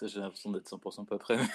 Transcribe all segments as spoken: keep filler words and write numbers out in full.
J'ai l'impression d'être cent pour cent pas prêt.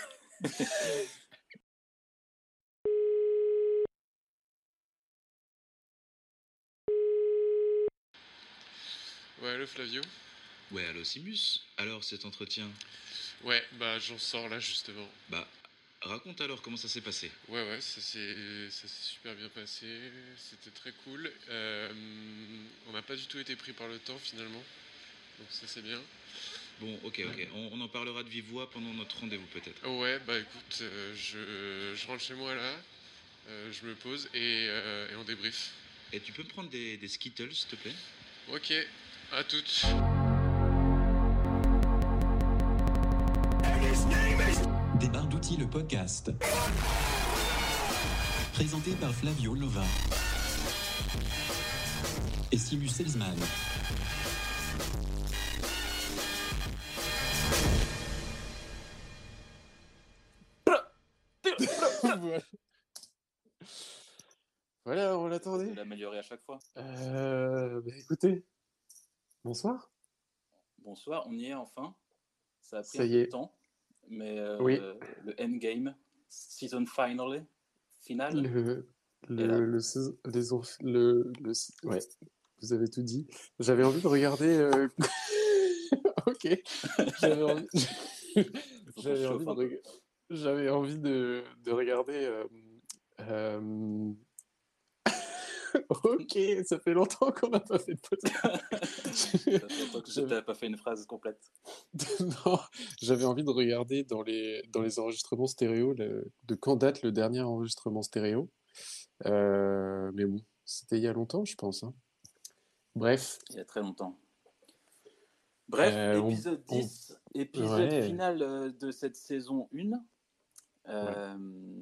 Ouais, allô Flavio? Ouais, allô Simus. Alors cet entretien? Ouais, bah j'en sors là justement. Bah, raconte alors comment ça s'est passé. Ouais, ouais, ça s'est, ça s'est super bien passé, c'était très cool. Euh, on n'a pas du tout été pris par le temps finalement, donc ça c'est bien. Bon, ok, ok, on, on en parlera de vive voix pendant notre rendez-vous peut-être. Ouais, bah écoute, euh, je, je rentre chez moi là, euh, je me pose et, euh, et on débrief. Et tu peux me prendre des, des Skittles s'il te plaît? Ok, à toutes. Des barres d'outils, le podcast. Présenté par Flavio Lova et Simus Selzman. Voilà. Voilà, on Vous l'attendait. l'améliorer à chaque fois. Euh, bah, écoutez, bonsoir. Bonsoir, on y est enfin. Ça a pris Ça un y peu de est. temps, mais euh, Oui. le endgame, season finale, finale, Le, est là. le, le, saison- les enf- le, le, ouais, vous avez tout dit. J'avais envie de regarder. euh, Ok. J'avais envie, Faut qu'on se j'avais chauffe envie de, un peu. reg- j'avais envie de, de regarder. euh, euh, Ok, ça fait longtemps qu'on n'a pas fait de podcast. Ça fait longtemps que je J'avais- t'avais pas fait une phrase complète. Non, j'avais envie de regarder dans les, dans les enregistrements stéréo le- de quand date le dernier enregistrement stéréo. Euh, mais bon, c'était il y a longtemps, je pense, hein. Bref, Il y a très longtemps. Bref, euh, on- épisode on- dix, épisode ouais, final euh, de cette saison un. Euh,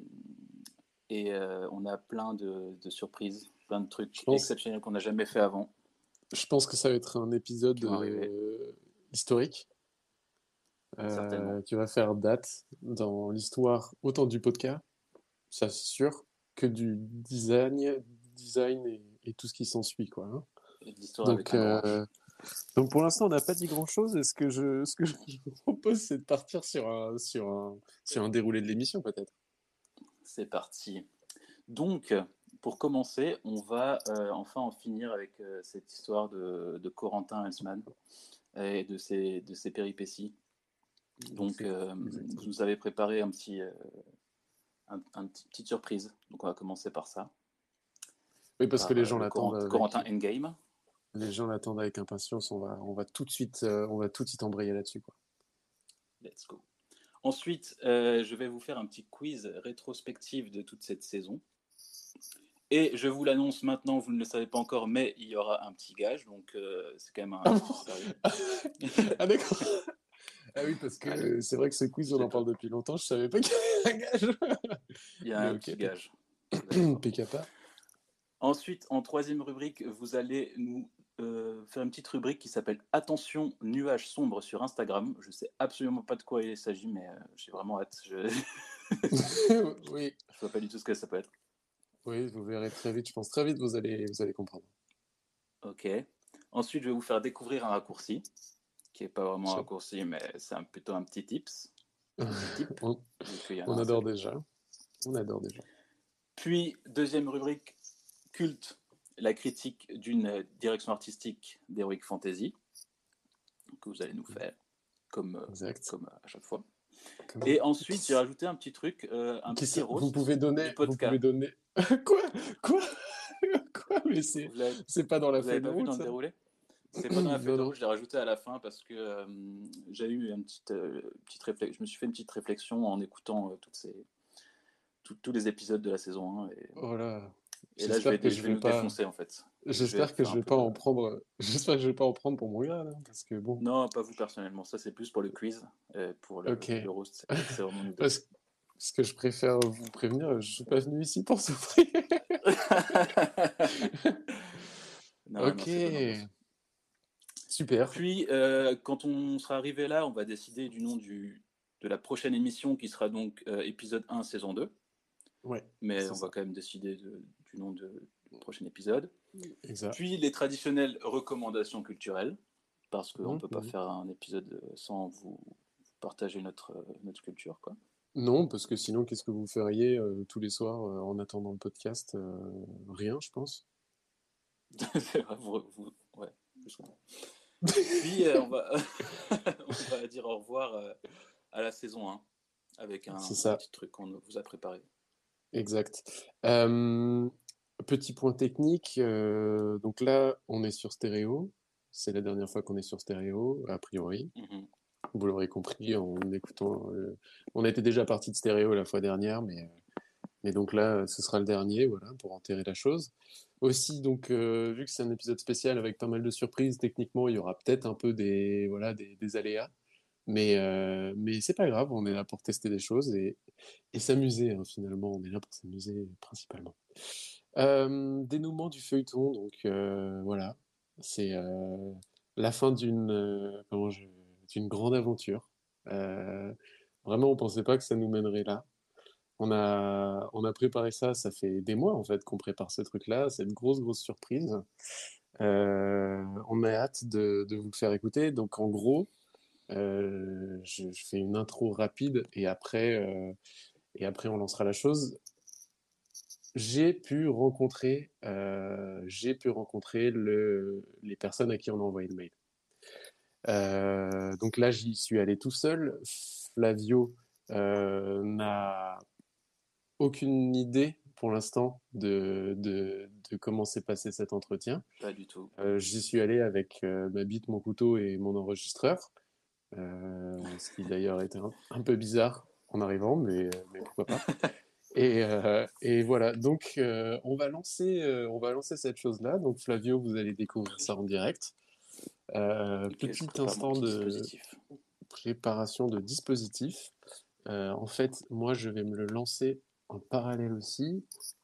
Et euh, on a plein de, de surprises, plein de trucs je pense, exceptionnels qu'on n'a jamais fait avant je pense que ça va être un épisode qui vont arriver, euh, historique euh, certainement. qui va faire date dans l'histoire autant du podcast, ça c'est sûr, que du design, design et, et tout ce qui s'ensuit, quoi, hein. Et de l'histoire avec Donc, un grand H. euh, donc pour l'instant, on n'a pas dit grand-chose. Et ce que je, ce que je vous propose, c'est de partir sur un, sur un, sur un déroulé de l'émission, peut-être. C'est parti. Donc, pour commencer, on va euh, enfin en finir avec euh, cette histoire de, de Corentin Hensman et de ses, de ses péripéties. Donc, euh, vous nous avez préparé un petit, euh, un, un petit, petite surprise. Donc, on va commencer par ça. Oui, parce par, que les euh, gens le l'attendent Corent- avec, Corentin Endgame. les gens l'attendent avec impatience. On va, on va tout de suite, euh, on va tout de suite embrayer là-dessus, quoi. Let's go. Ensuite, euh, je vais vous faire un petit quiz rétrospectif de toute cette saison. Et je vous l'annonce maintenant, vous ne le savez pas encore, mais il y aura un petit gage, donc euh, c'est quand même un... Ah bon Ah d'accord. Ah oui, parce que Allez, c'est vrai que ce quiz, je on l'ai en parle pas. depuis longtemps. Je savais pas qu'il y avait un gage. Il y a Mais un ok, petit P- gage. Vous allez voir. P K P. Ensuite, en troisième rubrique, vous allez nous euh, faire une petite rubrique qui s'appelle « Attention, nuages sombres » sur Instagram. Je ne sais absolument pas de quoi il s'agit, mais euh, j'ai vraiment hâte. Je ne Oui, vois pas du tout ce que ça peut être. oui, vous verrez très vite. Je pense très vite, vous allez, vous allez comprendre. Ok. Ensuite, je vais vous faire découvrir un raccourci, qui n'est pas vraiment un Je- raccourci, mais c'est un- plutôt un petit tips. Un petit tip, On, vu qu'il y en a on un adore seul. déjà. On adore déjà. Puis, deuxième rubrique, culte, la critique d'une direction artistique d'Heroic Fantasy, que vous allez nous faire, comme, Exact. comme à chaque fois. Comme- Et ensuite, j'ai rajouté un petit truc, euh, un Qui petit ça- roast vous pouvez donner, du vous podcast. pouvez donner. Quoi? Quoi? Quoi? Mais c'est, Vous l'avez, c'est pas dans la vous l'avez feuille de pas vu route, dans le ça? déroulé? C'est pas dans la feuille Non, de non. route, je l'ai rajouté à la fin parce que euh, j'ai eu une petite, euh, petite réflexion. Je me suis fait une petite réflexion en écoutant euh, toutes ces, tout- tous les épisodes de la saison un. Et, Oh là. et là, je vais, J'espère que je je vais vais nous pas. défoncer en fait. Je J'espère que faire je un vais peu pas de- en prendre. J'espère que je vais pas en prendre pour mon gars, là, parce que bon. Non, pas vous personnellement. Ça, c'est plus pour le quiz. Euh, pour le, Ok. le roast, c'est, c'est vraiment nous deux. Parce, parce que je préfère vous prévenir, je suis pas venu ici pour souffrir. Non, non, Ok. c'est pas normal. Super. Puis, euh, quand on sera arrivé là, on va décider du nom du, de la prochaine émission qui sera donc euh, épisode un, saison deux. Ouais. Mais c'est on ça. va quand même décider de, du nom de, du prochain épisode. Exact. Puis, les traditionnelles recommandations culturelles, parce qu'on ne Mhm. peut pas faire un épisode sans vous partager notre, euh, notre culture, quoi. Non, parce que sinon, qu'est-ce que vous feriez euh, tous les soirs euh, en attendant le podcast? Euh, Rien, je pense. C'est vrai, vous, vous- ouais, plus ou moins. Puis, euh, on va, on va dire au revoir euh, à la saison un avec un, C'est un ça, petit truc qu'on vous a préparé. exact. Euh, Petit point technique, euh, donc là, on est sur stéréo. C'est la dernière fois qu'on est sur stéréo, a priori. Mhm. Vous l'aurez compris en écoutant. euh, On était déjà parti de stéréo la fois dernière, mais, euh, mais donc là, ce sera le dernier, voilà, pour enterrer la chose. Aussi, donc, euh, vu que c'est un épisode spécial avec pas mal de surprises, techniquement, il y aura peut-être un peu des, voilà, des, des aléas. Mais, euh, mais c'est pas grave, on est là pour tester des choses et, et s'amuser, hein, finalement. On est là pour s'amuser principalement. Euh, dénouement du feuilleton, donc euh, voilà. C'est euh, la fin d'une euh, comment je- d'une grande aventure. Euh, Vraiment, on pensait pas que ça nous mènerait là. On a, on a préparé ça, ça fait des mois en fait qu'on prépare ce truc-là, cette grosse, grosse surprise. Euh, on a hâte de, de vous le faire écouter. Donc en gros, euh, je, je fais une intro rapide et après, euh, et après on lancera la chose. J'ai pu rencontrer, euh, j'ai pu rencontrer le, les personnes à qui on a envoyé le mail. Euh, donc là, j'y suis allé tout seul. Flavio euh, n'a aucune idée pour l'instant de, de, de comment s'est passé cet entretien. Pas du tout. Euh, j'y suis allé avec euh, ma bite, mon couteau et mon enregistreur, euh, ce qui d'ailleurs était un, un peu bizarre en arrivant, mais, mais pourquoi pas. Et, euh, et voilà, donc euh, on va lancer, euh, on va lancer cette chose-là. Donc Flavio, vous allez découvrir ça en direct. Euh, Ok, je petit prépare mon instant petit de dispositif. préparation de dispositif. Euh, en fait, moi, je vais me le lancer en parallèle aussi.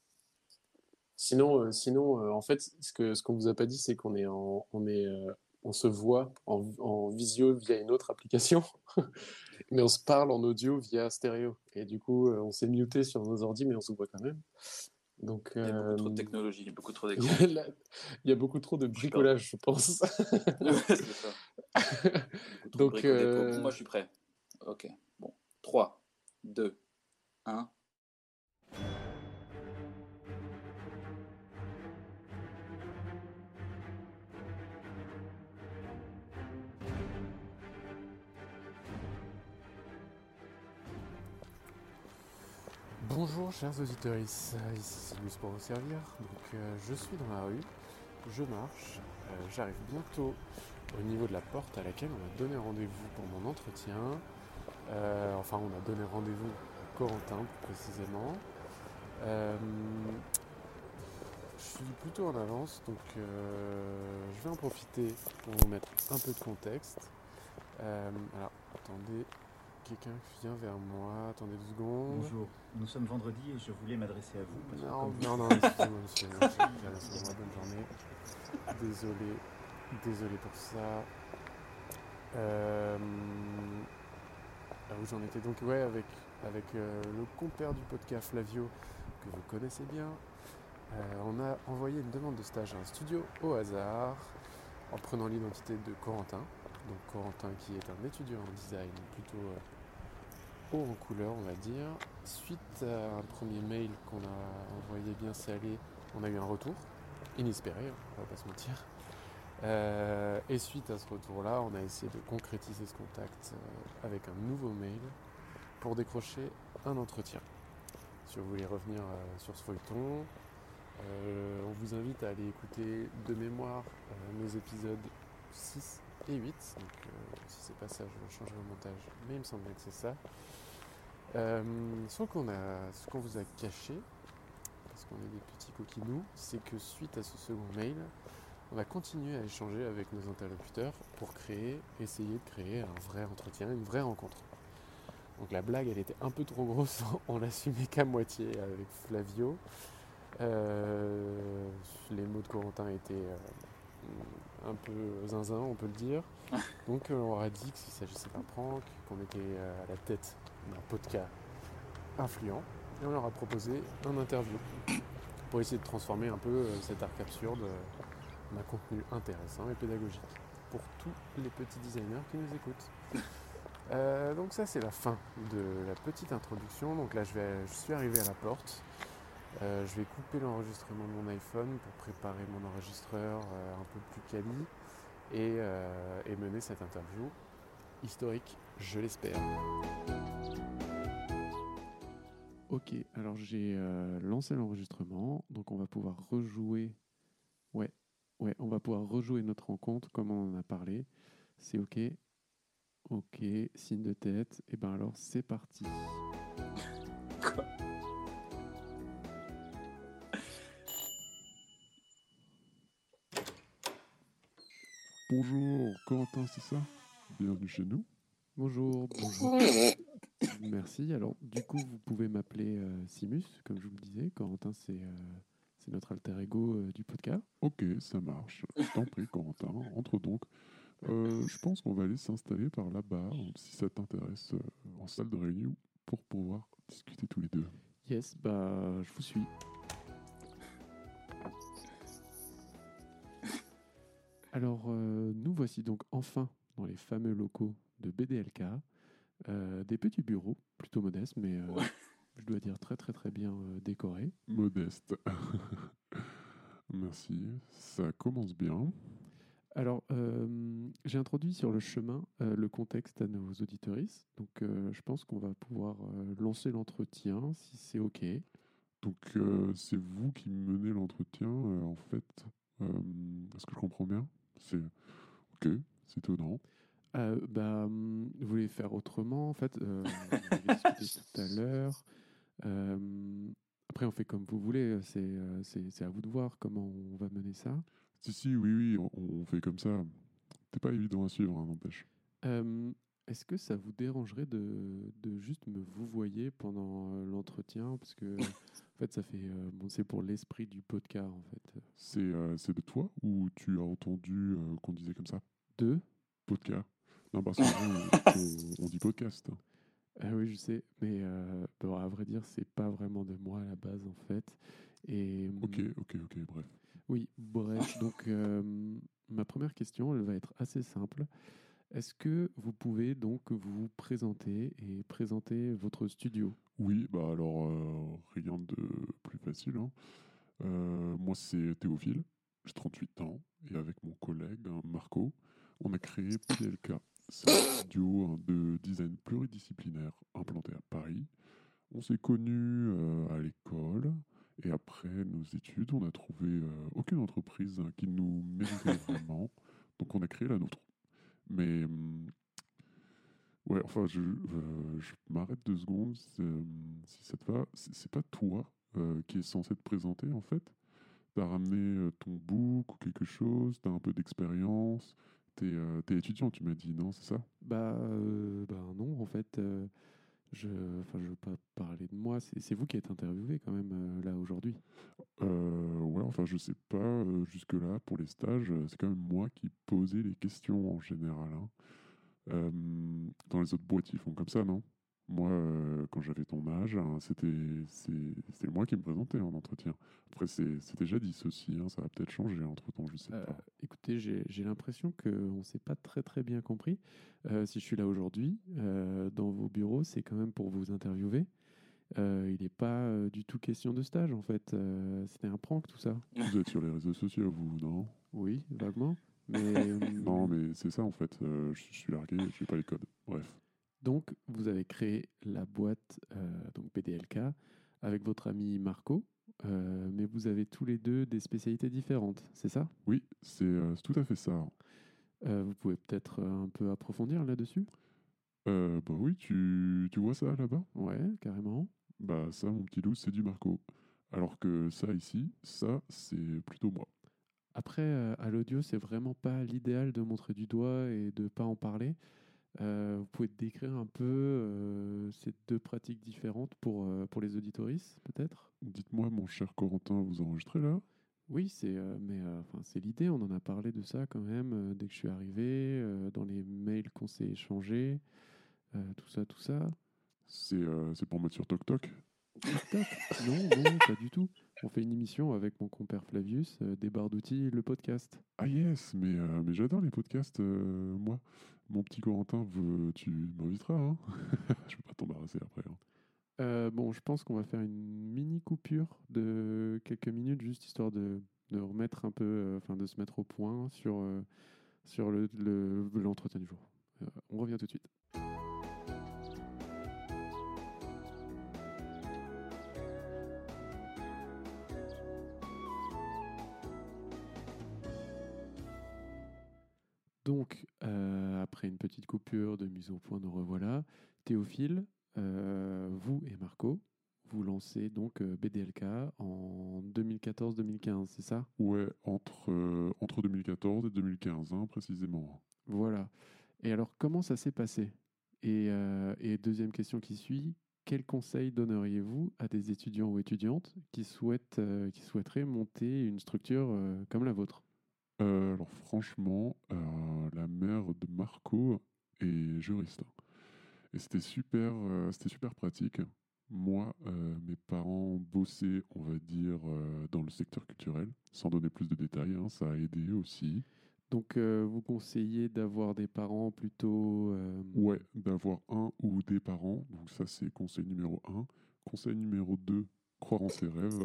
Sinon, euh, sinon, euh, en fait, ce que ce qu'on vous a pas dit, c'est qu'on est en, on est, euh, on se voit en, en visio via une autre application, mais on se parle en audio via stéréo. Et du coup, euh, on s'est muté sur nos ordi, mais on se voit quand même. Donc, Il y a beaucoup trop de euh, technologie, beaucoup trop il y d'écran. a la- il y a beaucoup trop de Je suis perdu. bricolage, je pense. Ouais, c'est ça. Beaucoup trop de Donc, brico dépôt. Bon, euh, moi, je suis prêt. Ok. Bon. trois, deux, un. bonjour chers auditeurs, ici Silus pour vous servir. Donc euh, je suis dans la rue, je marche, euh, j'arrive bientôt au niveau de la porte à laquelle on m'a donné rendez-vous pour mon entretien. Euh, enfin, on a donné rendez-vous à Corentin plus précisément. Euh, je suis plutôt en avance, donc euh, je vais en profiter pour vous mettre un peu de contexte. Euh, alors, attendez, quelqu'un vient vers moi, attendez deux secondes. Bonjour, nous sommes vendredi et je voulais m'adresser à vous. Parce que Non, comme vous- non, non, excusez-moi monsieur, merci, excusez-moi, bonne journée. Désolé, désolé pour ça. Euh, ah, où j'en étais donc, ouais, avec, avec euh, le compère du podcast Flavio, que vous connaissez bien. Euh, on a envoyé une demande de stage à un studio au hasard, en prenant l'identité de Corentin. Donc Corentin qui est un étudiant en design plutôt euh, haut en couleur, on va dire. Suite à un premier mail qu'on a envoyé bien salé, on a eu un retour, inespéré, hein, on va pas se mentir. Euh, et suite à ce retour-là, on a essayé de concrétiser ce contact euh, avec un nouveau mail pour décrocher un entretien. Si vous voulez revenir euh, sur ce feuilleton, euh, on vous invite à aller écouter de mémoire euh, nos épisodes six et huit. Donc euh, si c'est pas ça, je changerai au montage, mais il me semblait que c'est ça. Euh, ce qu'on a, ce qu'on vous a caché, parce qu'on est des petits coquinous, c'est que suite à ce second mail, on va continuer à échanger avec nos interlocuteurs pour créer, essayer de créer un vrai entretien, une vraie rencontre. Donc la blague, elle était un peu trop grosse, on l'assumait qu'à moitié avec Flavio. Euh, les mots de Corentin étaient euh, un peu zinzin, on peut le dire. Donc euh, on leur a dit que s'il s'agissait d'un prank, qu'on était euh, à la tête d'un podcast influent, et on leur a proposé un interview pour essayer de transformer un peu euh, cet arc absurde euh, en un contenu intéressant et pédagogique pour tous les petits designers qui nous écoutent. Euh, donc ça c'est la fin de la petite introduction. Donc là je, vais, je suis arrivé à la porte. Euh, je vais couper l'enregistrement de mon iPhone pour préparer mon enregistreur euh, un peu plus quali et, euh, et mener cette interview historique, je l'espère. Ok, alors j'ai euh, lancé l'enregistrement, donc on va pouvoir rejouer. Ouais, ouais, on va pouvoir rejouer notre rencontre comme on en a parlé. C'est ok. Ok, signe de tête. Et ben alors c'est parti. Bonjour, Corentin, c'est ça? Bienvenue chez nous. Bonjour, bonjour. Merci. Alors, du coup, vous pouvez m'appeler euh, Simus, comme je vous le disais. Corentin, c'est euh, c'est notre alter ego euh, du podcast. Ok, ça marche. Je t'en prie, Corentin, entre donc. Euh, je pense qu'on va aller s'installer par là-bas, si ça t'intéresse, euh, en salle de réunion, pour pouvoir discuter tous les deux. Yes, bah, je vous suis. Alors, euh, nous voici donc enfin dans les fameux locaux de B D L K. Euh, des petits bureaux, plutôt modestes, mais euh, Ouais. je dois dire très très très bien euh, décorés. Modeste. Merci, ça commence bien. Alors, euh, j'ai introduit sur le chemin euh, le contexte à nos auditeuristes. Donc, euh, je pense qu'on va pouvoir euh, lancer l'entretien, si c'est OK. Donc, euh, c'est vous qui menez l'entretien, euh, en fait. Euh, Est-ce que je comprends bien? C'est ok, c'est étonnant. Euh, bah, hum, vous voulez faire autrement, en fait. Euh, on avait discuté tout à l'heure. Euh, après, on fait comme vous voulez. C'est euh, c'est- c'est à vous de voir comment on va mener ça. Si, si, oui, oui, on, on fait comme ça. C'est pas évident à suivre, hein, n'empêche. Euh, Est-ce que ça vous dérangerait de, de juste me vous voyez pendant euh, l'entretien? Parce que, en fait, ça fait. euh, bon, c'est pour l'esprit du podcast, en fait. C'est euh, c'est de toi ou tu as entendu euh, qu'on disait comme ça? Deux? Podcast. Non, parce que nous, on, on dit podcast. hein. Ah oui, je sais, mais euh, bon, à vrai dire, c'est pas vraiment de moi à la base, en fait. Et Ok, hum, ok, ok, bref. oui, bref, donc euh, ma première question, elle va être assez simple. Est-ce que vous pouvez donc vous présenter et présenter votre studio? Oui, bah alors, euh, rien de plus facile. hein. Euh, moi, c'est Théophile, j'ai trente-huit ans, et avec mon collègue, hein, Marco, on a créé P D L K. C'est un studio hein, de design pluridisciplinaire implanté à Paris. On s'est connus euh, à l'école, et après nos études, on n'a trouvé euh, aucune entreprise hein, qui nous méritait vraiment, donc on a créé la nôtre. Mais hum, ouais, enfin, je, euh, je m'arrête deux secondes, c'est, euh, si ça te va. C'est c'est pas toi euh, qui est censé te présenter, en fait. T'as ramené euh, ton book ou quelque chose, t'as un peu d'expérience, t'es euh, t'es étudiant, tu m'as dit, non, c'est ça? Bah, euh, bah non, en fait, euh, je, enfin, je veux pas parler de moi. C'est c'est vous qui êtes interviewé quand même euh, là aujourd'hui. Euh, ouais, enfin, je sais pas, euh, jusque-là, pour les stages, euh, c'est quand même moi qui posais les questions en général. hein. Euh, dans les autres boîtes, ils font comme ça, non? Moi, euh, quand j'avais ton âge, hein, c'était c'est- c'était moi qui me présentais en entretien. Après, c'est c'est déjà dit ceci, hein, ça va peut-être changer entre-temps, je sais Euh, pas. écoutez, j'ai j'ai l'impression qu'on ne s'est pas très très bien compris. Euh, si je suis là aujourd'hui, euh, dans vos bureaux, c'est quand même pour vous interviewer. Euh, il n'est pas euh, du tout question de stage en fait. Euh, c'était un prank tout ça. Vous êtes sur les réseaux sociaux, vous, non? Oui, vaguement. Mais Non, hum, mais c'est ça en fait, euh, je je suis largué, j'ai pas les codes. Bref. donc vous avez créé la boîte euh, donc P D L K avec votre ami Marco, euh, mais vous avez tous les deux des spécialités différentes, c'est ça? Oui, c'est euh, c'est tout à fait ça. Euh, vous pouvez peut-être euh, un peu approfondir là-dessus? Euh, bah oui, tu, tu vois ça là-bas? Ouais, carrément. Bah ça, mon petit loup, c'est du Marco. Alors que ça ici, ça, c'est plutôt moi. Après, euh, à l'audio, c'est vraiment pas l'idéal de montrer du doigt et de pas en parler. Euh, vous pouvez décrire un peu euh, ces deux pratiques différentes pour, euh, pour les auditoristes, peut-être? Dites-moi, mon cher Corentin, vous enregistrez là? Oui, c'est euh, mais euh, enfin, c'est l'idée. On en a parlé de ça quand même euh, dès que je suis arrivé, euh, dans les mails qu'on s'est échangés, euh, tout ça, tout ça. C'est euh, c'est pour mettre sur Tok Tok? TikTok? Non, non, pas du tout. On fait une émission avec mon compère Flavius, euh, des barres d'outils, le podcast. Ah yes, mais, euh, mais j'adore les podcasts, euh, moi. Mon petit Corentin, veut- tu m'inviteras, hein. Je peux pas t'embarrasser après, hein. Euh, bon, je pense qu'on va faire une mini coupure de quelques minutes, juste histoire de, de remettre un peu, euh, enfin de se mettre au point sur, euh, sur le, le- l'entretien du jour. Euh, on revient tout de suite. Donc, euh, après une petite coupure de mise au point, nous revoilà. Théophile, euh, vous et Marco, vous lancez donc euh, B D L K en deux mille quatorze deux mille quinze, c'est ça? Ouais, entre, euh, entre deux mille quatorze et deux mille quinze, hein, précisément. Voilà. Et alors, comment ça s'est passé? Et, euh, et deuxième question qui suit, quels conseils donneriez-vous à des étudiants ou étudiantes qui, souhaitent, euh, qui souhaiteraient monter une structure euh, comme la vôtre? Euh, alors franchement, euh, la mère de Marco est juriste. Et c'était super, euh, c'était super pratique. Moi, euh, mes parents bossaient, on va dire, euh, dans le secteur culturel, sans donner plus de détails, hein, ça a aidé aussi. Donc, euh, vous conseillez d'avoir des parents plutôt... euh, Ouais, d'avoir un ou des parents, donc ça c'est conseil numéro un. Conseil numéro deux, croire en ses rêves.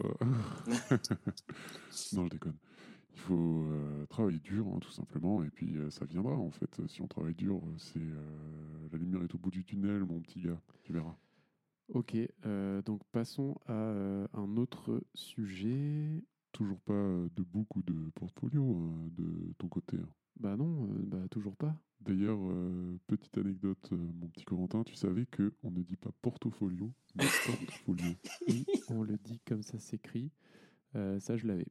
Non, je déconne. Il faut euh, travailler dur, hein, tout simplement, et puis euh, ça viendra en fait. Si on travaille dur, euh, c'est euh, la lumière est au bout du tunnel, mon petit gars. Tu verras. Ok, euh, donc passons à euh, un autre sujet. Toujours pas euh, de book ou de portfolio euh, de ton côté, hein. Bah non, euh, bah toujours pas. D'ailleurs, euh, petite anecdote, euh, mon petit Corentin, tu savais que on ne dit pas portfolio, mais portfolio. Oui, on le dit comme ça s'écrit. Euh, ça, je l'avais.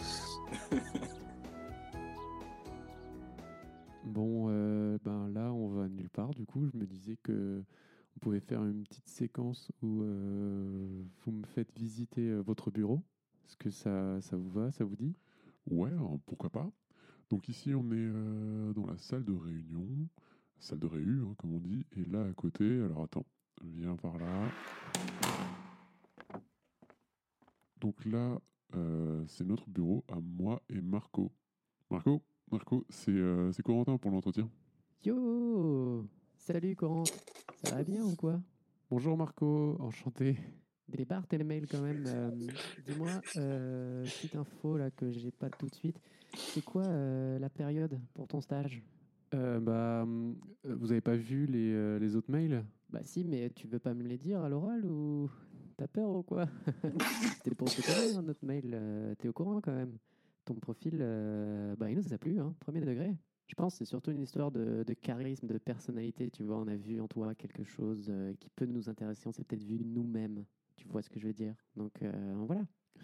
Bon, euh, ben là, on va nulle part. Du coup, je me disais que on pouvait faire une petite séquence où euh, vous me faites visiter euh, votre bureau. Est-ce que ça, ça vous va, ça vous dit? Ouais, hein, pourquoi pas. Donc ici, on est euh, dans la salle de réunion, salle de réu, hein, comme on dit, et là à côté, alors attends, viens par là. Donc là, euh, c'est notre bureau à moi et Marco. Marco, Marco, c'est euh, c'est Corentin pour l'entretien. Yo! Salut Coran, ça va bien ou quoi? Bonjour Marco, enchanté. Débarre tes mails quand même. euh, dis-moi, euh, petite info là que j'ai pas tout de suite. C'est quoi euh, la période pour ton stage? Euh, bah, hum, euh, vous avez pas vu les, euh, les autres mails? Bah si, mais tu veux pas me les dire à l'oral ou t'as peur ou quoi? C'était pour te connaître, notre mail. euh, T'es au courant quand même. Ton profil, euh, bah il nous a plu, hein, premier degré. Je pense que c'est surtout une histoire de, de charisme, de personnalité. Tu vois, on a vu en toi quelque chose euh, qui peut nous intéresser. On s'est peut-être vu nous-mêmes. Tu vois ce que je veux dire? Donc euh, voilà.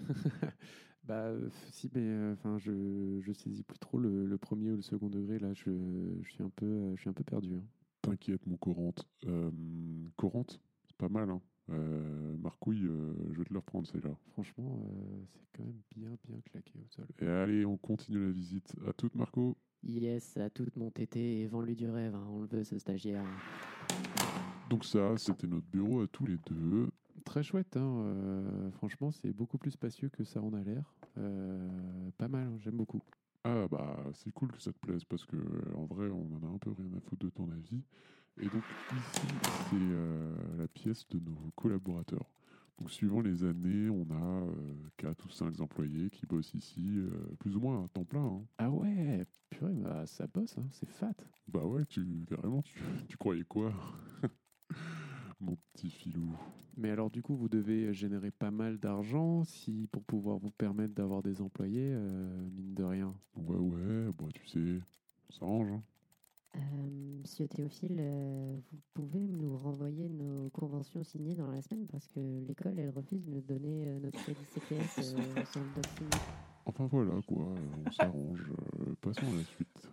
Bah, euh, si, mais euh, enfin, je, je saisis plus trop le, le premier ou le second degré. Là, je, je suis un peu, euh, je suis un peu perdu, hein. T'inquiète, mon Corente. Euh, Corente, c'est pas mal, hein. Euh, Marcouille, euh, je vais te le reprendre, c'est là. Franchement, euh, c'est quand même bien, bien claqué au sol. Et allez, on continue la visite. À toute, Marco. Yes, à toute mon tété et vends-lui du rêve. Hein. On le veut, ce stagiaire. Donc ça, c'était notre bureau à tous les deux. Très chouette, hein, euh, franchement, c'est beaucoup plus spacieux que ça en a l'air. Euh, pas mal, hein, j'aime beaucoup. Ah bah c'est cool que ça te plaise parce que euh, en vrai on en a un peu rien à foutre de ton avis. Et donc ici c'est euh, la pièce de nos collaborateurs. Donc suivant les années, on a euh, quatre ou cinq employés qui bossent ici, euh, plus ou moins à temps plein, hein. Ah ouais, purée, bah, ça bosse, hein, c'est fat. Bah ouais, tu carrément, tu, tu croyais quoi? Mon petit filou. Mais alors, du coup, vous devez générer pas mal d'argent si pour pouvoir vous permettre d'avoir des employés, euh, mine de rien. Ouais ouais, bah tu sais, on s'arrange, hein. Euh, Monsieur Théophile, euh, vous pouvez nous renvoyer nos conventions signées dans la semaine parce que l'école, elle refuse de nous donner euh, notre crédit C P S euh, sans le doc signé. Enfin voilà quoi, euh, on s'arrange. Euh, passons à la suite.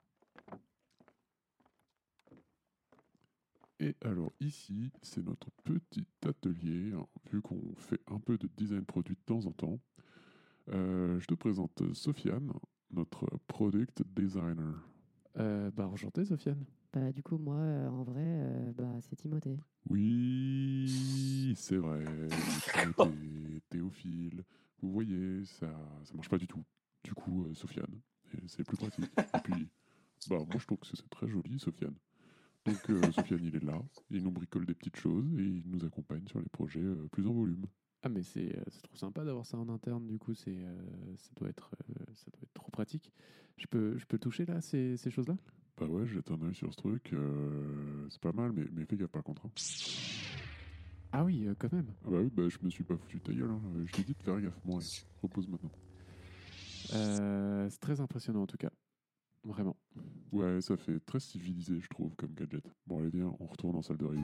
Et alors ici, c'est notre petit atelier, hein, vu qu'on fait un peu de design produit de temps en temps. Euh, je te présente Sofiane, notre product designer. Euh, bah, enchanté, Sofiane. Bah, du coup, moi, euh, en vrai, euh, bah, c'est Timothée. Oui, c'est vrai. Timothée, Théophile. Vous voyez, ça ça marche pas du tout. Du coup, euh, Sofiane. Et c'est plus pratique. Et puis, bah, moi, je trouve que c'est très joli, Sofiane. Donc, euh, Sofiane, il est là. Il nous bricole des petites choses et il nous accompagne sur les projets euh, plus en volume. Ah, mais c'est euh, c'est trop sympa d'avoir ça en interne, du coup, c'est, euh, ça doit être, euh, ça doit être trop pratique. Je peux, je peux toucher là, ces, ces choses-là? Bah ouais, jette un œil sur ce truc. euh, c'est pas mal, mais, mais fais gaffe par contre. Hein. Ah oui, euh, quand même. Ah bah oui, bah je me suis pas foutu de ta gueule. Hein. Je t'ai dit de faire gaffe. Bon, allez, repose maintenant. Euh, c'est très impressionnant en tout cas. Vraiment. Ouais, ça fait très civilisé, je trouve, comme gadget. Bon, allez, viens, on retourne en salle de réunion.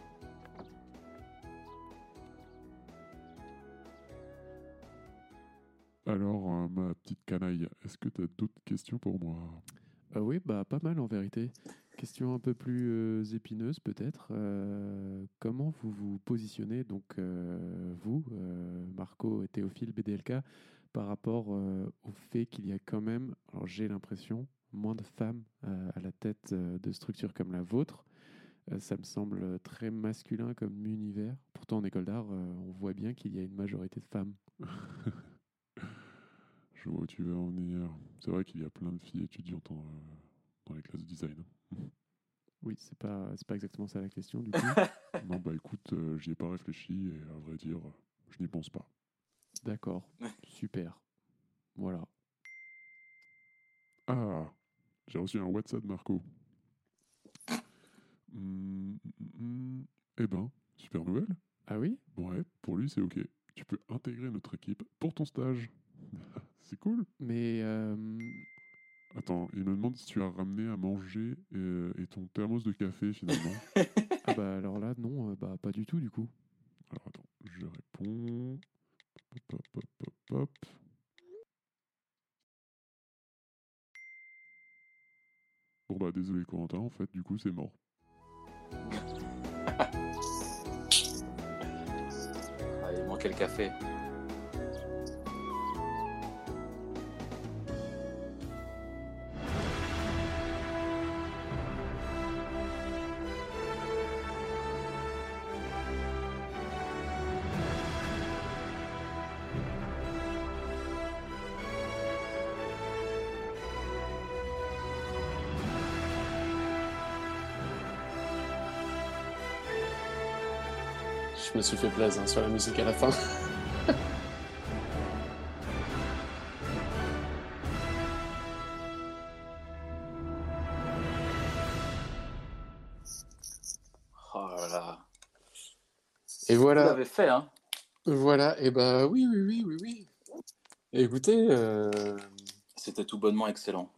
Alors, euh, ma petite canaille, est-ce que tu as d'autres questions pour moi? Euh, oui, bah pas mal en vérité. Question un peu plus euh, épineuse peut-être. Euh, comment vous vous positionnez, donc euh, vous, euh, Marco et Théophile B D L K, par rapport euh, au fait qu'il y a quand même, alors j'ai l'impression, moins de femmes euh, à la tête euh, de structures comme la vôtre. Euh, ça me semble très masculin comme univers. Pourtant, en école d'art, euh, on voit bien qu'il y a une majorité de femmes. Je vois où tu veux en venir. C'est vrai qu'il y a plein de filles étudiantes en, euh, dans les classes de design. Hein. Oui, c'est pas, c'est pas exactement ça la question du coup. Non, bah écoute, euh, j'y ai pas réfléchi et à vrai dire, je n'y pense pas. D'accord, super. Voilà. Ah, j'ai reçu un WhatsApp de Marco. Hum, hum, hum. Eh ben, super nouvelle. Ah oui? Ouais, pour lui c'est ok. Tu peux intégrer notre équipe pour ton stage. C'est cool. Mais euh, Attends, il me demande si tu as ramené à manger euh, et ton thermos de café finalement. ah bah alors là non, euh, bah pas du tout du coup. Alors attends, je réponds. Hop, hop, hop, hop, hop. Bon bah désolé Corentin, en fait du coup c'est mort. Ah, il manquait le café. Je me suis fait plaisir hein, sur la musique à la fin. Oh là là. Et Vous voilà. l'avez fait, hein? Voilà, et bah oui, oui, oui, oui, oui. Écoutez, euh... C'était tout bonnement excellent.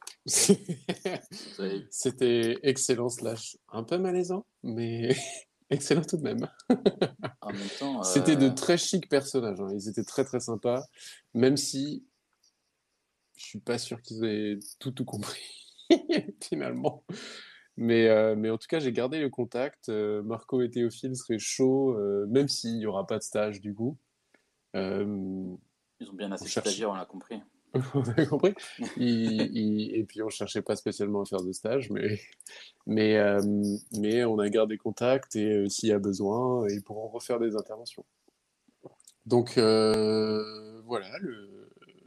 Vous avez- c'était excellent slash un peu malaisant, mais excellent tout de même. En même temps, C'était de euh, très chics personnages, hein. Ils étaient très très sympas, même si je suis pas sûr qu'ils aient tout tout compris finalement. Mais, euh, mais en tout cas, j'ai gardé le contact. Euh, Marco et Théophile seraient chauds, euh, même s'il n'y aura pas de stage du coup. Euh, ils ont bien assez on de cherche- stagiaires, on l'a compris. Vous avez compris? Il- il- Et puis on cherchait pas spécialement à faire de stage, mais, mais, euh, mais on a gardé contact et euh, s'il y a besoin, ils pourront refaire des interventions. Donc euh, voilà, le...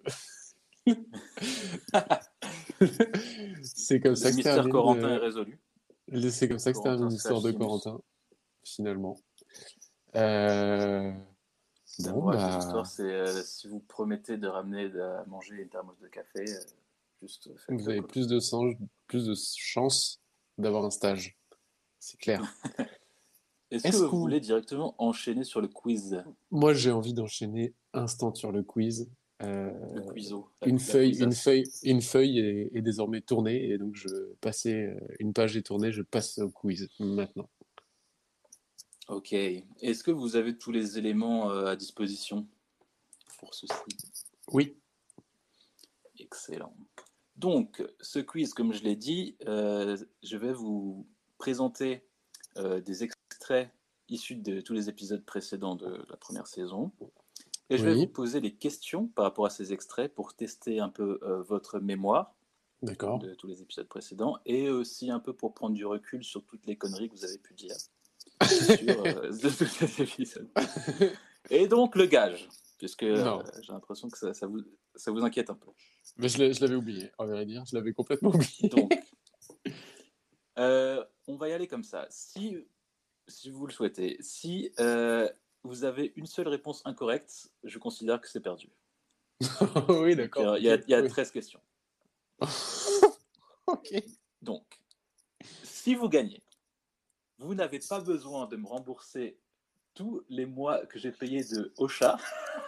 c'est comme ça Le que se mystère termine. Corentin est euh, résolu. C'est comme ça que se termine Corentin l'histoire de slash Sinus. Corentin, finalement. Euh, Ben, Bon, moi, bah, l'histoire, c'est euh, si vous promettez de ramener de- à manger une thermos de café, euh, juste vous faites-le, avez quoi. plus de, sens, plus de chance d'avoir un stage. C'est clair. Est-ce que Est-ce vous qu'on... voulez directement enchaîner sur le quiz? Moi, j'ai envie d'enchaîner instant sur le quiz. Euh, Le quizo, la- une la feuille, une quizasse. feuille, une feuille est, est désormais tournée et donc je passais euh, une page est tournée, je passe au quiz maintenant. Ok. Est-ce que vous avez tous les éléments euh, à disposition pour ceci? Oui. Excellent. Donc, ce quiz, comme je l'ai dit, euh, je vais vous présenter euh, des extraits issus de tous les épisodes précédents de la première saison. Et je vais Oui. vous poser des questions par rapport à ces extraits pour tester un peu euh, votre mémoire. D'accord. de tous les épisodes précédents, et aussi un peu pour prendre du recul sur toutes les conneries que vous avez pu dire sur euh, de tous ces épisodes. Et donc le gage, puisque euh, Non, j'ai l'impression que ça, ça vous, ça vous inquiète un peu. mais je l'ai- je l'avais oublié, en vrai dire, je l'avais complètement oublié. Donc, euh, on va y aller comme ça. Si, si vous le souhaitez, si euh, vous avez une seule réponse incorrecte, je considère que c'est perdu. Oui, Donc, d'accord. il y a, ok, il y a oui. treize questions. Ok. Donc, si vous gagnez, vous n'avez pas besoin de me rembourser tous les mois que j'ai payés de Ocha.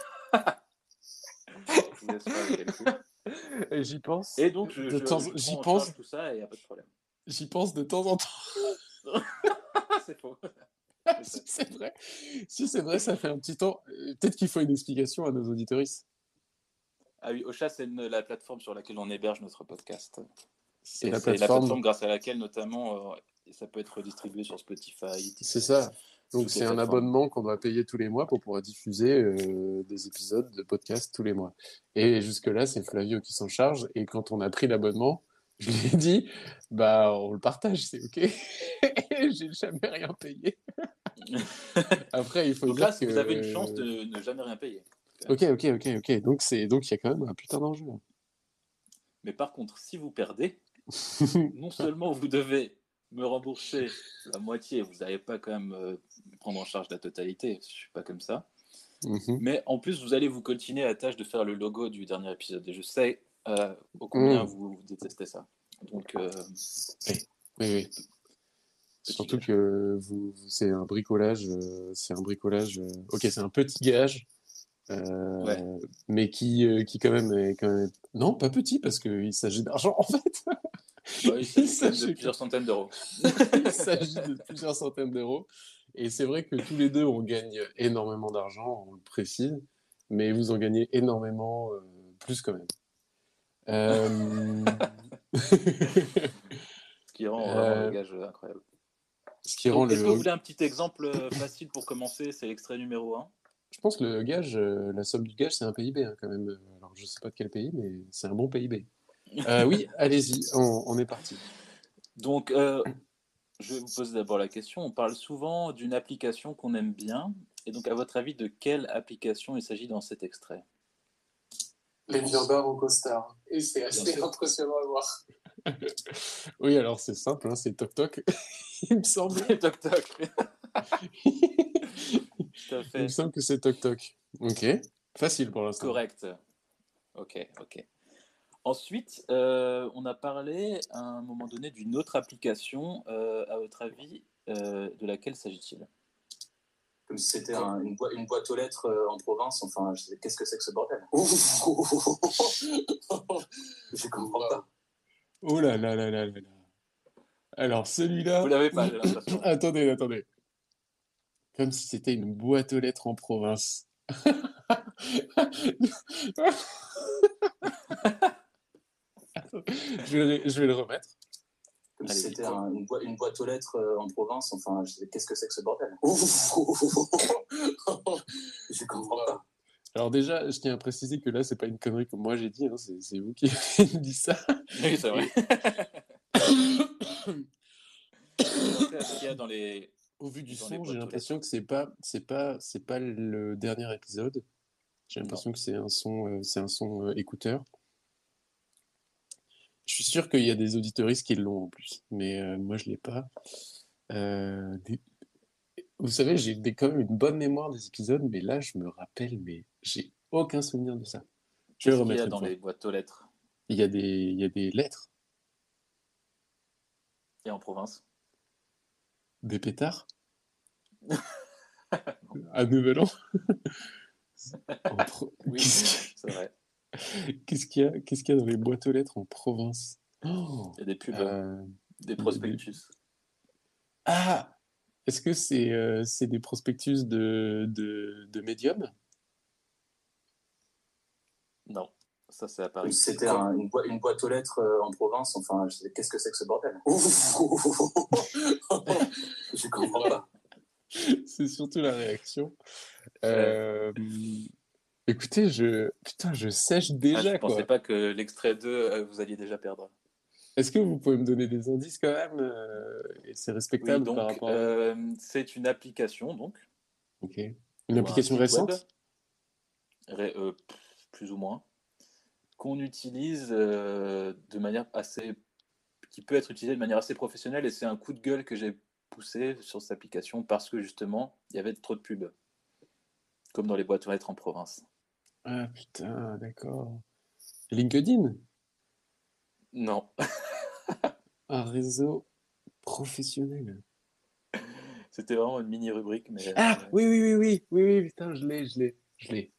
Je vous laisse faire le calcul. Et j'y pense Et donc, je, de je, temps, je j'y prends en pense, charge tout ça et il n'y a pas de problème. j'y pense de temps en temps. C'est faux. Si c'est vrai, si c'est vrai, ça fait un petit temps. Euh, Peut-être qu'il faut une explication à nos auditeuristes. Ah oui, Ocha, c'est une- la plateforme sur laquelle on héberge notre podcast. C'est Et la c'est la plateforme. plateforme grâce à laquelle, notamment, euh, ça peut être redistribué sur Spotify. C'est ça. Donc Toutes les c'est un plateformes. abonnement qu'on doit payer tous les mois pour pouvoir diffuser euh, des épisodes de podcast tous les mois. Et jusque-là, c'est Flavio qui s'en charge. Et quand on a pris l'abonnement, je lui ai dit, bah on le partage, c'est ok. Et j'ai jamais rien payé. Après, il faut Donc dire là, que. vous avez une chance de ne jamais rien payer. Ok, ok, ok, ok. Donc c'est donc il y a quand même un putain d'enjeu. Mais par contre, si vous perdez, non seulement vous devez me rembourser la moitié, vous n'allez pas quand même euh, prendre en charge la totalité, je ne suis pas comme ça, Mhm. mais en plus, vous allez vous coltiner à la tâche de faire le logo du dernier épisode. Et je sais euh, ô combien Mm. vous, vous détestez ça. Donc, euh, Oui, oui, oui. petit Surtout gage. que vous, vous- c'est un bricolage, euh, c'est un bricolage. euh, Ok, c'est un petit gage, euh, Ouais. mais qui, euh, qui quand même est quand même. Non, pas petit parce qu'il s'agit d'argent en fait. Bah oui, il Il s'agit quand même de s'agit plusieurs centaines d'euros. il s'agit de plusieurs centaines d'euros. Et c'est vrai que tous les deux, on gagne énormément d'argent, on le précise, mais vous en gagnez énormément euh, plus quand même. Euh, Ce qui rend vraiment euh, le gage incroyable. Ce qui rend Donc, est-ce que le. vous voulez un petit exemple euh, facile pour commencer? C'est l'extrait numéro un. Je pense que le gage, euh, la somme du gage, c'est un P I B hein, quand même. Alors, je sais pas de quel pays, mais c'est un bon P I B. Euh, oui, allez-y, on, on est parti. Donc, euh, je vais vous poser d'abord la question. On parle souvent d'une application qu'on aime bien. Et donc, à votre avis, de quelle application il s'agit dans cet extrait? Les viandards au costard. Et c'est assez sûr. impressionnant à voir. Oui, alors c'est simple, hein, c'est Toc Toc, il me semble. C'est Toc Toc. Tout à Il me fait. semble que c'est Toc Toc. Ok, facile pour l'instant. Correct. Ok, ok. Ensuite, euh, on a parlé à un moment donné d'une autre application. Euh, à votre avis, euh, de laquelle s'agit-il? Comme si c'était un- une, boi- une boîte aux lettres euh, en province. Enfin, je sais- qu'est-ce que c'est que ce bordel? Je comprends pas. Oh là là là là là là. Alors celui-là. Vous l'avez pas, j'ai l'impression. Attendez, attendez. Comme si c'était une boîte aux lettres en province. je, vais, je vais le remettre. Comme Allez, si c'était dites-moi. un- une, boi- une boîte aux lettres euh, en province. Enfin, je sais- qu'est-ce que c'est que ce bordel? Je comprends pas. Alors déjà, je tiens à préciser que là, c'est pas une connerie comme moi j'ai dit, hein, c'est, c'est vous qui avez dit ça. Oui, c'est vrai. Qu'est-ce qu'il y a dans les... Au vu du Dans les son, boîtes j'ai aux l'impression que c'est pas, c'est pas, c'est pas le dernier épisode. J'ai l'impression que c'est un son, euh, c'est un son euh, écouteur. Je suis sûr qu'il y a des auditeuristes qui l'ont en plus, mais euh, moi je l'ai pas. Euh, des- Vous savez, j'ai des- quand même une bonne mémoire des épisodes, mais là je me rappelle, mais j'ai aucun souvenir de ça. Je vais Qu'est-ce le qu'il y remettre a une dans fois. les boîtes aux lettres? Il y a des, il y a des lettres, Et en province? des pétards à Nouvel An. En pro- Oui, Qu'est-ce c'est vrai. qu'il qu'est-ce qu'il y a, qu'est-ce qu'il y a dans les boîtes aux lettres en province? Oh, Il y a des pubs, euh, des il y a des- prospectus. Ah! Est-ce que c'est euh, c'est des prospectus de, de, de médium? Non, ça c'est à Comme Paris. si c'était un- une, boi- une boîte aux lettres euh, en province. Enfin, je sais- qu'est-ce que c'est que ce bordel? Je comprends pas. C'est surtout la réaction. Euh, Écoutez, je putain, je sèche Ah, je déjà ne pensais quoi. pas que l'extrait deux, euh, vous alliez déjà perdre. Est-ce que vous pouvez me donner des indices quand même euh, et c'est Oui, respectable par donc rapport à... euh, c'est une application, donc, Ok. Une ou un application site web, récente? ré- euh, pff, plus ou moins, qu'on utilise euh, de manière assez, qui peut être utilisé de manière assez professionnelle, et c'est un coup de gueule que j'ai poussé sur cette application parce que justement, il y avait trop de pubs, comme dans les boîtes aux lettres en province. Ah putain, d'accord. LinkedIn? Non, Un réseau professionnel. c'était vraiment une mini rubrique, mais Ah euh, oui, oui, oui, oui, oui, oui, putain, je l'ai, je l'ai, je l'ai.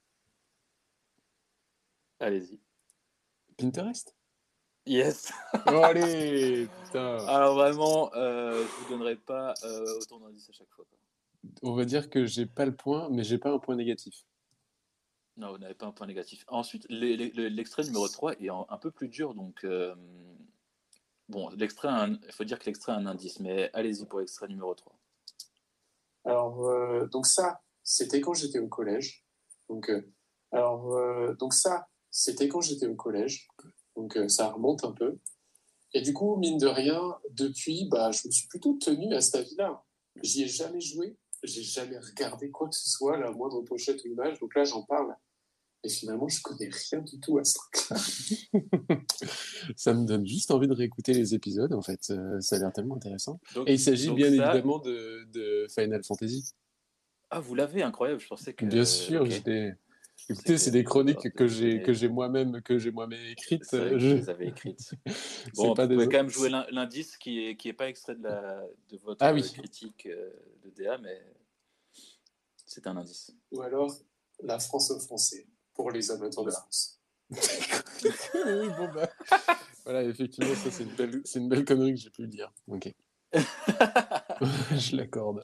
allez-y. Pinterest? Yes. Oh, allez, putain. Alors vraiment, euh, je vous donnerai pas euh, autant d'indices à chaque fois, quoi. On va dire que j'ai pas le point, mais j'ai pas un point négatif. Non, vous n'avez pas un point négatif. Ensuite, les- les- le- l'extrait numéro trois est un, un peu plus dur, donc euh, bon, l'extrait, a un- il faut dire que l'extrait a un indice, mais allez-y pour l'extrait numéro trois. Alors, euh, donc ça, c'était quand j'étais au collège. Donc, euh, alors, euh, donc ça, c'était quand j'étais au collège. Donc, euh, ça remonte un peu. Et du coup, mine de rien, depuis, bah, je me suis plutôt tenu à cet avis-là. J'y ai jamais joué, j'ai jamais regardé quoi que ce soit, la moindre pochette ou image. Donc là, j'en parle. Et finalement, je connais rien du tout à ce truc-là. Ça me donne juste envie de réécouter les épisodes, en fait. Euh, ça a l'air tellement intéressant. Donc, Et il s'agit donc bien ça, évidemment de, de Final Fantasy. ah, vous l'avez, incroyable. Je pensais que, Bien sûr, ok, j'ai des... c'est Écoutez, c'est que des vous, alors chroniques que que vous j'ai que venez, j'ai moi-même que j'ai moi-même écrites. c'est vrai euh, que vous Je... les avez écrites. c'est Bon, pas vous des... pouvez quand même jouer l'in- l'indice qui est qui est pas extrait de la de Ah votre oui. critique euh, de D A, mais c'est un indice. Ou alors la France aux Français pour les amateurs de France. Oui, bon bah. Voilà, effectivement, ça c'est une belle, c'est une belle connerie que j'ai pu dire. Ok. Je l'accorde.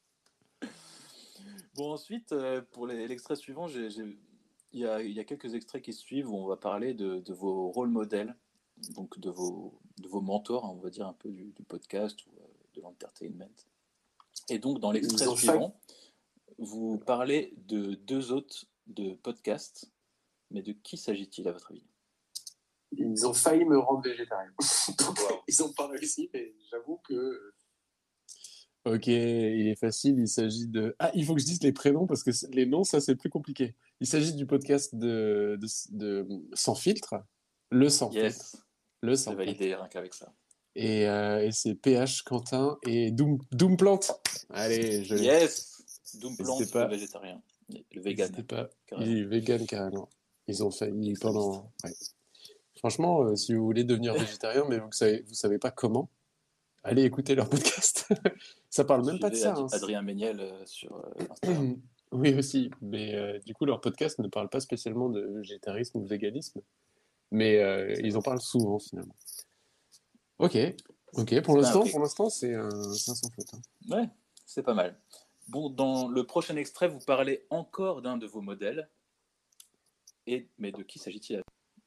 Bon, ensuite, euh, pour les- l'extrait suivant, j'ai- j'ai- il y a, il y a quelques extraits qui suivent où on va parler de, de vos rôles modèles, donc de vos, de vos mentors, hein, on va dire un peu du, du podcast ou euh, de l'entertainment. Et donc, dans l'extrait Ils ont failli. suivant, vous parlez de deux hôtes de podcast, mais de qui s'agit-il à votre avis? Ils ont failli me rendre végétarien. Donc, Wow. ils n'ont pas réussi, mais j'avoue que. Ok, il est facile, il s'agit de... Ah, il faut que je dise les prénoms parce que c'est- les noms, ça c'est plus compliqué. Il s'agit du podcast de, de, de Sans filtre, le Sans filtre, Yes, le c'est Sans filtre. validé rien qu'avec ça. Et, euh, et c'est P H, Quentin et Doom, Doomplant. Allez, je l'ai. Yes, Doomplant, N'hésitez pas. le végétarien, le vegan, N'hésitez pas. carrément. Il est vegan carrément. Ils ont failli Extrémiste. pendant... Ouais. Franchement, euh, si vous voulez devenir végétarien, mais vous savez, vous savez pas comment, allez écouter leur podcast. Ça parle même pas de Suivez ça. Ad- hein. Adrien Méniel euh, sur euh, Instagram. Oui, aussi. Mais euh, du coup, leur podcast ne parle pas spécialement de végétarisme ou de véganisme. Mais euh, C'est ils en vrai. parlent souvent, finalement. Ok. Ok, C'est pour bien l'instant, appris. pour l'instant, c'est un, c'est un sans faute. hein. Ouais, c'est pas mal. Bon, dans le prochain extrait, vous parlez encore d'un de vos modèles. Et, mais de qui s'agit-il?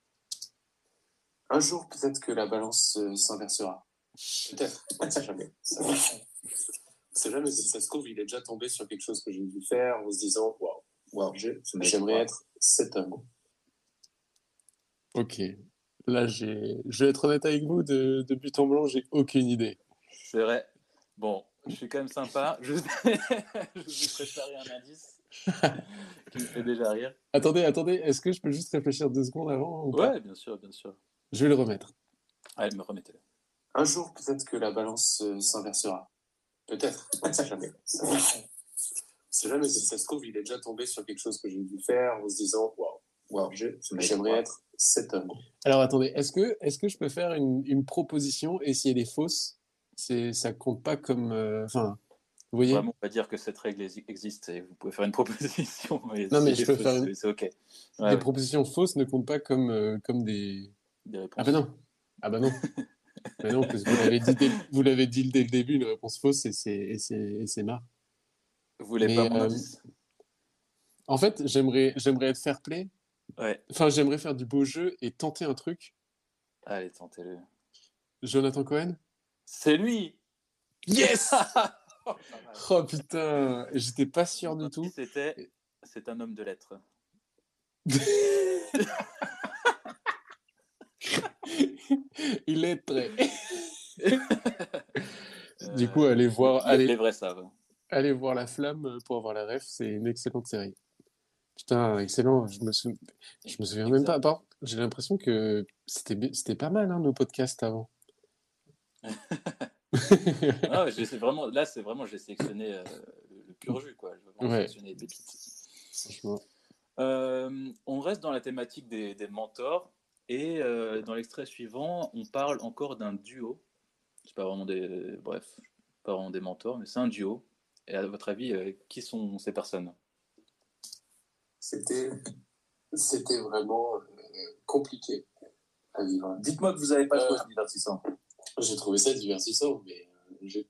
Un jour, peut-être que la balance euh, s'inversera. Peut-être. On ne sait jamais. Ça- On ne sait jamais. Si ça se trouve, il est déjà tombé sur quelque chose que j'ai dû faire en se disant waouh, waouh, j'ai- j'aimerais être cet homme. Ok. Là, j'ai... je vais être honnête avec vous, de, de but en blanc, j'ai aucune idée. C'est vrai. Bon, je suis quand même sympa. Je, je vous ai préparé un indice qui me fait déjà rire. Attendez, attendez, est-ce que je peux juste réfléchir deux secondes avant ou pas? Ouais, bien sûr, bien sûr. Je vais le remettre. Allez, me remettez-le. Un jour, peut-être que la balance euh, s'inversera. Peut-être. On ne sait jamais. Ça- On ne sait jamais. Si ça se trouve, il est déjà tombé sur quelque chose que j'ai dû faire en se disant waouh, waouh, j'ai- j'aimerais être cet homme. Alors attendez, est-ce que, est-ce que je peux faire une, une proposition et si elle est fausse, c'est, ça compte pas comme. euh, Enfin, vous voyez? Vraiment, on va dire que cette règle exi- existe et vous pouvez faire une proposition. Et Non, si mais elle je est peux fausse, faire une- c'est- c'est OK. Ouais, Des ouais. propositions fausses ne comptent pas comme, euh, comme des. Des réponses. Ah bah non. Ah bah non. Mais non, parce que vous l'avez dit, dès, vous l'avez dit dès le début, une réponse fausse et c'est, et c'est, et c'est marre. Vous voulez Mais, pas mon euh, indice? En fait, j'aimerais, j'aimerais être fair play. Ouais. Enfin, j'aimerais faire du beau jeu et tenter un truc. Allez, tentez-le. Jonathan Cohen? C'est lui! Yes! Oh, pas mal. Oh putain, j'étais pas sûr Mon du tout. indice, c'était c'est un homme de lettres. Il est très. Du coup, allez voir, Les, allez, les vrais savent. allez voir La Flamme pour avoir la ref, c'est une excellente série. Putain, excellent. Je me, sou... je me souviens même pas. Exact. Par contre, j'ai l'impression que c'était bi- c'était pas mal, hein, nos podcasts avant. Ah, ouais, j'ai- vraiment, là, c'est vraiment, j'ai sélectionné euh, le, le pur jus, quoi. J'ai vraiment Ouais, sélectionné les pépites. franchement. Euh, on reste dans la thématique des, des mentors et euh, dans l'extrait suivant, on parle encore d'un duo. C'est pas vraiment des, bref, pas vraiment des mentors, mais c'est un duo. Et à votre avis, euh, qui sont ces personnes? C'était, c'était vraiment euh, compliqué à vivre. Dites-moi que vous n'avez pas trouvé ça divertissant. J'ai trouvé ça divertissant, mais euh, j'ai...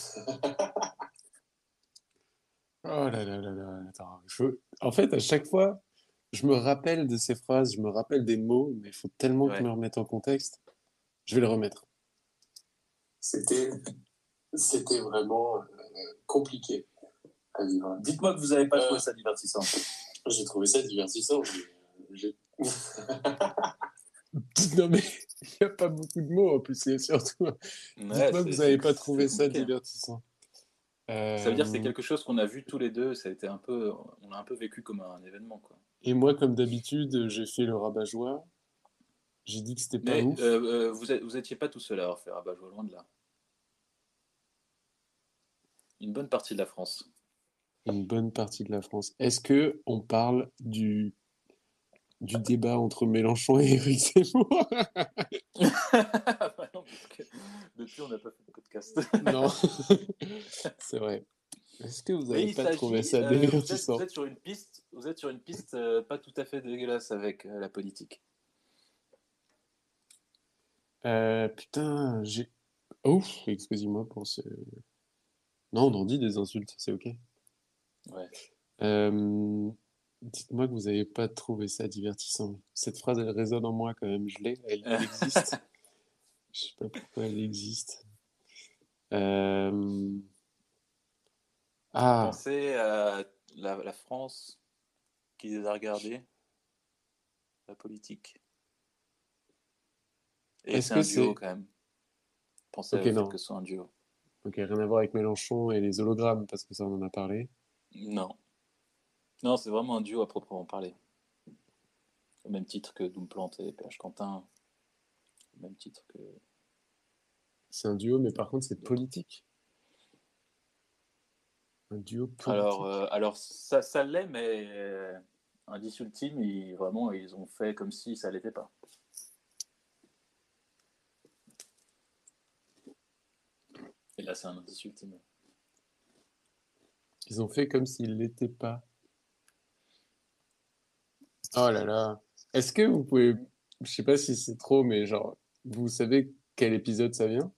Oh là là là là. Attends, il faut- En fait, à chaque fois, je me rappelle de ces phrases, je me rappelle des mots, mais il faut tellement que je Ouais. me remette en contexte. Je vais le remettre. C'était, c'était vraiment euh, compliqué à vivre. Dites-moi que vous n'avez pas Euh, trouvé ça divertissant. J'ai trouvé ça divertissant, mais euh, j'ai... Non mais il n'y a pas beaucoup de mots en plus, et surtout. Ouais, Dites-moi que c'est- vous c'est- n'avez pas c'est trouvé ça compliqué, hein. divertissant. Ça veut dire que c'est Euh, quelque chose qu'on a vu tous les deux. Ça a été un peu, on l'a un peu vécu comme un événement, quoi. Et moi, comme d'habitude, j'ai fait le rabat-joie. J'ai dit que c'était pas Mais ouf. euh, euh, vous, êtes- vous étiez pas tout seul à avoir fait rabat-joie, loin de là. Une bonne partie de la France. Une bonne partie de la France. Est-ce que on parle du du débat entre Mélenchon et Éric Zemmour? Bah non, parce que depuis, on n'a pas fait de podcast. Non, c'est vrai. Est-ce que vous Mais n'avez il pas trouvé s'agit, ça euh, vous, êtes, divertissant? vous êtes sur une piste, vous êtes sur une piste euh, pas tout à fait dégueulasse avec euh, la politique. Euh, putain, j'ai... Ouf, excusez-moi pour ce... Non, on en dit des insultes, c'est ok. Ouais. Euh, Dites-moi que vous n'avez pas trouvé ça divertissant. Cette phrase, elle résonne en moi quand même. Je l'ai, elle, elle existe. Je sais pas pourquoi elle existe. Euh... Ah, Pensez à la, la France qui les a regardés, la politique. Et est-ce c'est que un duo c'est... quand même. Pensez Ok, au fait non. que ce soit un duo. Ok, rien à voir avec Mélenchon et les hologrammes, parce que ça, on en a parlé. Non. Non, c'est vraiment un duo à proprement parler. Au même titre que Doomplante et P H Quentin. Au même titre que... C'est un duo, mais par contre, c'est politique. Un duo politique. Alors, euh, alors ça, ça l'est, mais euh, Indice Ultime, ils, vraiment, ils ont fait comme si ça l'était pas. Et là, c'est un indice ultime. Ils ont fait comme s'il l'était pas. Oh là là. Est-ce que vous pouvez... Je sais pas si c'est trop, mais genre, vous savez quel épisode ça vient?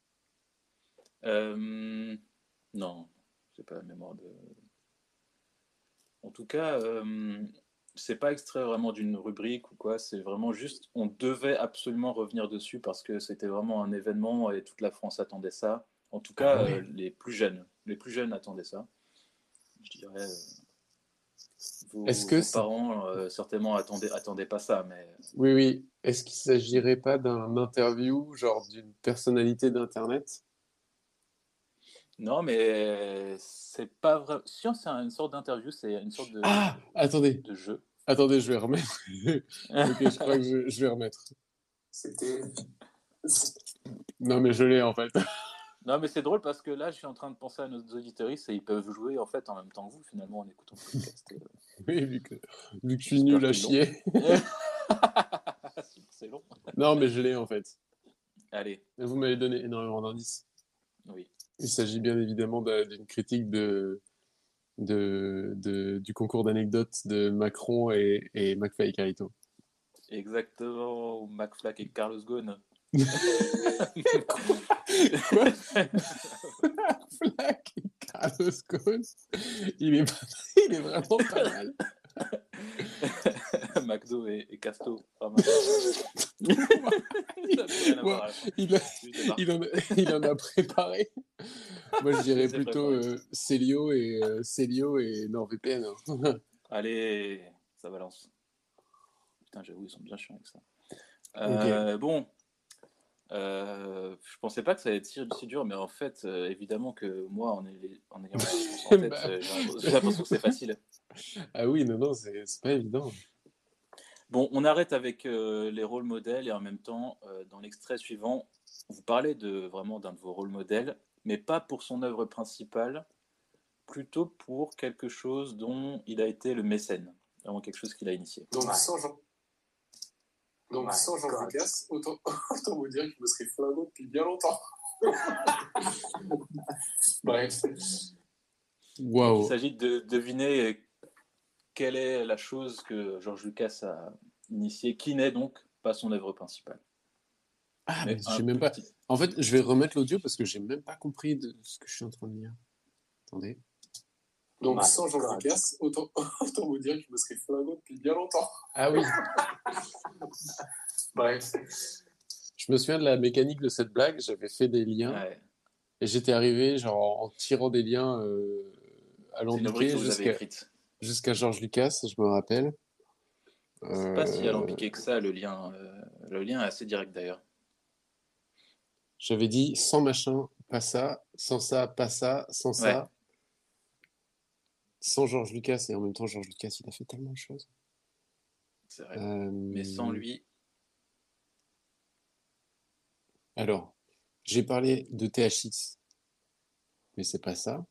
Euh, non, j'ai pas la mémoire de... En tout cas, euh, c'est pas extrait vraiment d'une rubrique ou quoi, c'est vraiment juste, on devait absolument revenir dessus parce que c'était vraiment un événement et toute la France attendait ça. En tout cas, Ah ouais. euh, les plus jeunes, les plus jeunes attendaient ça. Je dirais, euh, vos, Est-ce que vos c'est... parents euh, certainement attendaient, attendaient pas ça, mais Oui, oui. Est-ce qu'il s'agirait pas d'un interview, genre d'une personnalité d'Internet? non, mais c'est pas vrai. Si c'est une sorte d'interview, c'est une sorte de, Ah, attendez. de jeu. Attendez, je vais remettre. Ok, je crois que je, je vais remettre. C'était... Non, mais je l'ai en fait. Non, mais c'est drôle parce que là, je suis en train de penser à nos auditeurs et ils peuvent jouer en fait en même temps que vous, finalement, en écoutant le podcast. Oui, vu que, vu que je suis J'espère nul à qu'ils l'ont. chier. C'est long. Non, mais je l'ai en fait. Allez, Et vous m'avez donné énormément d'indices. oui. Il s'agit bien évidemment de- d'une critique de, de, de- du concours d'anecdotes de Macron et, et McFly et Carito. Exactement, McFly et Carlos Ghosn. Quoi? Flack et Carlos Ghosn. Il est, pas- il est vraiment pas mal. McDo et, et Casto. Pas mal. Ça n'a rien à Moi, voir, il, a- juste des il, en a, il en a préparé. Moi, je dirais C'est plutôt préparé. euh, Célio et euh, Célio et NordVPN. hein. Allez, ça balance. Putain, j'avoue, ils sont bien chiants avec ça. Euh, Ok. Bon, euh, je pensais pas que ça allait être si, si dur, mais en fait, euh, évidemment que moi, en, ayant en ayant la réponse en tête, Bah, euh, j'ai l'impression j'ai l'impression que c'est facile. Ah oui, non, non, c'est c'est pas évident. Bon, on arrête avec euh, les rôles modèles et en même temps, euh, dans l'extrait suivant, vous parlez de vraiment d'un de vos rôles modèles, mais pas pour son œuvre principale, plutôt pour quelque chose dont il a été le mécène, vraiment quelque chose qu'il a initié. Donc, ouais. sans Jean, Donc, ouais, sans Jean Lucas, autant, autant vous dire que je me serais flingué depuis bien longtemps. Bref. Donc, il Waouh. s'agit de deviner quelle est la chose que George Lucas a initiée, qui n'est donc pas son œuvre principale. Ah, Mais mais un j'ai même tout pas. petit. En fait, je vais remettre l'audio parce que j'ai même pas compris de ce que je suis en train de dire. Attendez. Donc, my sans Jean God. Lucas, autant, autant vous dire que je me serais flingué depuis bien longtemps. Ah oui. Bref. Je me souviens de la mécanique de cette blague. J'avais fait des liens Ouais. et j'étais arrivé genre en tirant des liens euh, C'est une rubrique alambiqués que vous avez jusqu'à écrite. jusqu'à George Lucas, je me rappelle. C'est pas si Euh, alambiqué que ça, le lien. Euh, le lien est assez direct d'ailleurs. J'avais dit sans machin, pas ça, sans ça, pas ça, sans Ouais, ça, sans George Lucas et en même temps George Lucas, il a fait tellement de choses. c'est vrai. Mais sans Euh, lui, Alors, j'ai parlé de T H X, mais c'est pas ça.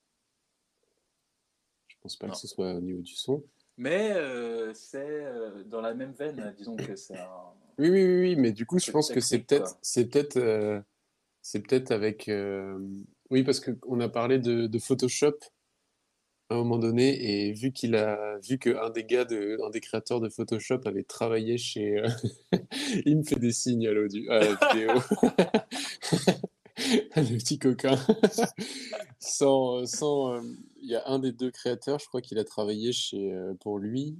Je pense pas que non. ce soit au niveau du son. Mais euh, c'est euh, dans la même veine, disons que c'est un Oui, oui, oui, oui, mais du coup, je truc pense que c'est technique, peut-être, quoi. c'est peut-être, euh, c'est peut-être avec. euh, Oui, parce que on a parlé de, de Photoshop à un moment donné, et vu qu'il a, vu que un des gars de, un des créateurs de Photoshop avait travaillé chez, euh, il me fait des signes à l'audio, à la vidéo, le petit coquin. Sans, sans, euh, il y a un des deux créateurs, je crois qu'il a travaillé chez, euh, pour lui.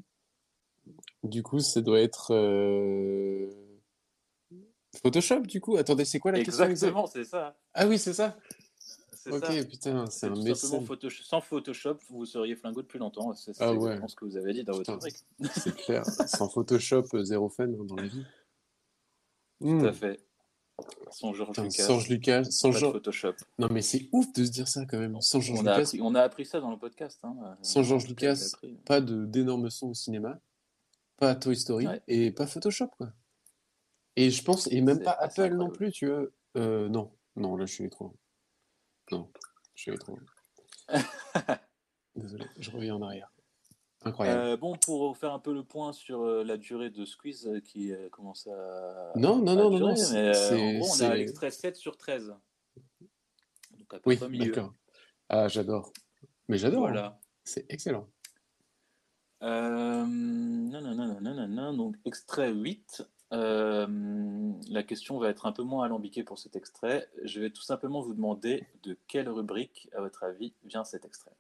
Du coup, ça doit être euh, Photoshop, du coup. Attendez, c'est quoi la question exacte? Exactement, c'est ça. Ah oui, c'est ça. C'est Ok, ça. putain, c'est C'est un tout simplement mécène. Photoshop. Sans Photoshop, vous seriez flingo depuis longtemps. C'est Ah c'est ouais, exactement ce que vous avez dit dans votre putain, rubrique. c'est clair. Sans Photoshop, euh, zéro fun hein, dans la vie. Tout à Hmm. fait. Sans George Putain, Lucas, sans Lucas, sans pas de George. Photoshop. Non, mais c'est ouf de se dire ça quand même. Sans George On a Lucas, appris, on a appris ça dans le podcast. Hein. sans Moi, en George tout cas, je l'ai Lucas, appris. pas de d'énormes sons au cinéma, pas Toy Story Ouais, et pas Photoshop, quoi. Et je pense, et même pas c'est assez Apple non incroyable. plus, tu vois. Euh, non, non, là je suis allé trop loin. Non, je suis allé trop loin. Désolé, je reviens en arrière. Incroyable. Euh, bon, pour faire un peu le point sur euh, la durée de Squeeze euh, qui euh, commence à, Non, non, à non, non, non, durer, c'est, mais euh, en c'est, gros, on a c'est- l'extrait sept sur treize. Donc à peu près Oui, au milieu. d'accord. Ah, j'adore. Mais j'adore, hein. Voilà. C'est excellent. Euh, nanana, nanana, donc extrait huit. Euh, la question va être un peu moins alambiquée pour cet extrait. Je vais tout simplement vous demander de quelle rubrique, à votre avis, vient cet extrait.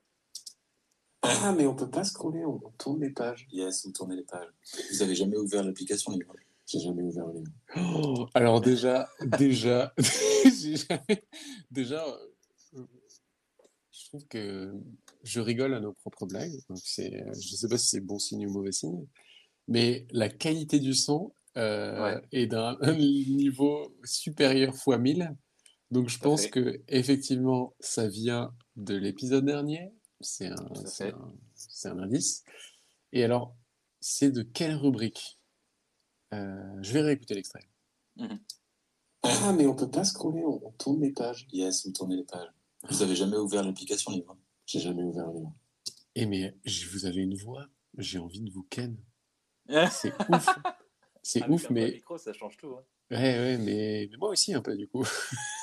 Ah, mais on peut pas scroller, on, on tourne les pages. Yes, vous tournez les pages. Vous avez jamais ouvert l'application Livre? J'ai jamais ouvert le livre. Oh, alors déjà, déjà, j'ai jamais- déjà, euh, je trouve que je rigole à nos propres blagues. Donc c'est, euh, je sais pas si c'est bon signe ou mauvais signe, mais la qualité du son euh, Ouais, est d'un un niveau supérieur fois mille. Donc je tout à pense fait. que effectivement, ça vient de l'épisode dernier. C'est un, Tout à c'est fait. un, c'est un indice. Et alors, c'est de quelle rubrique? Euh, Je vais réécouter l'extrait. Mhm. Ah, mais on peut pas scroller, on, on tourne les pages. Yes, vous tournez les pages. Vous avez jamais ouvert l'application Livre? J'ai jamais ouvert le livre. Eh mais je- vous avez une voix, j'ai envie de vous ken. Avec C'est ouf, c'est ouf, un vrai mais micro, ça change tout. Hein. ouais, ouais, mais, mais moi aussi un peu du coup.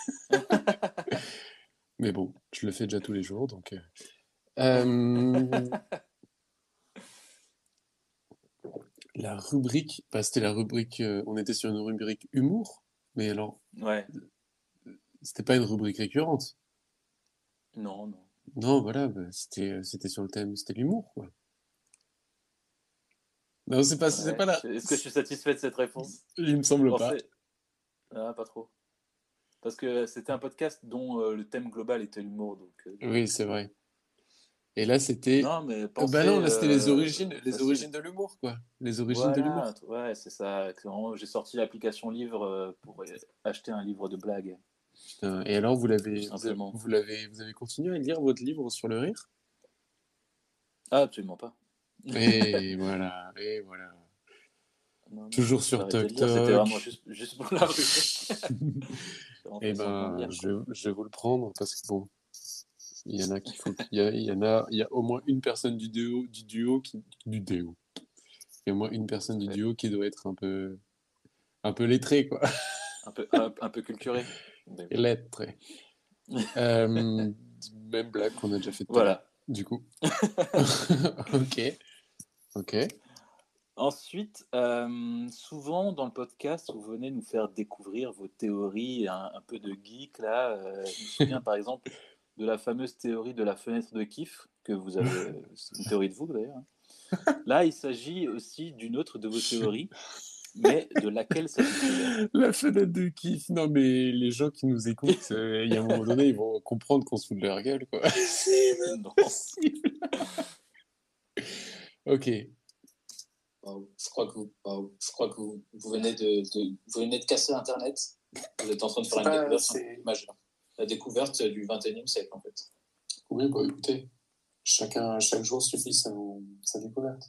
Mais bon, je le fais déjà tous les jours, donc. euh. Euh, la rubrique, bah, c'était la rubrique. euh, on était sur une rubrique humour, mais alors, Ouais, c'était pas une rubrique récurrente. non, non. Non, voilà, bah, c'était, euh, c'était sur le thème, c'était l'humour, quoi. Non, c'est pas, c'est Ouais. pas là. Est-ce que je suis satisfait de cette réponse? Il me semble Bon, pas. c'est... Ah, pas trop. Parce que c'était un podcast dont euh, le thème global était l'humour. Donc, euh, du coup, Oui, c'est vrai. Et là, c'était. Non, mais Euh, pensez Bah non, là, c'était les euh, origines, les facile. origines de l'humour, quoi. Les origines de l'humour. Voilà, t- ouais, c'est ça. Clairement, j'ai sorti l'application livre euh, pour euh, acheter un livre de blagues, Putain. Et alors, vous tout l'avez, vous avez, simplement. vous l'avez, vous avez continué à lire votre livre sur le rire? Ah, absolument pas. Et voilà, et voilà. Non, non, Toujours j'ai sur arrêté de Tok lire, c'était vraiment Tok. juste, juste pour la rubrique. J'ai vraiment Eh fait semblant de ben, lire, je, quoi. je vais vous le prendre parce que bon, il y en a qu'il faut, il y, a- il y en a, il y a au moins une personne du duo, du duo qui, du duo. Il y a au moins une personne Tout à du fait. duo qui doit être un peu, un peu lettrée, quoi. Un peu, un, un peu culturé. Mais- Lettrée. Euh, Même blague qu'on a déjà fait tout à l'heure, Voilà. du coup. Ok, ok. Ensuite, euh, souvent dans le podcast, vous venez nous faire découvrir vos théories, un, un peu de geek là. Euh, je me souviens par exemple de la fameuse théorie de la fenêtre de kiff que vous avez. C'est une théorie de vous d'ailleurs, hein. Là, il s'agit aussi d'une autre de vos théories, mais de laquelle s'agit-il? La fenêtre de kiff. Non, mais les gens qui nous écoutent, euh, il y a un moment donné, ils vont comprendre qu'on se fout de leur gueule, quoi. C'est Non. possible. Ok. Waouh, Je crois que vous, waouh, je crois que vous, vous venez de, de- vous venez de casser Internet. Vous êtes en train de faire C'est une pas- découverte c'est- majeure. La découverte du vingt et unième siècle, en fait. Oui, bah écoutez, chacun, chaque jour suffit sa, sa découverte.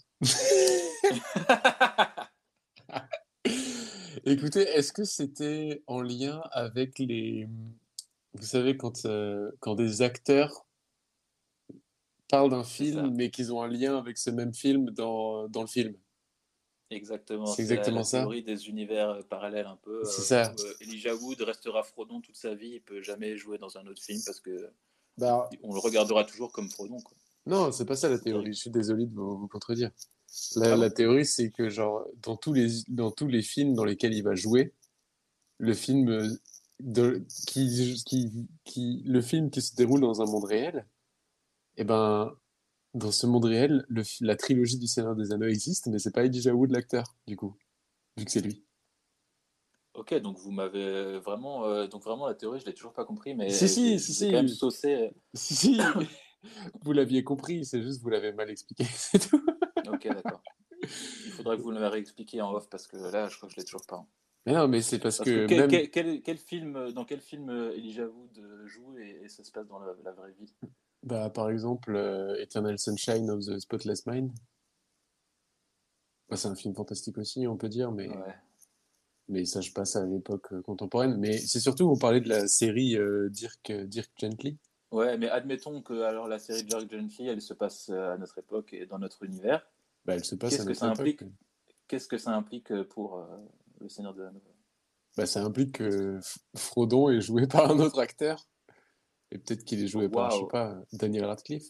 Écoutez, est-ce que c'était en lien avec les... Vous savez, quand, euh, quand des acteurs parlent d'un C'est film, ça. mais qu'ils ont un lien avec ce même film dans, dans le film? Exactement, C'est c'est la, exactement la ça? théorie des univers euh, parallèles un peu, C'est euh, ça. où euh, Elijah Wood restera Frodon toute sa vie, il peut jamais jouer dans un autre film parce que Bah, on le regardera toujours comme Frodon, quoi. non, c'est pas ça la C'est théorie. terrible. Je suis désolé de vous, vous contredire. La, Ah la bon? théorie, c'est que genre dans tous les dans tous les films dans lesquels il va jouer, le film euh, de, qui, qui, qui le film qui se déroule dans un monde réel, et ben dans ce monde réel, le, fi- la trilogie du Seigneur des Anneaux existe, mais c'est pas Elijah Wood l'acteur du coup, vu que c'est lui. Ok, donc vous m'avez vraiment, euh, donc vraiment la théorie, je l'ai toujours pas compris, Si mais si j'ai- je si vous ai quand même si saucé. euh, si si, vous l'aviez compris, c'est juste vous l'avez mal expliqué, c'est tout. Ok, d'accord. Il faudra que vous me le réexpliquiez en off parce que là, je crois que je l'ai toujours pas. Mais non, mais c'est parce Parce que que quel, même quel, quel- quel film, euh, dans quel film euh, Elijah Wood euh, joue et, et ça se passe dans la, la vraie vie? bah par exemple euh, Eternal Sunshine of the Spotless Mind. Bah, c'est un film fantastique aussi, on peut dire, mais, Ouais. mais ça se passe à l'époque euh, contemporaine. Mais c'est surtout, on parlait de la série euh, Dirk, Dirk Gently. Ouais, mais admettons que alors la série Dirk Gently, elle se passe euh, à notre époque et dans notre univers. Bah, elle se passe à Qu'est-ce que notre ça époque. implique? Qu'est-ce que ça implique euh, pour euh, le Seigneur de l'Anneau? Bah, ça implique que F- Frodon est joué par un autre acteur. Et peut-être qu'il est Oh, joué par, je sais waouh. pas, Daniel Radcliffe.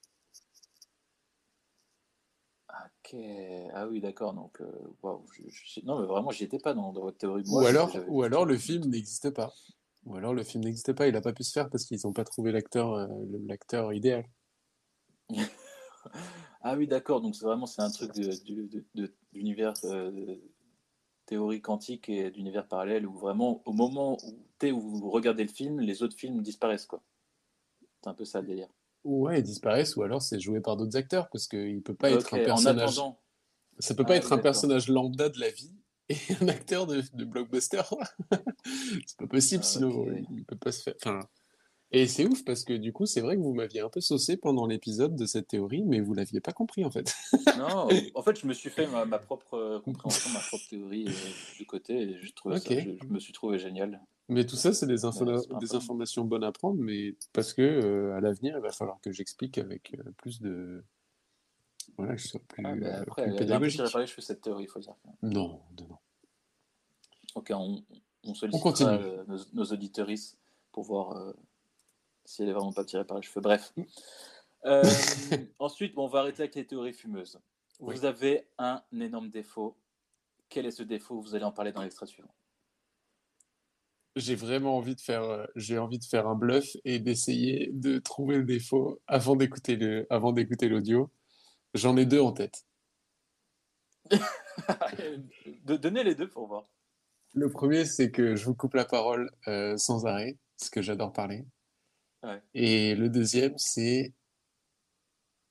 Ok. Ah oui, d'accord. Donc, euh, waouh. je- je- Non, mais vraiment, j'y étais pas dans, dans votre théorie. Ou Moi, c'était- alors, j'avais ou plutôt alors le le film doute. n'existait pas. Ou alors le film n'existait pas, il n'a pas pu se faire parce qu'ils n'ont pas trouvé l'acteur euh, le- l'acteur idéal. Ah oui, d'accord. Donc, c'est vraiment c'est un truc de, de- de- de- d'univers euh, de théorie quantique et d'univers parallèle où vraiment, au moment où, t'es- où vous regardez le film, les autres films disparaissent, quoi. C'est un peu ça le délire. Ouais, ils disparaissent, ou alors c'est joué par d'autres acteurs parce qu'il peut pas être Ok. un En personnage. attendant. Ça peut pas Ah être oui, un d'accord. personnage lambda de la vie et un acteur de, de blockbuster. C'est pas possible, Ah, sinon ok. il peut pas se faire. Enfin, et c'est ouf parce que du coup, c'est vrai que vous m'aviez un peu saucé pendant l'épisode de cette théorie, mais vous l'aviez pas compris en fait. Non, en fait, je me suis fait ma, ma propre euh, compréhension, ma propre théorie euh, de côté, et je trouvais Ok. ça, je, je me suis trouvé génial. Mais tout ça, c'est des, Mais info- c'est pas un des problème. informations bonnes à prendre, mais parce que euh, à l'avenir, il va falloir que j'explique avec euh, plus de. Voilà, que je sois plus, Ah, ben euh, après, plus elle, elle est un peu tirée pédagogique. par les cheveux, cette théorie, il faut dire. Non, non, non. Ok, on, on On sollicitera continue. euh, nos, nos auditeuristes pour voir euh, si elle est vraiment pas tirée par les cheveux. Bref. Euh, ensuite, bon, on va arrêter avec les théories fumeuses. Vous Oui. avez un énorme défaut. Quel est ce défaut? Vous allez en parler dans l'extrait suivant. J'ai vraiment envie de faire, euh, j'ai envie de faire un bluff et d'essayer de trouver le défaut avant d'écouter le, avant d'écouter l'audio. J'en ai deux en tête. De, donnez les deux pour voir. Le premier, c'est que je vous coupe la parole euh, sans arrêt, parce que j'adore parler. Ouais. Et le deuxième, c'est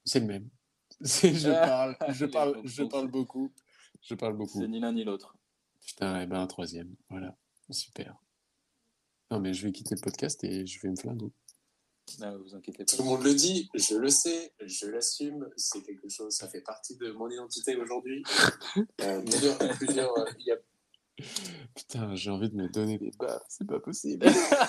C'est le même. C'est, je parle, je Les parle, bonbons, je parle c'est- beaucoup. Je parle beaucoup. C'est ni l'un ni l'autre. Putain, et ben un troisième. Voilà. Super. Non, mais je vais quitter le podcast et je vais me flinguer. Non, vous inquiétez Tout pas. le monde le dit, je le sais, je l'assume, c'est quelque chose, ça fait partie de mon identité aujourd'hui. Euh, plusieurs, plusieurs, euh, il y a... Putain, j'ai envie de me donner des baffes. C'est pas possible.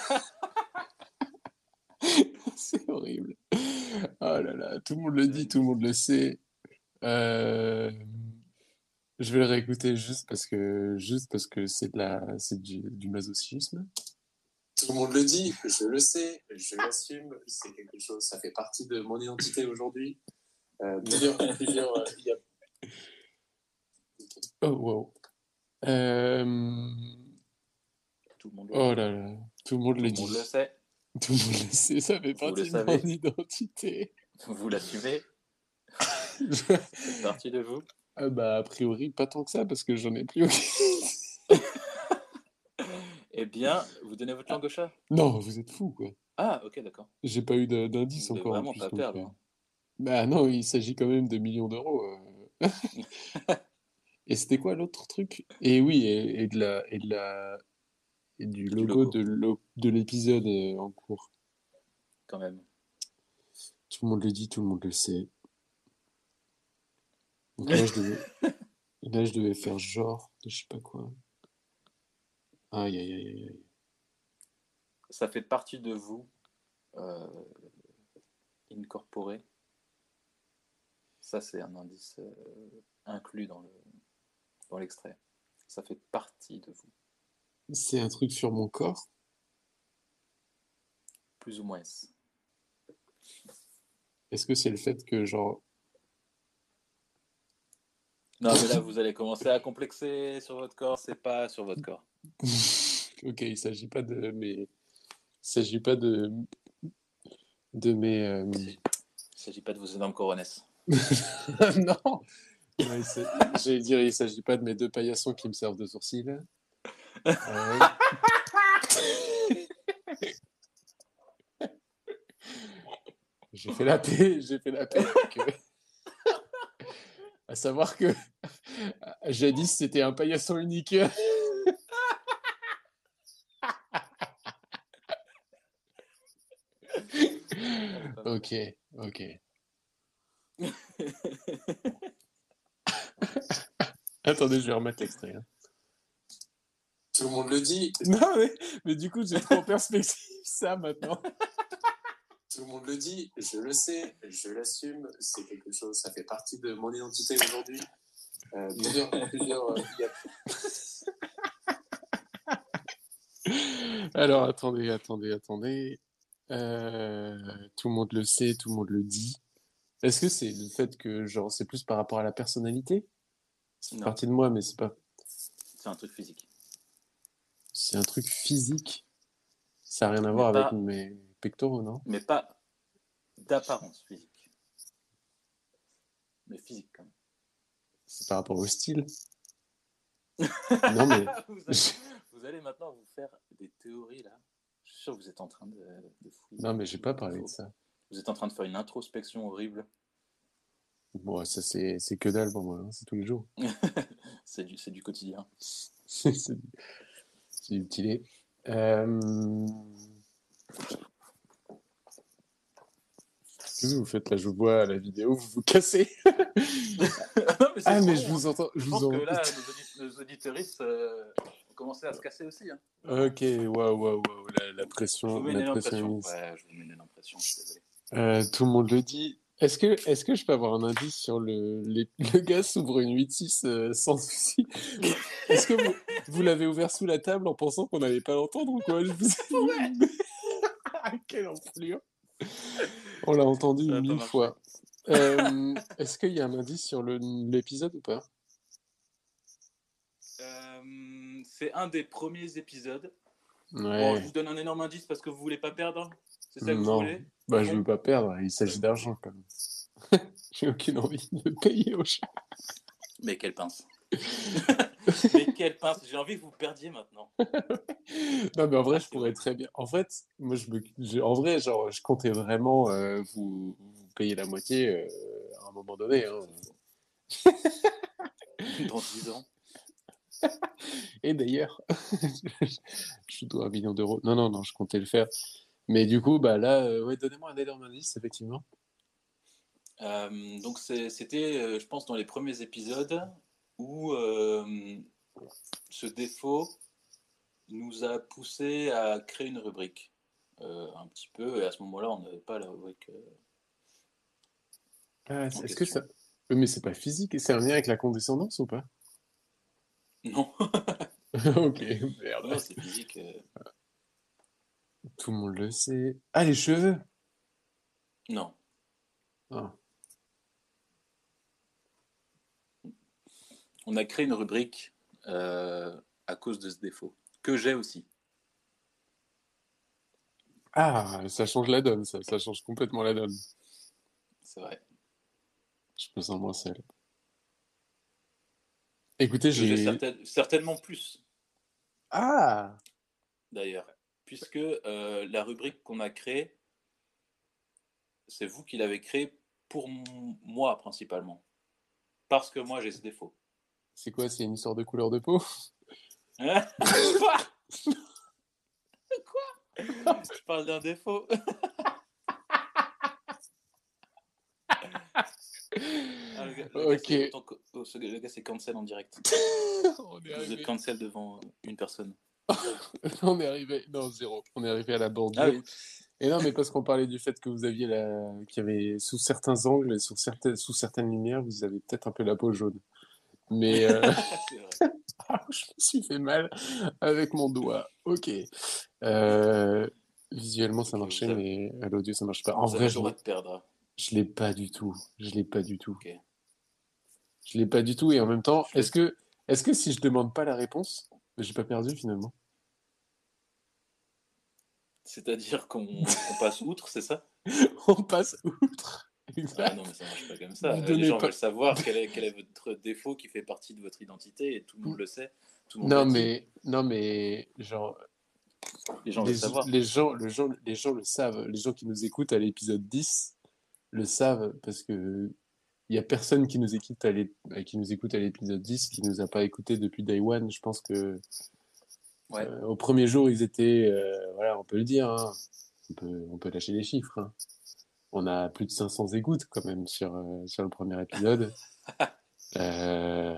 C'est horrible. Oh là là, tout le monde le dit, tout le monde le sait. Euh, Je vais le réécouter juste parce que juste parce que c'est de la c'est du, du masochisme. Tout le monde le dit, je le sais, je l'assume, c'est quelque chose, ça fait partie de mon identité aujourd'hui. Euh, plusieurs, plusieurs, euh, il y a... Oh wow. Euh, Tout le monde le Oh dit. là là, tout le monde Tout le le monde dit. le sait. Tout le monde le sait, ça fait Vous partie le de mon savez. identité. Vous l'assumez. Je- C'est partie de vous. Ah bah a priori pas tant que ça parce que j'en ai plus aucune. Eh bien, vous donnez votre langue au chat. Non, vous êtes fous quoi. Ah, ok, d'accord. J'ai pas eu de- d'indice Vous voulez encore en vraiment plus. pas donc, perdre. euh, hein. Bah non, il s'agit quand même de millions d'euros. euh. Et c'était quoi l'autre truc? Et oui, et, et de la et de la et du Du logo logo, de l'o- de l'épisode euh, en cours. quand même. Tout le monde le dit, tout le monde le sait. Donc là je devais là je devais faire genre de je sais pas quoi. Aïe aïe aïe aïe aïe. Ça fait partie de vous, euh, incorporé. Ça, c'est un indice euh, inclus dans le dans l'extrait. Ça fait partie de vous, C'est un truc sur mon corps. plus ou moins. Est-ce que c'est le fait que genre Non, mais là, vous allez commencer à complexer sur votre corps. C'est pas sur votre corps. Ok, il s'agit pas de mes il s'agit pas de de mes euh, Il s'agit pas de vos énormes coronesses. non. Ouais, il s'agit- j'allais dire il s'agit pas de mes deux paillassons qui me servent de sourcils. Euh, J'ai fait la paix, j'ai fait la paix avec eux. À savoir que jadis c'était un paillasson unique. Ok, ok. Attendez, je vais remettre l'extrait. hein. Tout le monde le dit, Non, mais, mais du coup, j'ai trop en perspective ça maintenant. tout le monde le dit, je le sais, je l'assume, c'est quelque chose, ça fait partie de mon identité aujourd'hui. Euh, plusieurs, plusieurs, euh, il y a... Alors, attendez, attendez, attendez. Euh, tout le monde le sait, tout le monde le dit. Est-ce que c'est le fait que, genre, c'est plus par rapport à la personnalité? C'est Non, partie de moi, mais c'est pas. c'est un truc physique. C'est un truc physique. Ça n'a rien à Mais voir avec pas, mes pectoraux, non? mais pas d'apparence physique. Mais physique, quand même. C'est par rapport au style. Non, mais. vous, allez, vous allez maintenant vous faire des théories, là. Je suis sûr que vous êtes en train de, de fouiller. Non, mais j'ai pas parlé de ça. Vous êtes en train de faire une introspection horrible. Bon, ça, c'est c'est que dalle pour moi, hein, c'est tous les jours. c'est du, c'est du quotidien. C'est c'est du petit lait. Euh... Qu'est-ce que vous faites là? Je vous vois à la vidéo, vous vous cassez. Non, mais c'est Ah, mais trop je bon, vous hein. entends. Je Je vous pense en... que là, nos, audi- nos auditeuristes euh, ont commencé à se casser aussi. Hein. Ok, waouh, waouh, waouh, la, la Je vous pression, mets une la énorme pression est pression. mise. Ouais, je vous mets une énorme pression, je suis désolé. Euh, tout le monde le dit. Est-ce que, est-ce que je peux avoir un indice sur le, les- le gars s'ouvre une huit six euh, sans souci? Est-ce que vous, vous l'avez ouvert sous la table en pensant qu'on n'allait pas l'entendre ou quoi? Je vous... Ouais. Quelle enflure! On l'a entendu Ça va pas mille marcher. fois. Euh, est-ce qu'il y a un indice sur le- l'épisode ou pas? Euh, c'est un des premiers épisodes. Bon, je Ouais. vous donne un énorme indice parce que vous voulez pas perdre. C'est ça que vous Non. voulez? Bah, C'est je bon? veux pas perdre, il s'agit d'argent quand même. J'ai aucune envie de payer au chat. Mais quelle pince. Mais quelle pince. J'ai envie que vous perdiez maintenant. Non, mais en vrai, Ah, je c'est pourrais vrai. très bien. En fait, moi, je me... je- en vrai, genre, je comptais vraiment euh, vous... vous payer la moitié. euh, moment donné. Hein. Dans dix ans. Et d'ailleurs, je dois un million d'euros. Non, non, non, je comptais le faire. Mais du coup, bah là, euh, ouais, donnez-moi un énorme indice, effectivement. Euh, donc c'est- c'était, euh, je pense, dans les premiers épisodes où euh, ce défaut nous a poussé à créer une rubrique. Euh, un petit peu, et à ce moment-là, on n'avait pas la rubrique. euh, Ah, en est-ce que question. ça. Euh, Mais c'est pas physique, c'est un lien avec la condescendance ou pas? Non, Ok, merde. non, c'est physique. euh, Tout le monde le sait. Ah, les cheveux! Non. Ah. On a créé une rubrique euh, à cause de ce défaut, que j'ai aussi. Ah, ça change la donne, ça, ça change complètement la donne. C'est vrai. Je me sens moins seul. Écoutez, Que j'ai j'ai. certain- certainement plus, Ah! d'ailleurs. Puisque euh, la rubrique qu'on a créée, c'est vous qui l'avez créée pour m- moi, principalement. Parce que moi, j'ai ce défaut. C'est quoi, c'est une histoire de couleur de peau? Hein? Quoi? Quoi? Je parle d'un défaut. Ah, le gars, le gars, Ok. c'est autant que- oh, ce gars- le gars, c'est cancel en direct. On est Vous êtes arrivé. cancel devant une personne. On est arrivé. Non, zéro. On est arrivé à la bordure. Ah oui. Et non, mais parce qu'on parlait du fait que vous aviez la. Qu'il y avait sous certains angles et sous certaines, sous certaines lumières, vous avez peut-être un peu la peau jaune. Mais euh, C'est vrai. ah, je me suis fait mal avec mon doigt. Ok. Euh, Visuellement, ça Ok, marchait, vous avez, mais à l'audio, ça marche pas. En vous vrai, avez le je droit l'ai, de perdre. je l'ai pas du tout. Je l'ai pas du tout. Ok. Je l'ai pas du tout. Et en même temps, Je est-ce vais- que, est-ce que si je demande pas la réponse, j'ai pas perdu finalement? C'est-à-dire qu'on qu'on passe outre, c'est ça? On passe outre. Ah Exact. non, mais ça marche pas comme ça. Vous Les donnez gens pas. veulent savoir quel est, quel est votre défaut qui fait partie de votre identité et tout le monde le sait, tout le monde Non, l'a dit. mais, non, mais, genre, Les gens les, veulent savoir. les gens, le gens, les gens le savent. Les gens qui nous écoutent à l'épisode dix le savent parce que il y a personne qui nous écoute à l'é- qui nous écoute à l'épisode dix qui nous a pas écouté depuis Day One. Je pense que Ouais. euh, au premier jour, ils étaient, euh, voilà, on peut le dire, hein. On peut, on peut lâcher les chiffres, hein. On a plus de cinq cents écoutes quand même sur, euh, sur le premier épisode. euh...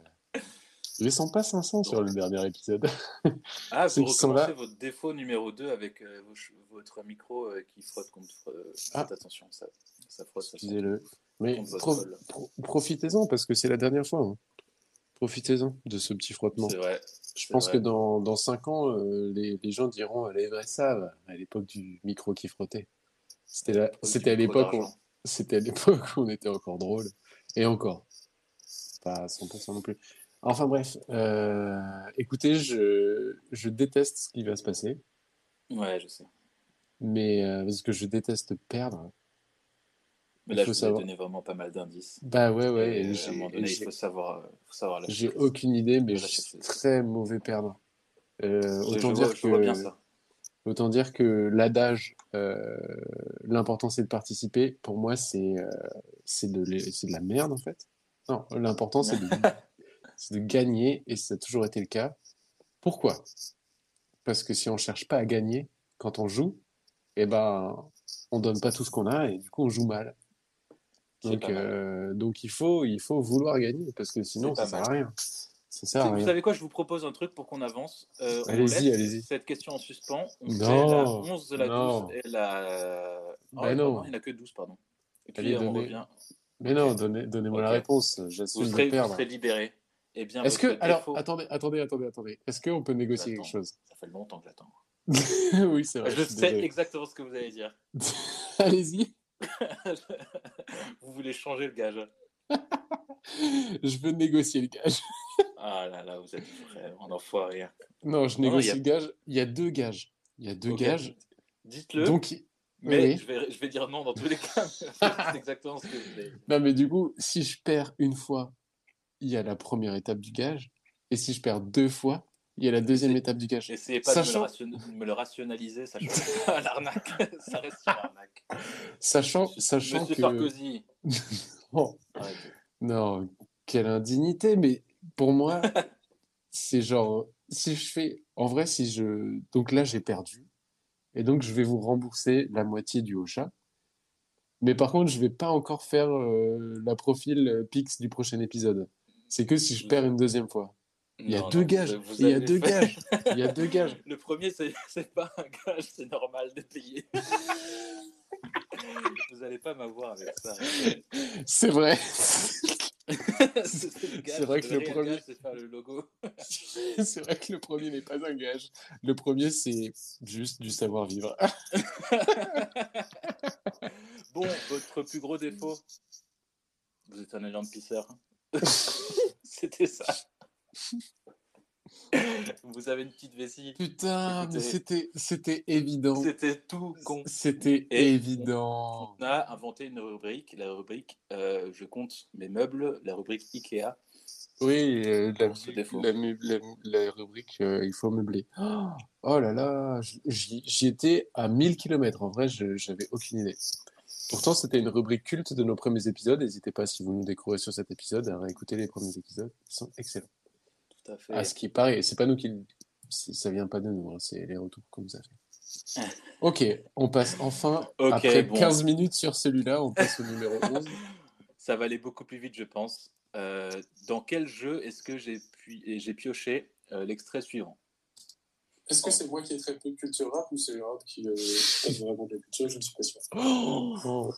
Ils sont pas cinq cents sur le dernier épisode. Ah, Ceux vous qui sont recommencez là. votre défaut numéro deux avec euh, vos che- votre micro euh, qui frotte contre. euh, Ah. Faites attention, ça, ça frotte. Ça Excusez-le. Mais contre votre pro- col. pro- profitez-en parce que c'est la dernière fois, hein. Profitez-en de ce petit frottement. C'est vrai. Je c'est pense vrai. que dans, dans cinq ans, euh, les, les gens diront les vrais savent à l'époque du micro qui frottait. C'était là, L'époque du c'était à micro l'époque où, d'argent. c'était à l'époque où on était encore drôle. Et encore. Pas à cent pour cent non plus. Enfin bref, euh, écoutez, je, je déteste ce qui va se passer, Ouais, je sais. mais euh, parce que je déteste perdre. Mais Il là, faut je vous ai savoir. donné vraiment pas mal d'indices. Bah ouais, ouais, Et et euh, à un j'ai, moment et donné, il j'ai, faut savoir, euh, faut savoir lâcher j'ai prise. aucune idée, mais Faut je lâcher suis prise. très mauvais perdant. Euh, Je, autant je dire vois, je vois bien que, ça. autant dire que l'adage, euh, l'important c'est de participer. Pour moi, c'est, euh, c'est de, l'é- c'est de la merde en fait. Non, l'important c'est de, c'est de gagner, et ça a toujours été le cas. Pourquoi? Parce que si on cherche pas à gagner quand on joue, eh ben, on donne pas tout ce qu'on a et du coup on joue mal. C'est Donc, pas mal. euh, donc il faut, il faut vouloir gagner parce que sinon C'est ça pas sert mal. à rien. Ça sert à Vous rien. savez quoi, je vous propose un truc pour qu'on avance. Euh, on Allez-y, laisse allez-y. cette question en suspens. On fait la Non, onze, la douze non, et la. Oh, ben pardon, il non. n'y en a que douze, pardon. Et puis Allez, on donnez. revient. Mais Ok, non, donnez, donnez-moi la ok. réponse. Vous J'assume de serez, vous perdre. serez libéré. Eh bien, Est-ce votre que, alors, défaut. attendez, attendez, attendez, attendez. Est-ce qu'on peut négocier quelque J'attends. chose? Ça fait longtemps que j'attends. Oui, c'est vrai. Je Je suis sais désolé. exactement ce que vous allez dire. Allez-y. Vous voulez changer le gage. Je veux négocier le gage. Ah là là, vous êtes vraiment enfoiré. Non, je Non, non, il négocie y a- le gage. Il y a deux gages. Il y a deux Ok. gages. Dites-le. Donc, oui, Mais oui. je vais, je vais dire non dans tous les cas. C'est exactement ce que vous avez dit. Non, mais du coup, si je perds une fois, il y a la première étape du gage. Et si je perds deux fois, il y a la deuxième Essayez- étape du gage. Essayez pas de me, le Sachant, ration- me le rationaliser, ça change pas à l'arnaque. Ça reste sur l'arnaque. sachant, sachant Monsieur que... Sarkozy, Oh, Arrêtez. non, quelle indignité, mais pour moi, c'est genre, si je fais, en vrai, si je, donc là, j'ai perdu, et donc je vais vous rembourser la moitié du Ocha, mais par contre, je vais pas encore faire euh, la profil euh, Pix du prochain épisode. C'est que si je perds une deuxième fois. Il y a Non, deux non, vous, gages, avez- vous il y a avez deux fait. gages, il y a deux gages. Le premier, c'est c'est pas un gage, c'est normal de payer. Vous allez pas m'avoir avec ça. arrêtez. C'est vrai. C'est c'est le gage, C'est vrai que le réel premier, gage, c'est faire le logo. c'est vrai que le premier n'est pas un gage. Le premier, c'est juste du savoir-vivre. Bon, votre plus gros défaut, vous êtes un énorme pisseur. C'était ça. Vous avez une petite vessie. Putain, mais Écoutez, c'était, c'était évident. c'était tout con. C'était Et évident. on a inventé une rubrique, la rubrique euh, je compte mes meubles, la rubrique Ikea. Oui, euh, la, Pour ce défaut. la, mu- la, la rubrique euh, il faut meubler. Oh, oh là là, j'y j'y étais à mille kilomètres. En vrai, je j'avais aucune idée. Pourtant, c'était une rubrique culte de nos premiers épisodes. N'hésitez pas, si vous nous découvrez sur cet épisode, à réécouter les premiers épisodes. Ils sont excellents. Tout à fait. À ce qui paraît, c'est pas nous qui... c'est- Ça vient pas de nous, hein, c'est les retours qu'on nous a fait. Ok, on passe enfin, Ok, après bon. quinze minutes sur celui-là, on passe au numéro onze. Ça va aller beaucoup plus vite, je pense. Euh, dans quel jeu est-ce que j'ai pu... et j'ai pioché euh, l'extrait suivant? Est-ce que c'est moi qui ai très peu de culture rap ou c'est le rap qui euh, a vraiment de la culture? Je ne suis pas sûr. Oh.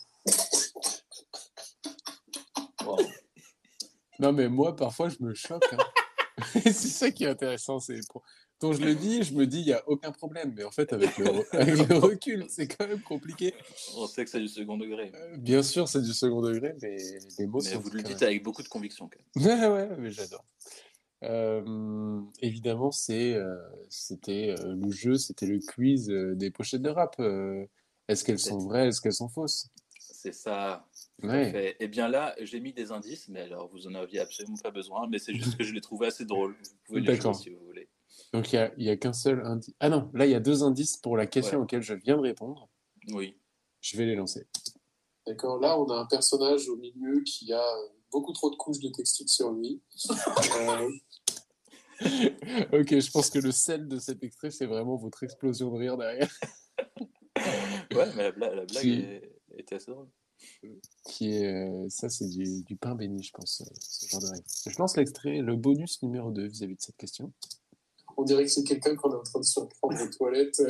Wow. Non, mais moi, parfois, je me choque. Hein. C'est ça qui est intéressant. C'est pour... Quand je le dis, je me dis, il n'y a aucun problème. Mais en fait, avec le, re- avec le recul, c'est quand même compliqué. On sait que c'est du second degré. Euh, Bien sûr, c'est du second degré, mais les mots Mais sont vous le quand dites même... avec beaucoup de conviction. Quand Ouais, ouais, mais j'adore. Euh, évidemment, c'est, euh, c'était euh, le jeu, c'était le quiz euh, des pochettes de rap. Euh, est-ce qu'elles sont vraies, est-ce qu'elles sont fausses? C'est ça. Tout à Ouais. fait. Et bien là, j'ai mis des indices, mais alors vous en aviez absolument pas besoin, mais c'est juste que je les trouvais assez drôles. Vous pouvez les jouer D'accord. si vous voulez. Donc, il y a, il y a qu'un seul indice. Ah non, là, il y a deux indices pour la question Ouais. auquel je viens de répondre. Oui. Je vais les lancer. D'accord, là, on a un personnage au milieu qui a euh, beaucoup trop de couches de textile sur lui. Euh, Ok, je pense que le sel de cet extrait, c'est vraiment votre explosion de rire derrière. Ouais, mais la blague, la blague Qui- est- était assez drôle. Qui est, euh, ça, c'est du, du pain béni, je pense, euh, ce genre de rire. Je lance l'extrait, le bonus numéro deux vis-à-vis de cette question. on dirait que c'est quelqu'un qu'on est en train de surprendre aux toilettes.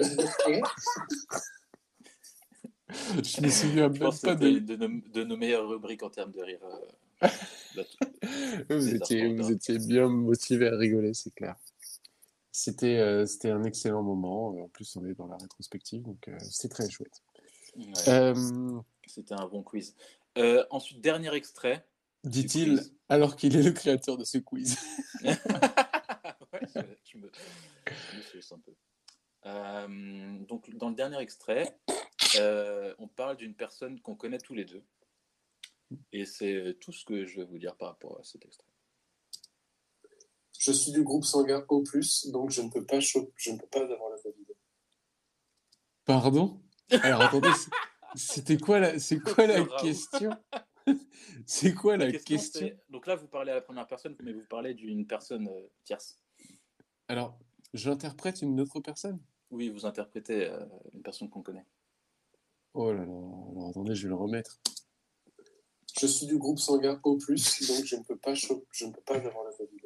Je me souviens Je même pense que pas c'était de... une de nos, de nos meilleures rubriques en termes de rire. euh, bah, tout- Vous des étiez, instants de vous rire. étiez bien motivé à rigoler, c'est clair. C'était euh, c'était un excellent moment. En plus, on est dans la rétrospective, donc euh, c'est très chouette. Ouais, Euh, C'était un bon quiz. Euh, ensuite, dernier extrait. du dit-il, quiz. alors qu'il est le créateur de ce quiz. Ouais, je, je me, je me sauce un peu. Euh, donc, dans le dernier extrait, euh, on parle d'une personne qu'on connaît tous les deux. Et c'est tout ce que je vais vous dire par rapport à cet extrait. Je suis du groupe sanguin O plus, donc je ne peux pas, cho- je ne peux pas avoir la Covid. Pardon? Alors attendez, c'est- c'était quoi la, c'est quoi la Raoult. question? C'est quoi la, La question, question? c'est... Donc là, vous parlez à la première personne, mais vous parlez d'une personne euh, tierce. Alors, j'interprète une autre personne? Oui, vous interprétez euh, une personne qu'on connaît. Oh là là, alors attendez, je vais le remettre. Je suis du groupe sanguin O plus, donc je ne peux pas, cho- je ne peux pas avoir la Covid.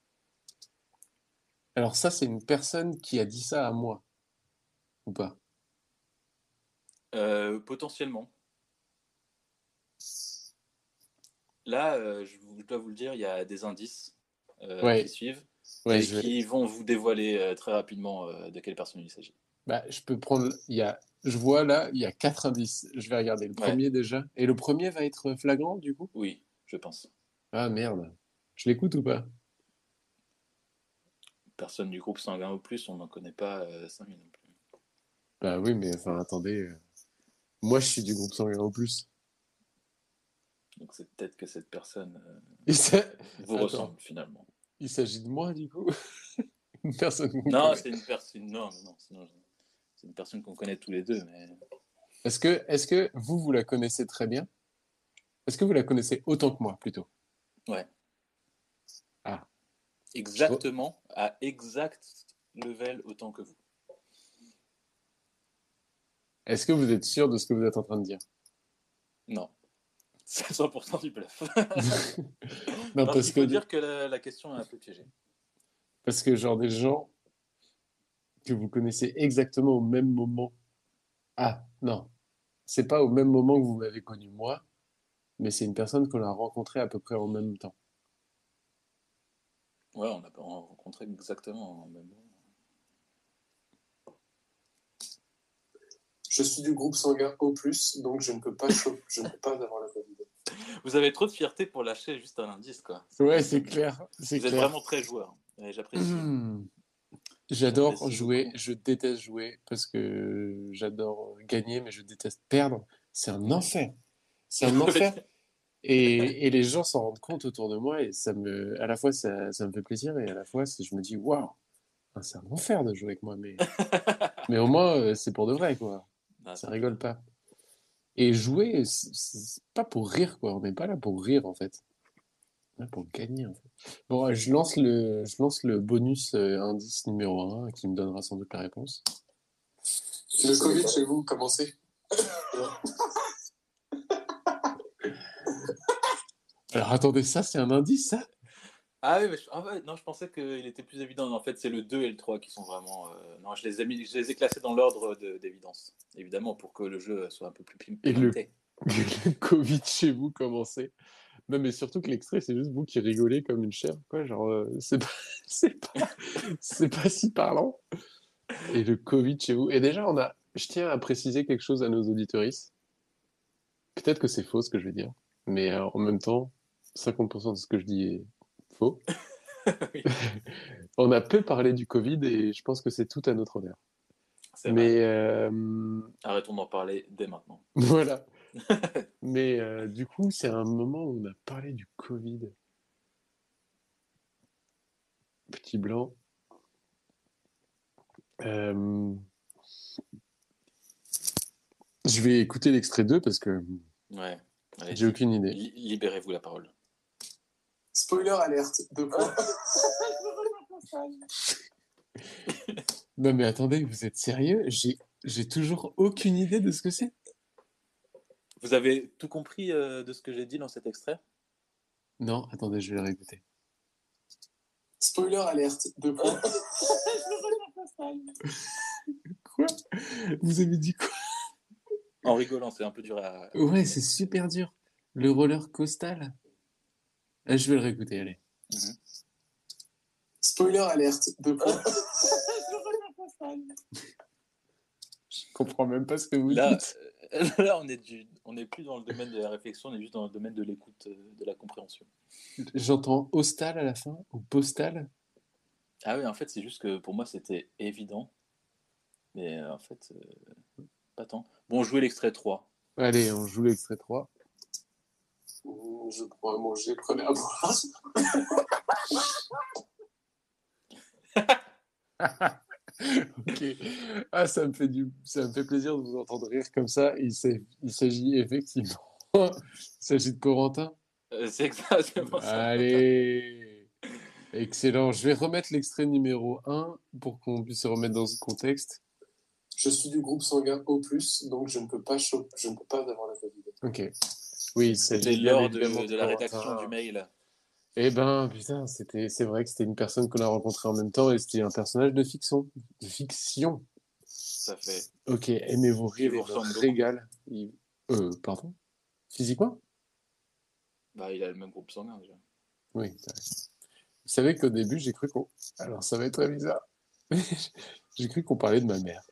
Alors ça, c'est une personne qui a dit ça à moi, ou pas? Euh, potentiellement. Là, euh, je, vous- je dois vous le dire, il y a des indices euh, Ouais. qui suivent Ouais, et je vais- qui vont vous dévoiler euh, très rapidement euh, de quelle personne il s'agit. Bah, je peux prendre. Il y a, je vois là, il y a quatre indices. Je vais regarder le Ouais. premier déjà. Et le premier va être flagrant du coup? Oui, je pense. Ah merde. Je l'écoute ou pas? Personne du groupe sanguin au plus, on n'en connaît pas euh, cinq mille non plus. Bah oui, mais enfin attendez. euh, Moi, je suis du groupe sanguin au plus. Donc c'est peut-être que cette personne euh, Et ça- vous Attends. ressemble finalement. Il s'agit de moi du coup? Une personne qu'on Non, connaît. c'est une personne. Non, non, non, sinon, c'est une personne qu'on connaît tous les deux, mais Est-ce que, est-ce que vous, vous la connaissez très bien? Est-ce que vous la connaissez autant que moi, plutôt? Ouais. Ah. Exactement, à exact level autant que vous. Est-ce que vous êtes sûr de ce que vous êtes en train de dire? Non. C'est cent pour cent du bluff. Non, non, parce il faut que... dire que la, la question est un peu piégée. Parce que genre des gens que vous connaissez exactement au même moment. Ah, non. C'est pas au même moment que vous m'avez connu moi, mais c'est une personne qu'on a rencontrée à peu près en même temps. Ouais, on a pas rencontré exactement en même moment. Je suis du groupe sanguin O plus, donc je ne peux pas, cho- je ne peux pas avoir la Covid. Vous avez trop de fierté pour lâcher juste un indice, quoi. Ouais, c'est clair. C'est Vous êtes clair. vraiment très joueur. Et j'apprécie. Mmh. J'adore J'apprécie jouer, beaucoup. je déteste jouer parce que j'adore gagner, mais je déteste perdre. C'est un enfer. C'est un enfer. Et, et les gens s'en rendent compte autour de moi et ça me, à la fois ça, ça me fait plaisir et à la fois c'est- je me dis waouh, c'est un enfer de jouer avec moi, mais, mais au moins euh, c'est pour de vrai quoi. Ah, Ça c'est rigole pas. Et jouer, c'est c'est pas pour rire quoi. On n'est pas là pour rire en fait. On est là pour gagner en fait. Bon, euh, je lance le, je lance le bonus euh, indice numéro un qui me donnera sans doute la réponse. Le Covid chez vous, comment c'est? Alors attendez, ça c'est un indice ça? Ah oui, mais je, ah ouais, non, je pensais qu'il était plus évident. En fait, c'est le deux et le trois qui sont vraiment. Euh, non, je les ai mis, je les ai classés dans l'ordre de- d'évidence, évidemment, pour que le jeu soit un peu plus pim- Et le, pimenté. le Covid chez vous, comment c'est? Non, mais surtout que l'extrait, c'est juste vous qui rigolez comme une chèvre, quoi. Genre, euh, c'est pas, c'est pas, c'est pas si parlant. Et le Covid chez vous. Et déjà, on a, je tiens à préciser quelque chose à nos auditeuristes. Peut-être que c'est faux ce que je vais dire, mais euh, en même temps, cinquante pour cent de ce que je dis est faux. Oui, On a peu parlé du Covid et je pense que c'est tout à notre honneur. c'est Mais vrai. euh, Arrêtons d'en parler dès maintenant. voilà. Mais euh, du coup, c'est un moment où on a parlé du Covid. Petit blanc. Euh, Je vais écouter l'extrait deux parce que Ouais. Allez-y. j'ai aucune idée. Li- libérez-vous la parole. Spoiler alerte, deux points. Non mais attendez, vous êtes sérieux? J'ai j'ai toujours aucune idée de ce que c'est. Vous avez tout compris euh, de ce que j'ai dit dans cet extrait? Non, attendez, je vais le réécouter. Spoiler alerte, deux points. Quoi? Vous avez dit quoi? En rigolant, c'est un peu dur à. Ouais, c'est super dur. Le roller coastal. Ah, je vais le réécouter, allez. Mhm. Spoiler alerte, deux points. Je comprends même pas ce que vous Là, dites. euh, là, on est du, on n'est plus dans le domaine de la réflexion, on est juste dans le domaine de l'écoute, euh, de la compréhension. J'entends hostal à la fin, ou postal. Ah oui, en fait, c'est juste que pour moi, c'était évident, mais euh, en fait, euh, pas tant. Bon, jouez l'extrait trois. Allez, on joue l'extrait trois. Je prends à manger, prenez à boire. Ok. Ah, ça me fait du, ça me fait plaisir de vous entendre rire comme ça. Il s'est- il s'agit effectivement, il s'agit de Corentin. Euh, c'est exactement ça. Allez, excellent. Je vais remettre l'extrait numéro un pour qu'on puisse se remettre dans ce contexte. Je suis du groupe sanguin O plus, donc je ne peux pas, cho- je ne peux pas avoir la Covid. Ok. Oui, il C'était s'agit bien lors de, évidemment de la Corentin. rédaction du mail. Eh ben, putain, c'était, c'est vrai que c'était une personne qu'on a rencontrée en même temps et c'était un personnage de fiction. De fiction. Ça fait. Ok, aimez-vous Qui rire vous et me ressemble beaucoup. régale. Il- Euh, pardon? Physiquement? Bah, il a le même groupe sanguin déjà. Oui, c'est vrai. Vous savez qu'au début, j'ai cru qu'on... Alors, ça va être très bizarre. J'ai cru qu'on parlait de ma mère.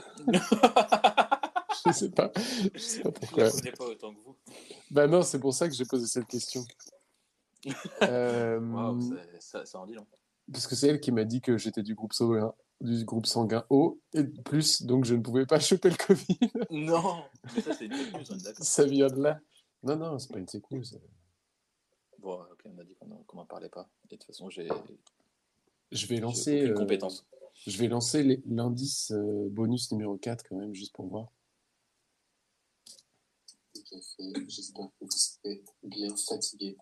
Je sais pas. Je sais pas Je pourquoi. la connais pas autant que vous. Bah non, c'est pour ça que j'ai posé cette question. Euh, Waouh, c'est- ça, ça en dit long. Parce que c'est elle qui m'a dit que j'étais du groupe sanguin, du groupe sanguin O, et plus, donc je ne pouvais pas choper le Covid. Non, mais ça c'est une fake news, on est d'accord. Ça vient de là. Non, non, c'est pas une fake news. Bon, ok, on a dit qu'on n'en parlait pas. Et de toute façon, j'ai Je vais j'ai lancer, aucune euh, compétence. je vais lancer les- l'indice euh, bonus numéro quatre quand même, juste pour voir. Ok. café. J'espère que vous serez bien fatigué.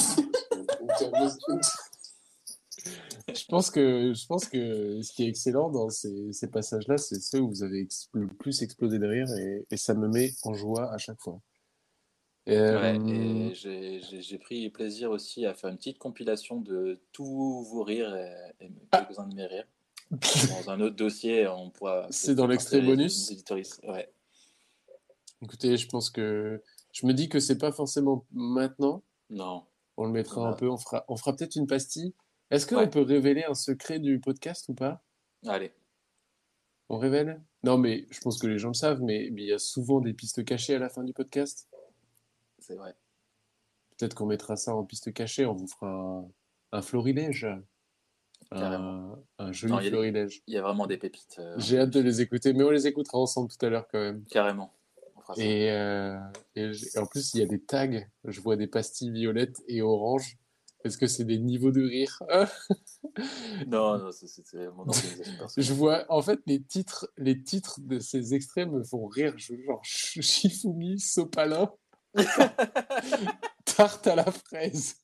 Je pense que, je pense que ce qui est excellent dans ces, ces passages-là, c'est ceux où vous avez ex- le plus explosé de rire et, et ça me met en joie à chaque fois. Euh, Ouais, et j'ai j'ai- j'ai pris plaisir aussi à faire une petite compilation de tous vos rires et, et quelques-uns de mes rires. Dans un autre dossier, on pourra c'est peut-être dans le l'extrait partager avec bonus. nos éditoristes. Ouais, Écoutez, je pense que je me dis que c'est pas forcément maintenant. non, On le mettra on un a- peu. On fera, on fera peut-être une pastille. Est-ce qu'on Ouais. peut révéler un secret du podcast ou pas? Allez, On révèle? Non, mais je pense que les gens le savent, mais mais il y a souvent des pistes cachées à la fin du podcast. c'est vrai. Peut-être qu'on mettra ça en piste cachée. On vous fera un, un florilège. Carrément. Un, un Non, joli il y a des- florilège. il y a vraiment des pépites. euh, J'ai hâte de les écouter, mais on les écoutera ensemble tout à l'heure quand même. Carrément. On fera ça. Et, euh, et j- en plus, il y a des tags. Je vois des pastilles violettes et oranges. Est-ce que c'est des niveaux de rire? Non, non, c'est c'est- c'est mon organisation Je personnelle. vois, en fait, les titres, les titres de ces extraits me font rire. Je, genre Ch- Shifumi, sopalin, tarte à la fraise.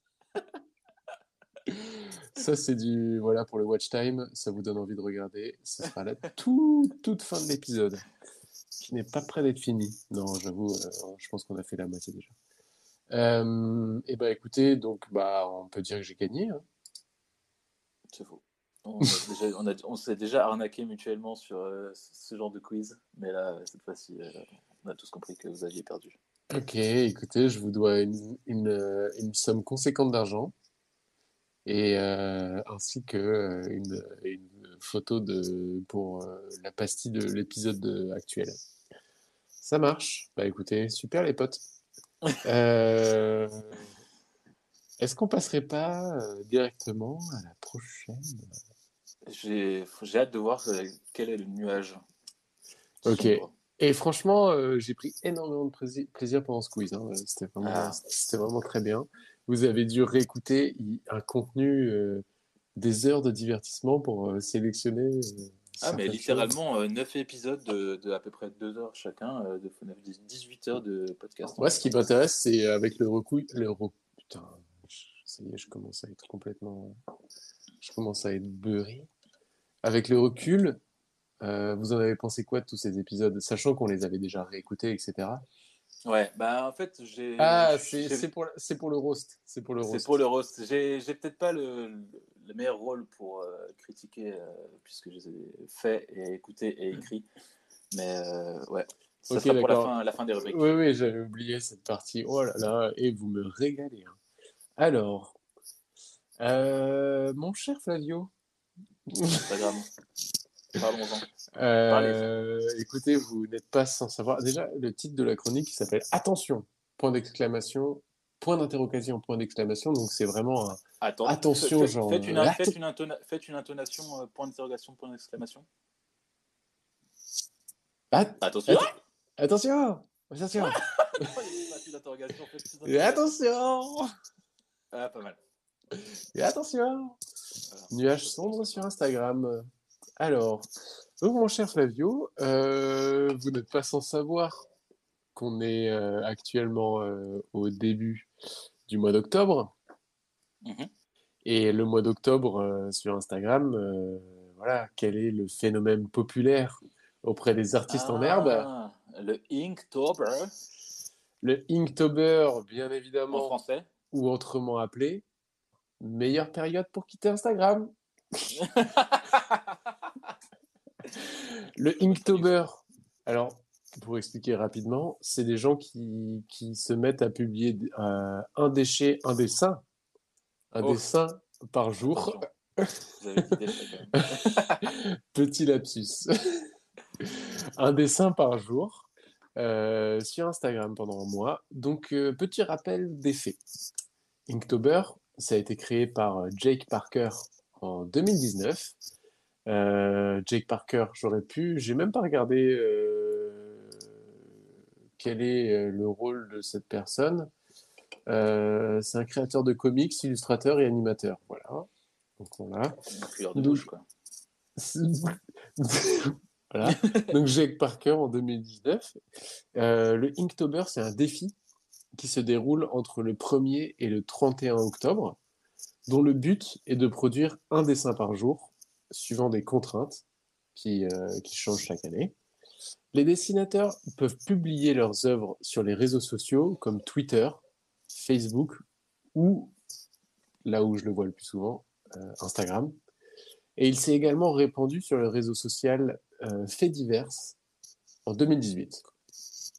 Ça, c'est du. Voilà pour le watch time. Ça vous donne envie de regarder. Ce sera la toute, toute fin de l'épisode, qui n'est pas près d'être fini. Non, j'avoue, euh, je pense qu'on a fait la moitié déjà. Euh, et bah écoutez, donc bah on peut dire que j'ai gagné. Hein. C'est faux. On, a déjà- on, a- on s'est déjà arnaqué mutuellement sur euh, ce genre de quiz, mais là, cette fois-ci, euh, on a tous compris que vous aviez perdu. Ok, écoutez, je vous dois une, une, euh, une somme conséquente d'argent et euh, ainsi que euh, une, une photo de pour euh, la pastille de l'épisode de- actuel. Ça marche. Bah écoutez, super les potes. Euh, Est-ce qu'on passerait pas euh, directement à la prochaine? J'ai j'ai hâte de voir euh, quel est le nuage. Ok. sombre. Et franchement, euh, j'ai pris énormément de plaisir, plaisir pendant ce quiz. Hein. C'était vraiment, Ah. c'était vraiment très bien. Vous avez dû réécouter i- un contenu, euh, des heures de divertissement pour euh, sélectionner. euh, Ah, mais certaines littéralement, euh, neuf épisodes de, de à peu près deux heures chacun, euh, de dix-huit heures de podcast. choses. Moi, ce qui m'intéresse, c'est avec le recul. Le re- Putain, je- ça y est, je commence à être complètement. Je commence à être beurré. Avec le recul, euh, vous en avez pensé quoi de tous ces épisodes, sachant qu'on les avait déjà réécoutés, et cetera. Ouais, bah en fait, j'ai. Ah, j'ai- c'est c'est pour, c'est pour le roast. C'est pour le roast. C'est pour le roast. J'ai j'ai peut-être pas le, le meilleur rôle pour euh, critiquer, euh, puisque je les ai faits et écoutés et écrits. Mais euh, ouais, ça Ok, sera pour la d'accord. fin, la fin des rubriques. Oui, oui, j'avais oublié cette partie. Oh là là, et vous me régalez. Hein. Alors, euh, mon cher Flavio, C'est pas grave. Parlons-en. euh, écoutez, vous n'êtes pas sans savoir. Déjà, le titre de la chronique qui s'appelle Attention, point d'exclamation, point d'interrogation, point d'exclamation. Donc, c'est vraiment un Attends, attention, faites, genre. faites une, euh, faites atten- une, intona- faites une intonation, euh, point d'interrogation, point d'exclamation. At- Attention. att- attention, attention, Pas plus d'interrogation, faites plus et d'interrogation. attention, Ah, pas mal. et attention. Voilà. Nuage sombre sur Instagram. Alors, donc mon cher Flavio, euh, vous n'êtes pas sans savoir qu'on est euh, actuellement euh, au début du mois d'octobre. Mhm. Et le mois d'octobre euh, sur Instagram, euh, voilà, quel est le phénomène populaire auprès des artistes en herbe? Ah, le Inktober Le Inktober, bien en évidemment, français. ou autrement appelé, meilleure période pour quitter Instagram. Le Inktober, alors, pour expliquer rapidement, c'est des gens qui, qui se mettent à publier euh, un déchet, un dessin, un Oh. dessin par jour. Attention. Vous avez dit déchet, quand même. Petit lapsus. Un dessin par jour euh, sur Instagram pendant un mois. Donc, euh, petit rappel des faits. Inktober, ça a été créé par Jake Parker en deux mille dix-neuf. Euh, Jake Parker, j'aurais pu, j'ai même pas regardé euh, quel est euh, le rôle de cette personne. Euh, c'est un créateur de comics, illustrateur et animateur. Voilà. Donc voilà. Une cuillère de Donc- bouche, quoi. Voilà. Donc Jake Parker en deux mille dix-neuf. Euh, le Inktober, c'est un défi qui se déroule entre le premier et le trente et un octobre, dont le but est de produire un dessin par jour, suivant des contraintes qui, euh, qui changent chaque année. Les dessinateurs peuvent publier leurs œuvres sur les réseaux sociaux comme Twitter, Facebook ou, là où je le vois le plus souvent, euh, Instagram. Et il s'est également répandu sur le réseau social euh, Fait Divers en deux mille dix-huit. Quoi ?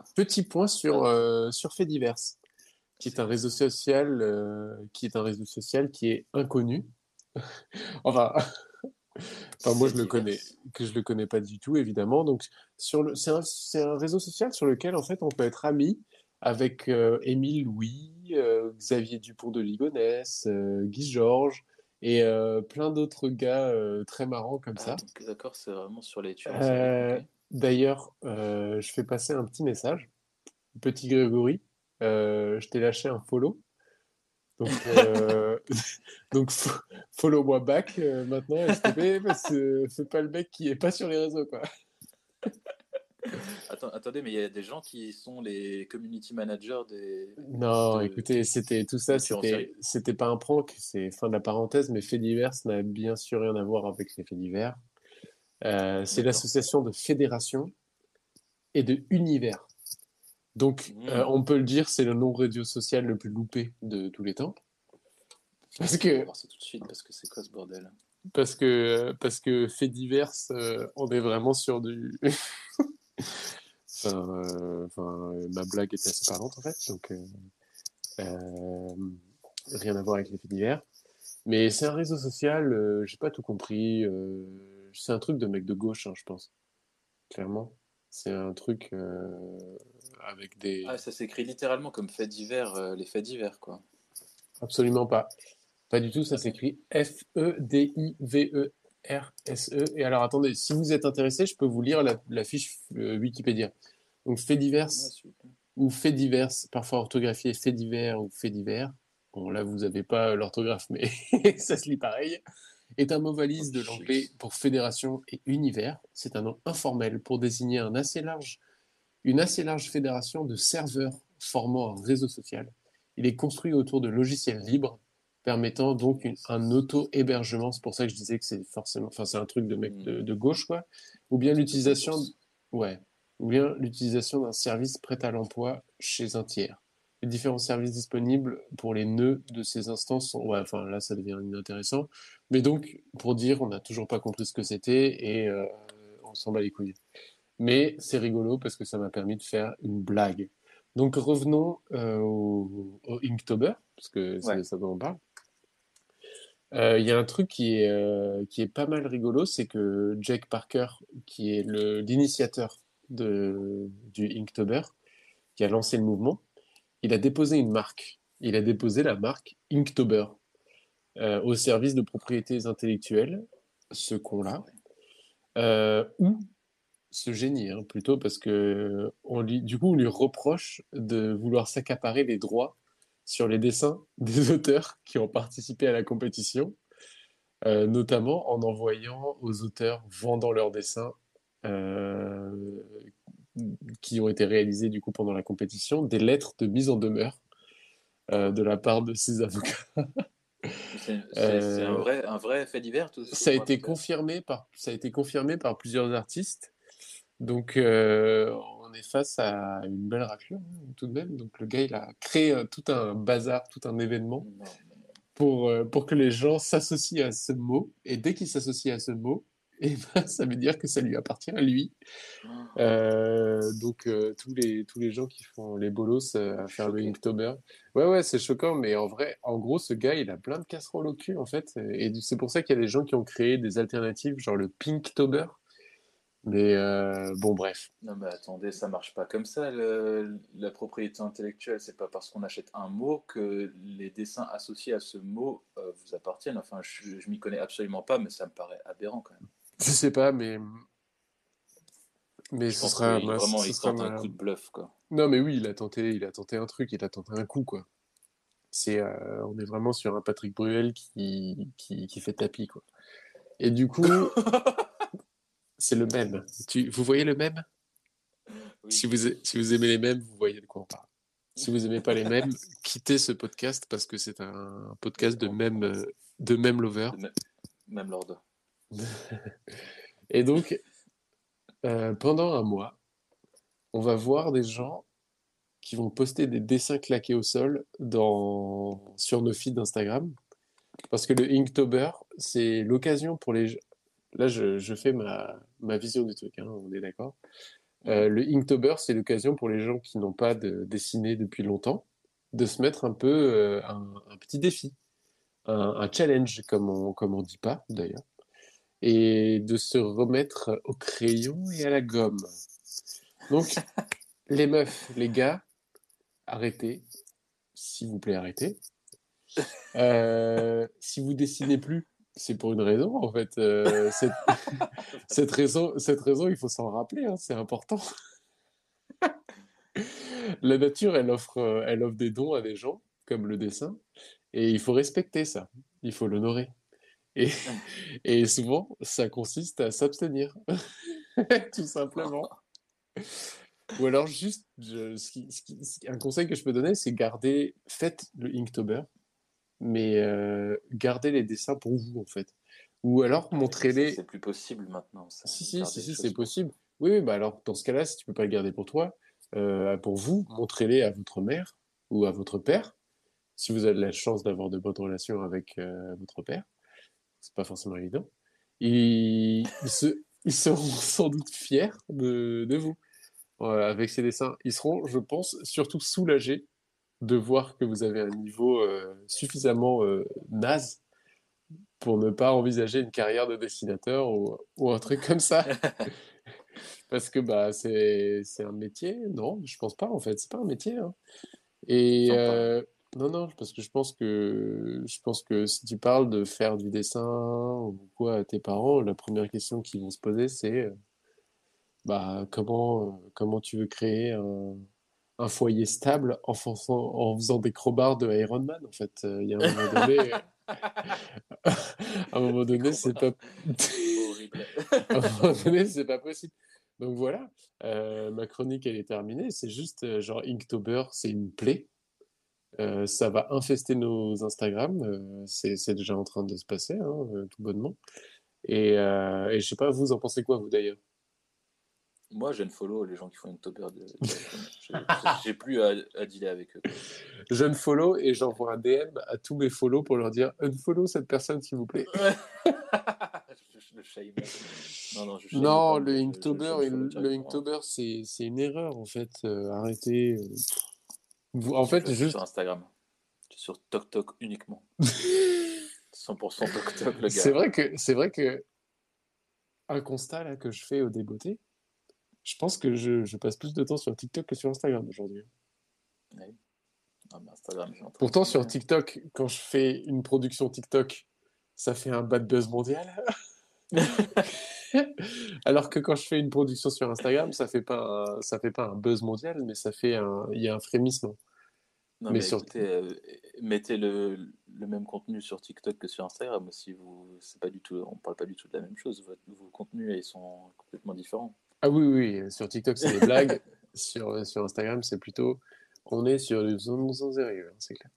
Petit point sur, euh, sur Fait Divers, qui est un réseau social, euh, qui est un réseau social qui est inconnu. enfin, enfin, moi je le connais, que je le connais pas du tout évidemment. Donc sur le, c'est un, c'est un réseau social sur lequel en fait on peut être ami avec euh, Émile Louis, euh, Xavier Dupont de Ligonnès, euh, Guy Georges et euh, plein d'autres gars euh, très marrants comme Ah, ça. donc, d'accord, c'est vraiment sur les tueurs en Euh, série. ok. D'ailleurs, euh, je fais passer un petit message. Petit Grégory, euh, je t'ai lâché un follow. Donc, euh, donc fo- follow-moi back euh, maintenant, s'il te plaît, parce que fais pas le mec qui est pas sur les réseaux, quoi. Attends, attendez, mais il y a des gens qui sont les community managers des. Non, de- écoutez, c'était tout ça, des tueurs en série. c'était c'était pas un prank, c'est fin de la parenthèse, mais Faits divers n'a bien sûr rien à voir avec les faits divers. Euh, c'est D'accord. l'association de fédération et de univers. Donc, Mmh. euh, on peut le dire, c'est le nom radio social le plus loupé de tous les temps. Parce On va que, voir ça tout de suite parce que c'est quoi ce bordel? parce que, parce que Faits divers, euh, on est vraiment sur du. enfin, euh, enfin, ma blague était assez parlante en fait, donc euh, euh, rien à voir avec les faits divers. Mais c'est un réseau social, euh, j'ai pas tout compris. euh, c'est un truc de mec de gauche, hein, je pense. Clairement. C'est un truc euh, avec des. Ah, ça s'écrit littéralement comme faits divers, euh, les faits divers, quoi. Absolument pas. Pas du tout, ça Ok. s'écrit F E D I V E R S E. Et alors attendez, si vous êtes intéressé, je peux vous lire la, la fiche euh, Wikipédia. Donc faits divers Ouais, s'il vous plaît. ou faits divers, parfois orthographié faits divers ou faits divers. Bon, là, vous n'avez pas l'orthographe, mais ça se lit pareil. Est un mot valise Oh, de shit. l'anglais pour fédération et univers. C'est un nom informel pour désigner un assez large, une assez large fédération de serveurs formant un réseau social. Il est construit autour de logiciels libres, permettant donc une- un auto-hébergement. C'est pour ça que je disais que c'est forcément, enfin, c'est un truc de mec de, de gauche, quoi. Ou bien l'utilisation, ouais, ou bien l'utilisation d'un service prêt à l'emploi chez un tiers. Les différents services disponibles pour les nœuds de ces instances sont, ouais, enfin, là, ça devient inintéressant. Mais donc, pour dire, on n'a toujours pas compris ce que c'était et euh, on s'en bat les couilles. Mais c'est rigolo parce que ça m'a permis de faire une blague. Donc revenons euh, au, au Inktober, parce que c'est Ouais. de ça dont on parle. Euh, Il y a un truc qui est, euh, qui est pas mal rigolo, c'est que Jake Parker, qui est le- l'initiateur de, du Inktober, qui a lancé le mouvement, il a déposé une marque. Il a déposé la marque Inktober euh, au service de propriétés intellectuelles, ce con-là, euh, ou ce génie, hein, plutôt, parce que on lui, du coup, on lui reproche de vouloir s'accaparer les droits sur les dessins des auteurs qui ont participé à la compétition, euh, notamment en envoyant aux auteurs vendant leurs dessins euh, qui ont été réalisés du coup pendant la compétition, des lettres de mise en demeure euh, de la part de ces avocats. C'est c'est- c'est un Euh, vrai, un vrai fait divers, tout ce que ça a vous été racontez. confirmé par, ça a été confirmé par plusieurs artistes. Donc, euh, on est face à une belle raclure, hein, tout de même. Donc, le gars, il a créé euh, tout un bazar, tout un événement Non, pour, euh, pour que les gens s'associent à ce mot. Et dès qu'ils s'associent à ce mot, eh ben, ça veut dire que ça lui appartient à lui. Euh, donc, euh, tous les, tous les gens qui font les bolos euh, à faire le Choqué. Inktober. Ouais, ouais, c'est choquant, mais en vrai, en gros, ce gars, il a plein de casseroles au cul, en fait. Et c'est pour ça qu'il y a des gens qui ont créé des alternatives, genre le Pinktober. Mais euh, bon, bref. Non, mais attendez, ça marche pas comme ça, le- la propriété intellectuelle. C'est pas parce qu'on achète un mot que les dessins associés à ce mot euh, vous appartiennent. Enfin, je, je m'y connais absolument pas, mais ça me paraît aberrant quand même. Je sais pas, mais, mais Je ce pense sera, qu'il ma- vraiment ce il sera tente un ma- coup de bluff, quoi. Non, mais oui, il a tenté, il a tenté un truc, il a tenté un coup, quoi. C'est, euh, on est vraiment sur un Patrick Bruel qui, qui, qui fait tapis, quoi. Et du coup, c'est le même. Tu, vous voyez le même? Oui. Si vous, si vous aimez les mêmes, vous voyez de quoi on parle. Si vous aimez pas les mèmes, quittez ce podcast parce que c'est un podcast de mèmes euh, de mèmes lovers. De même, même l'ordre. Et donc, euh, pendant un mois, on va voir des gens qui vont poster des dessins claqués au sol dans... sur nos feeds d'Instagram. Parce que le Inktober, c'est l'occasion pour les... Là, je, je fais ma, ma vision du truc, hein, on est d'accord. Euh, le Inktober, c'est l'occasion pour les gens qui n'ont pas de, dessiné depuis longtemps de se mettre un peu euh, un, un petit défi, un, un challenge, comme on comme on dit pas d'ailleurs, et de se remettre au crayon et à la gomme. Donc, les meufs, les gars, arrêtez, s'il vous plaît, arrêtez. Euh, si vous dessinez plus, c'est pour une raison, en fait. Euh, cette, cette raison, cette raison, il faut s'en rappeler, hein, c'est important. La nature, elle offre, euh, elle offre des dons à des gens, comme le dessin, et il faut respecter ça, il faut l'honorer. Et, et souvent, ça consiste à s'abstenir, tout simplement. Ou alors, juste, je- ce qui- ce qui- ce qui- un conseil que je peux donner, c'est garder, faites le Inktober, mais euh, gardez les dessins pour vous, en fait. Ou alors, Ouais, mais ça, montrez-les. c'est plus possible maintenant. Ça, Si, si, garder si, les si, choses c'est pour- possible. Oui, oui, bah alors, dans ce cas-là, si tu peux pas le garder pour toi, euh, pour vous, montrez-les à votre mère ou à votre père, si vous avez la chance d'avoir de bonnes relations avec euh, votre père. C'est pas forcément évident. Ils, ils, se- ils seront sans doute fiers de, de vous euh, avec ces dessins. Ils seront, je pense, surtout soulagés de voir que vous avez un niveau euh, suffisamment euh, naze pour ne pas envisager une carrière de dessinateur ou, ou un truc comme ça. Parce que bah, c'est, c'est un métier. Non, je pense pas, en fait. C'est pas un métier. Hein. Et Sympa. euh, non, non, parce que je pense que je pense que si tu parles de faire du dessin ou quoi à tes parents, la première question qu'ils vont se poser, c'est euh, bah comment euh, comment tu veux créer un, un foyer stable en faisant, en faisant des crowbars de Iron Man, en fait. Euh, Il y a un moment donné, à un moment donné, c'est pas Horrible. à un moment donné, c'est pas possible. Donc voilà, euh, ma chronique elle est terminée. C'est juste euh, genre Inktober, c'est une plaie. Euh, ça va infester nos Instagram. Euh, c'est, c'est déjà en train de se passer, hein, euh, tout bonnement. Et, euh, et je sais pas, vous en pensez quoi, vous d'ailleurs? Moi, je ne follow les gens qui font une topper de, directement. J'ai- j'ai- J'ai plus à, à dealer avec eux. Je ne follow et j'envoie un D M à tous mes follow pour leur dire unfollow cette personne, s'il vous plaît. je, je le shame. Non, non, je shame Non, pas, le mais je, je, Inktober, je le follow le directement. Inktober, c'est, c'est une erreur en fait. Euh, arrêtez. euh, vous- en Moi, fait, je reste juste. sur Instagram. Je suis sur TokTok uniquement. cent pour cent TokTok, le gars. C'est vrai que c'est vrai que un constat là que je fais au débeauté, je pense que je, je passe plus de temps sur TikTok que sur Instagram aujourd'hui. Ouais. Ah, mais Instagram, c'est en train de Pourtant, se sur mourir. TikTok, quand je fais une production TikTok, ça fait un bad buzz mondial. Alors que quand je fais une production sur Instagram, ça fait pas un, ça fait pas un buzz mondial, mais ça fait un, il y a un frémissement. Non, Mais mais sur, écoutez, euh, mettez le, le même contenu sur TikTok que sur Instagram aussi. Vous, c'est pas du tout, on parle pas du tout de la même chose. Votre, vos contenus, ils sont complètement différents. ah oui, oui, sur TikTok, c'est des blagues. Sur, sur Instagram, c'est plutôt, on est sur du zone sans sérieux, hein, c'est clair.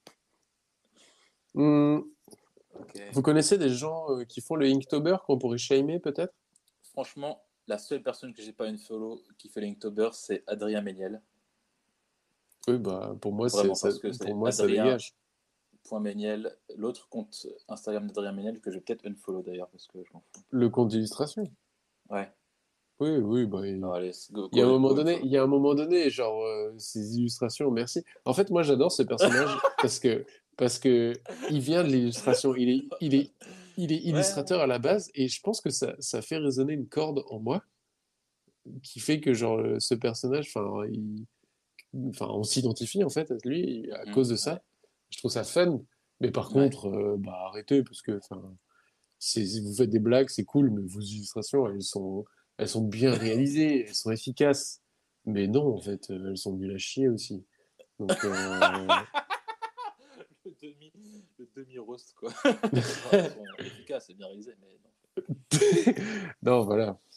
Hum, Ok. vous connaissez des gens euh, qui font le Inktober qu'on pourrait shamer peut-être? Franchement, la seule personne que j'ai pas une follow qui fait l'Inktober, c'est Adrien Méniel. Oui, bah, pour moi, c'est, Vraiment, ça, parce que pour c'est moi, ça Adrien dégage. point Méniel. L'autre compte Instagram d'Adrien Méniel que je vais peut-être unfollow d'ailleurs parce que je m'en fous. Le compte d'illustration. Ouais. Oui, oui, bah, il... Non, allez, go, il y a un go, moment go donné, unfollow. il y a un moment donné, genre euh, ces illustrations, merci. En fait, moi, j'adore ce personnage parce que parce que il vient de l'illustration. Il est il est il est illustrateur Ouais. à la base et je pense que ça ça fait résonner une corde en moi qui fait que genre euh, ce personnage, enfin, il... enfin, on s'identifie en fait à lui à Mhm, cause de ça. ouais. Je trouve ça fun, mais par Ouais. contre, euh, bah arrêtez parce que enfin, c'est, vous faites des blagues, c'est cool, mais vos illustrations, elles sont, elles sont bien réalisées, elles sont efficaces. Mais non, en fait, euh, elles sont nulles à chier aussi. Donc, euh... le demi, le demi roast quoi. Elles sont efficaces et bien réalisées, mais non. non, voilà.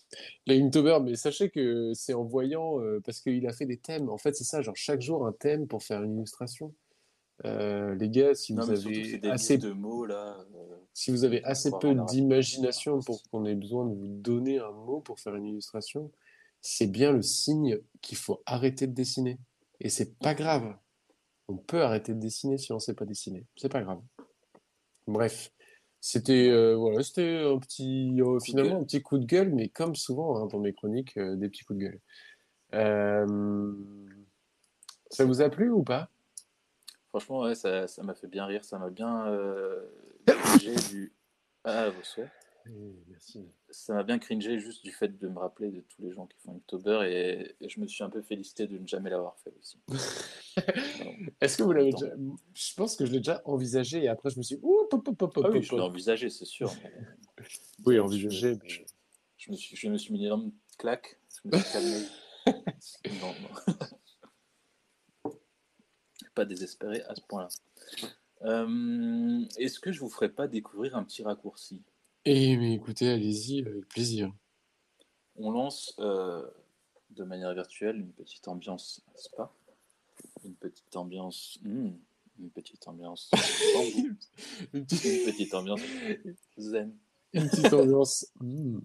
Les Inktober, mais sachez que c'est en voyant, euh, parce qu'il a fait des thèmes. En fait, c'est ça, genre chaque jour un thème pour faire une illustration. Euh, les gars, si Non, vous mais surtout que c'est avez des assez, listes de mots, là. euh, si vous avez pour assez pouvoir peu rendre la rapide. d'imagination pour qu'on ait besoin de vous donner un mot pour faire une illustration, c'est bien le signe qu'il faut arrêter de dessiner. Et c'est pas grave. On peut arrêter de dessiner si on sait pas dessiner. C'est pas grave. Bref, c'était euh, voilà, c'était un petit, euh, Coup de finalement gueule. un petit coup de gueule, mais comme souvent hein, dans mes chroniques, euh, des petits coups de gueule. Euh, Ça vous a plu ou pas? Franchement, ouais, ça, ça m'a fait bien rire, ça m'a bien euh, cringé du... Ah, vos souhaits. Oui, merci. Ça m'a bien cringé juste du fait de me rappeler de tous les gens qui font Inktober et, et je me suis un peu félicité de ne jamais l'avoir fait aussi. Alors, Est-ce que vous en même l'avez temps. déjà... Je pense que je l'ai déjà envisagé et après je me suis dit, ouh, pop, pop, pop, Ah pop, oui, pop, je l'ai pop. envisagé, c'est sûr. Mais... Oui, direct, envisagé, je, mais... je, je me suis, je me suis mis une énorme claque, je me suis calmé. Non, non. Pas désespéré à ce point-là. Euh, est-ce que je vous ferais pas découvrir un petit raccourci? Eh, mais écoutez, allez-y, avec plaisir. On lance euh, de manière virtuelle une petite ambiance spa, une petite ambiance, hmm, une petite ambiance bambou, Une une petite, petite ambiance zen, une petite ambiance. Mm.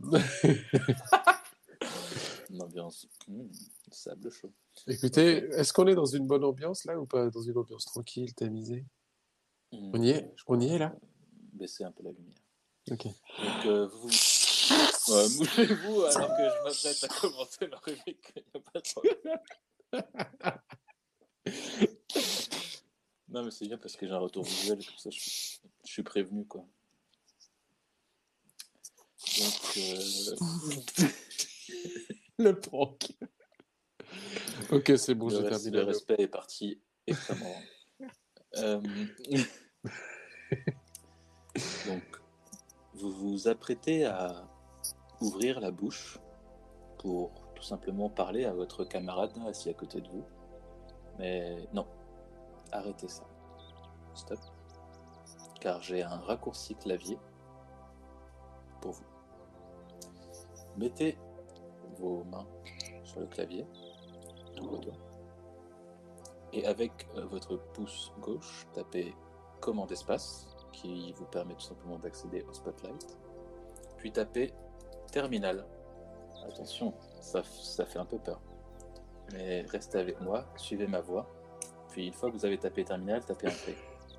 une ambiance hmm, sable chaud. Écoutez, Ok. est-ce qu'on est dans une bonne ambiance là ou pas? Dans une ambiance tranquille, tamisée? Hmm, On y est? je On crois y est là? baisser un peu la lumière. Ok. Donc euh, vous euh, mouchez-vous alors que je m'apprête à commencer ma rubrique. Y a pas de problème. Non mais c'est bien parce que j'ai un retour visuel comme ça je, je suis prévenu quoi. Donc euh... Le prank. Ok, c'est bon, le, j'ai res- terminé. le respect est parti extrêmement loin. Euh, Donc vous vous apprêtez à ouvrir la bouche pour tout simplement parler à votre camarade assis à côté de vous. Mais non, arrêtez ça. Stop. Car j'ai un raccourci clavier pour vous. Mettez vos mains sur le clavier, tous vos doigts, et avec euh, votre pouce gauche, tapez commande espace, qui vous permet tout simplement d'accéder au Spotlight, puis tapez terminal. Attention, ça, ça fait un peu peur. Mais restez avec moi, suivez ma voix, puis une fois que vous avez tapé terminal, tapez entrée.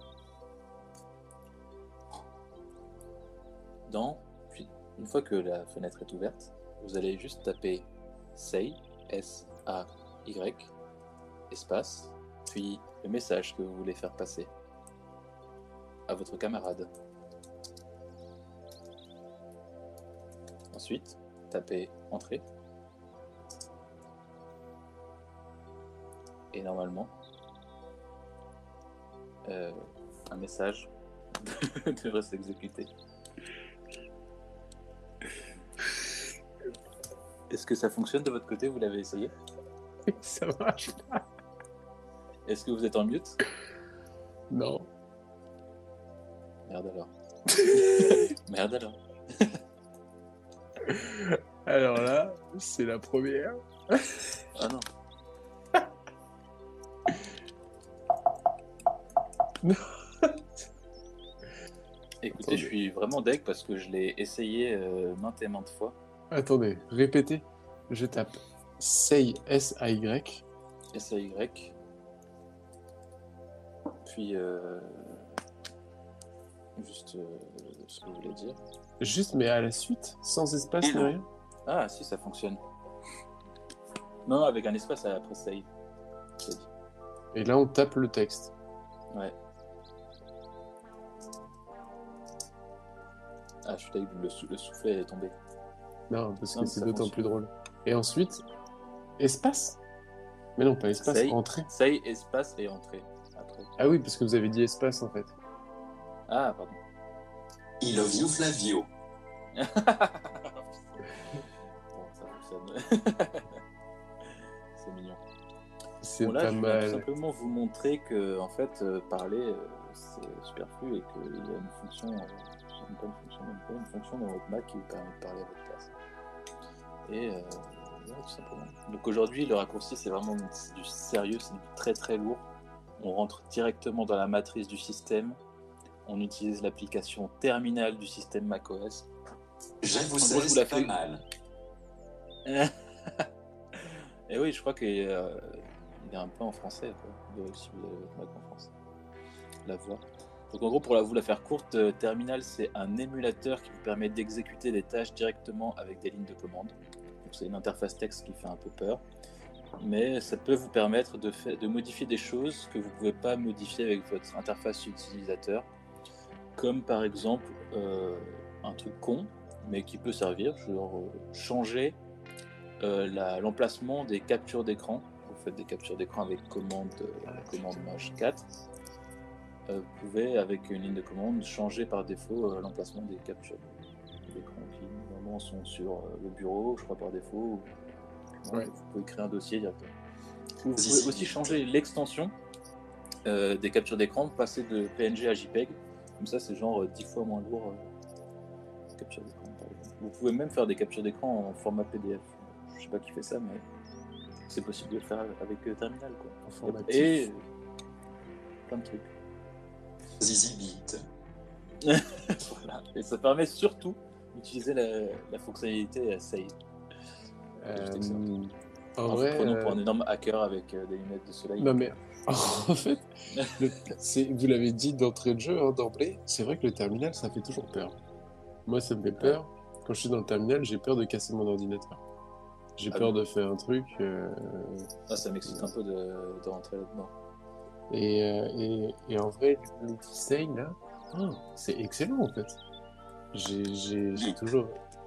Dans, puis une fois que la fenêtre est ouverte, vous allez juste taper say, S A Y, espace, puis le message que vous voulez faire passer à votre camarade. Ensuite, tapez entrée. Et normalement, euh, un message devrait s'exécuter. Est-ce que ça fonctionne de votre côté? Vous l'avez essayé? Ça marche pas. Est-ce que vous êtes en mute? Non. Merde alors. Merde alors. Alors là, c'est la première. Ah non. Non. Écoutez, Attendez. je suis vraiment deg parce que je l'ai essayé euh, maintes et maintes fois. Attendez, répétez. Je tape say, S A Y. S A Y. Puis, euh, juste euh, ce que vous voulez dire. Juste, mais à la suite, sans espace ni rien. Ah, si, ça fonctionne. Non, avec un espace après say. C'est dit. Et là, on tape le texte. Ouais. Ah, je suis deg, le, sou- le soufflet est tombé. Non, parce Non, que mais c'est ça d'autant fonctionne. plus drôle. Et ensuite, espace. Mais non, pas espace, Say, entrée. say, espace et entrée. Après. Ah oui, parce que vous avez dit espace en fait. Ah, pardon. I love you, Flavio. Bon, ça fonctionne. C'est mignon. C'est Bon, là, pas je vais tout mal. simplement vous montrer que, en fait, euh, parler, euh, c'est superflu et qu'il y a une fonction, euh, une bonne fonction, même pas une fonction dans votre Mac qui vous permet de parler à votre place. Et euh, ouais, tout simplement. Donc aujourd'hui, le raccourci, c'est vraiment c'est du sérieux, c'est du très très lourd. On rentre directement dans la matrice du système. On utilise l'application terminale du système macOS. J'avoue, En ça gros, je vous la c'est pas fais. mal. Et oui, je crois qu'il est, euh, il est un peu en français, quoi. De- si vous avez votre Mac en français. La voix. Donc en gros, pour la, vous la faire courte, euh, Terminal, c'est un émulateur qui vous permet d'exécuter des tâches directement avec des lignes de commande. Donc c'est une interface texte qui fait un peu peur. Mais ça peut vous permettre de, fa- de modifier des choses que vous ne pouvez pas modifier avec votre interface utilisateur. Comme par exemple euh, un truc con, mais qui peut servir, genre euh, changer euh, la- l'emplacement des captures d'écran. Vous faites des captures d'écran avec commande, euh, commande maj quatre. Euh, vous pouvez, avec une ligne de commande, changer par défaut euh, l'emplacement des captures d'écran qui normalement sont sur euh, le bureau, je crois par défaut. Ou... Non, Ouais. vous pouvez créer un dossier directement. Ou vous Si, pouvez si. aussi changer l'extension euh, des captures d'écran, passer de P N G à JPEG. Comme ça, c'est genre euh, dix fois moins lourd. Euh, capture d'écran, par exemple. Vous pouvez même faire des captures d'écran en format P D F. Je sais pas qui fait ça, mais c'est possible de le faire avec euh, Terminal, quoi. En format Et TIFF. euh, plein de trucs. Zizi Beat. Voilà. Et ça permet surtout d'utiliser la, la fonctionnalité Save. Euh, Juste excellent. en En vous vrai, prenant euh, pour un énorme hacker avec euh, des lunettes de soleil. non mais en fait, le- c'est, vous l'avez dit d'entrée de jeu, hein, d'emblée, c'est vrai que le terminal, ça fait toujours peur. Moi, ça me fait peur. Quand je suis dans le terminal, j'ai peur de casser mon ordinateur. J'ai Ah peur oui. de faire un truc. euh, Ah, ça m'excite un peu de, de rentrer là-dedans. Et, euh, et, et en vrai, l'outil Sane, là, oh, c'est excellent en fait. J'ai, j'ai, j'ai toujours.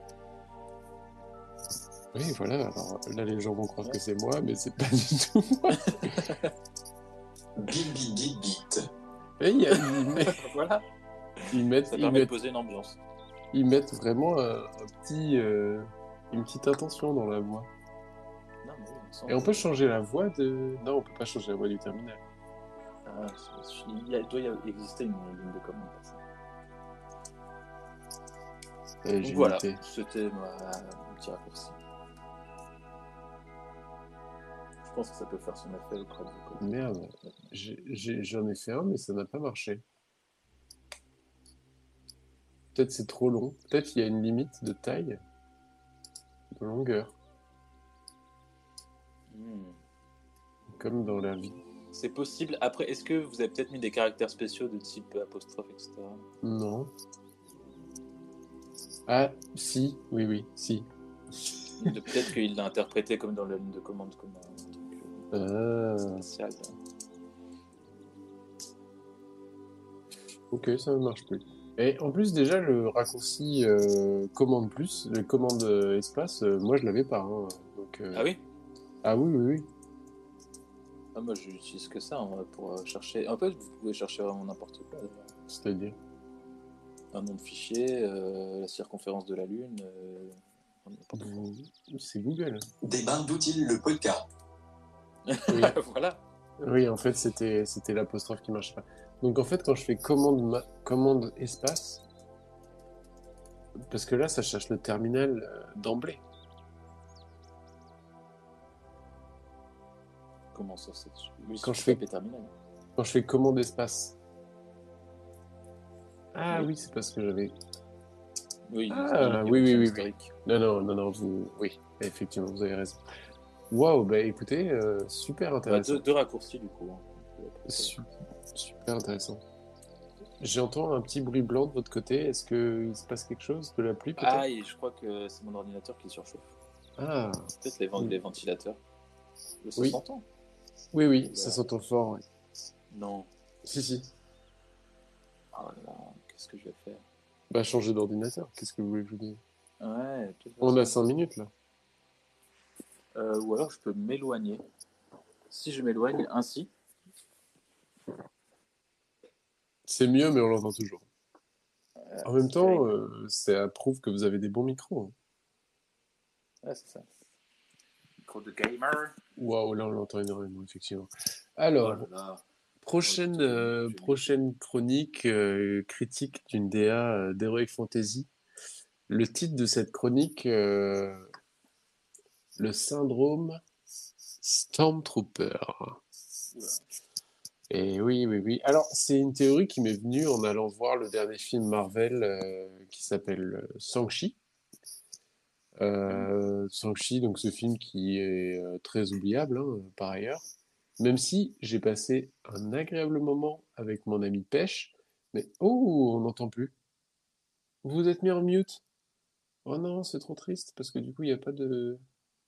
Oui, voilà. Alors là, les gens vont croire que c'est moi, mais c'est pas du tout moi. Beat, beat, beat, beat. Et il y a- ils, mettent, Voilà. ils, mettent, Ça ils, permet de mettent, poser une ambiance. ils mettent vraiment un, un petit, euh, une petite intention dans la voix. Non, mais oui, sans- Et on peut changer la voix de. Non, on peut pas changer la voix du terminal. Ah, c'est- il, y a- il doit y avoir- exister une ligne de commande pour ça. Et Donc j'ai voilà, noté. c'était ma mon petit raccourci. Je pense que ça peut faire son effet auprès de vos collègues. Merde, j'ai- j'ai- j'en ai fait un, mais ça n'a pas marché. Peut-être c'est trop long. Peut-être il y a une limite de taille, de longueur, Hmm. comme dans la vie. C'est possible. Après, est-ce que vous avez peut-être mis des caractères spéciaux de type apostrophe, et cetera. Non. Ah, si, oui, oui, si. De- Peut-être qu'il l'a interprété comme dans la ligne de commande, comme un truc Ah, euh, spécial. ok, ça ne marche plus. Et en plus, déjà, le raccourci euh, commande plus, le commande euh, espace, euh, moi je l'avais pas. Hein, donc, euh, Ah oui. Ah oui, oui, oui. Ah, moi, j'utilise que ça hein, pour euh, chercher. En fait, vous pouvez chercher vraiment n'importe quoi. d'ailleurs. C'est-à-dire. Un nom de fichier, euh, la circonférence de la Lune. euh, n'importe quoi. Vous- C'est Google. Des barres d'outils, le podcast. Oui. Voilà. Oui, en fait, c'était c'était l'apostrophe qui marche pas. Donc en fait, quand je fais commande ma- commande espace, parce que là, ça cherche le terminal euh, d'emblée. Comment ça c'est... Oui, Quand si je tu fais- tapes terminal. Quand je fais commande espace. Ah Oui. oui, c'est parce que j'avais. Oui, Ah, il- il oui, oui, retient oui, l'historique. Non, non, non, non, vous. Oui, effectivement, vous avez raison. Waouh, bah écoutez, euh, super Bah, intéressant. deux, deux raccourcis du coup. hein. Su- Super intéressant. J'entends un petit bruit blanc de votre côté. Est-ce qu'il se passe quelque chose? De la pluie peut-être? Ah, et je crois que c'est mon ordinateur qui surchauffe. Ah, Peut-être les, vent- Oui. les ventilateurs. Mais ça Oui. s'entend. oui, oui, Bah. ça s'entend fort. Ouais. Non. Si, si. Oh là là, qu'est-ce que je vais faire? Bah, changer d'ordinateur. Qu'est-ce que vous voulez que je vous dise? Ouais, de toute On a façon. cinq minutes là. Euh, ou alors je peux m'éloigner. Si je m'éloigne ainsi, C'est mieux, mais on l'entend toujours. euh, En même c'est temps, terrible. euh, ça prouve que vous avez des bons micros. hein. Ouais, c'est ça. Micro de gamer. Waouh, là on l'entend énormément, effectivement. Alors, Oh là là. prochaine, Oh, je- euh, je- prochaine chronique euh, critique d'une D A euh, d'Heroic Fantasy. Le titre de cette chronique, euh, le syndrome Stormtrooper. Et oui, oui, oui. Alors, c'est une théorie qui m'est venue en allant voir le dernier film Marvel euh, qui s'appelle euh, Shang-Chi. Euh, Shang-Chi, donc ce film qui est euh, très oubliable, hein, par ailleurs. Même si j'ai passé un agréable moment avec mon ami Pêche. Mais oh, on n'entend plus. Vous vous êtes mis en mute. Oh non, c'est trop triste parce que du coup, il n'y a pas de...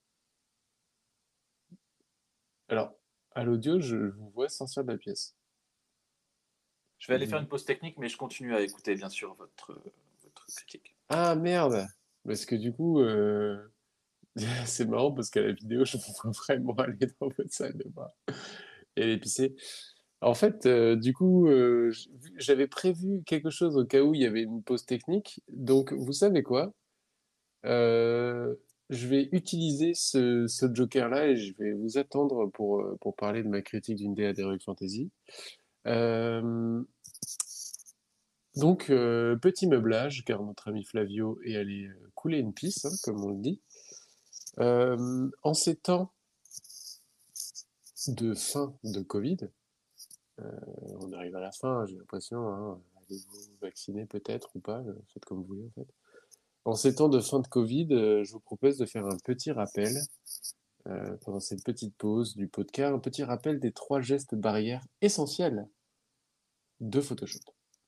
Alors, à l'audio, je vous vois sortir de la pièce. Je vais aller faire une pause technique, mais je continue à écouter, bien sûr, votre, votre critique. Ah merde! Parce que du coup, euh, c'est marrant parce qu'à la vidéo, je vous vois vraiment aller dans votre salle de bain et aller pisser. En fait, euh, du coup, euh, j- j'avais prévu quelque chose au cas où il y avait une pause technique. Donc, vous savez quoi? Euh, je vais utiliser ce, ce Joker-là et je vais vous attendre pour, euh, pour parler de ma critique d'une D A d'Heroic Fantasy. Euh, donc, euh, petit meublage, car notre ami Flavio est allé euh, couler une pisse, hein, comme on le dit. Euh, en ces temps de fin de Covid, euh, on arrive à la fin, j'ai l'impression, hein, allez-vous vacciner peut-être ou pas, euh, faites comme vous voulez en fait. En ces temps de fin de Covid, euh, je vous propose de faire un petit rappel, euh, pendant cette petite pause du podcast, un petit rappel des trois gestes barrières essentiels de Photoshop.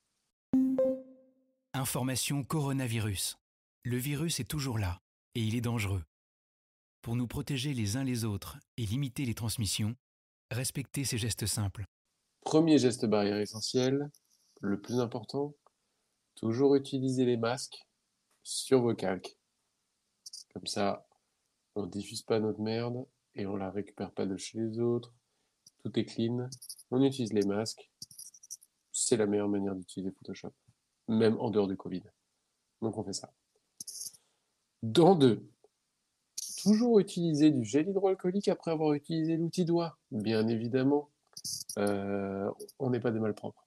Information coronavirus. Le virus est toujours là et il est dangereux. Pour nous protéger les uns les autres et limiter les transmissions, respectez ces gestes simples. Premier geste barrière essentiel, le plus important, toujours utiliser les masques sur vos calques. Comme ça, on ne diffuse pas notre merde et on la récupère pas de chez les autres. Tout est clean. On utilise les masques. C'est la meilleure manière d'utiliser Photoshop, même en dehors du Covid. Donc on fait ça. Dans deux, toujours utiliser du gel hydroalcoolique après avoir utilisé l'outil doigt. Bien évidemment, euh, on n'est pas des malpropres.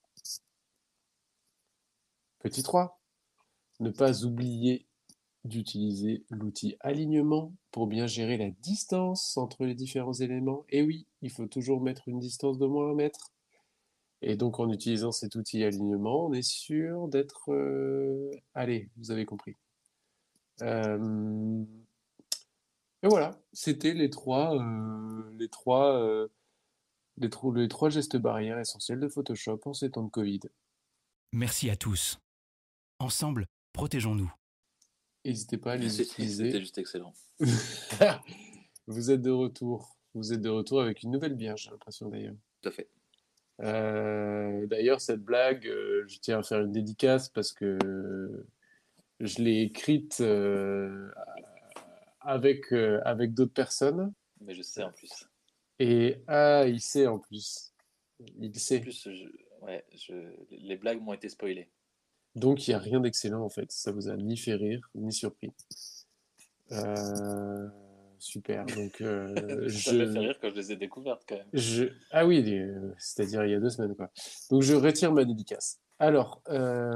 Petit trois, ne pas oublier d'utiliser l'outil alignement pour bien gérer la distance entre les différents éléments. Et oui, il faut toujours mettre une distance de moins un mètre. Et donc en utilisant cet outil alignement, on est sûr d'être... Euh... Allez, vous avez compris. Euh... Et voilà, c'était les trois, euh, les trois, euh, les, tro- les trois gestes barrières essentiels de Photoshop en ces temps de Covid. Merci à tous. Ensemble, protégeons-nous. N'hésitez pas à les C'était utiliser. c'était juste excellent. Vous êtes de retour. Vous êtes de retour avec une nouvelle bière, j'ai l'impression d'ailleurs. Tout à fait. Euh, d'ailleurs, cette blague, euh, je tiens à faire une dédicace parce que je l'ai écrite euh, avec, euh, avec d'autres personnes. Mais je sais en plus. Et ah, il sait en plus. Il En sait. plus, je, ouais, je, les blagues m'ont été spoilées. Donc, il n'y a rien d'excellent en fait. Ça vous a ni fait rire, ni surpris. Euh, super. Donc, euh, Ça je... m'a fait rire quand je les ai découvertes quand même. Je... Ah oui, euh, c'est-à-dire il y a deux semaines, quoi. Donc je retire ma dédicace. Alors, euh,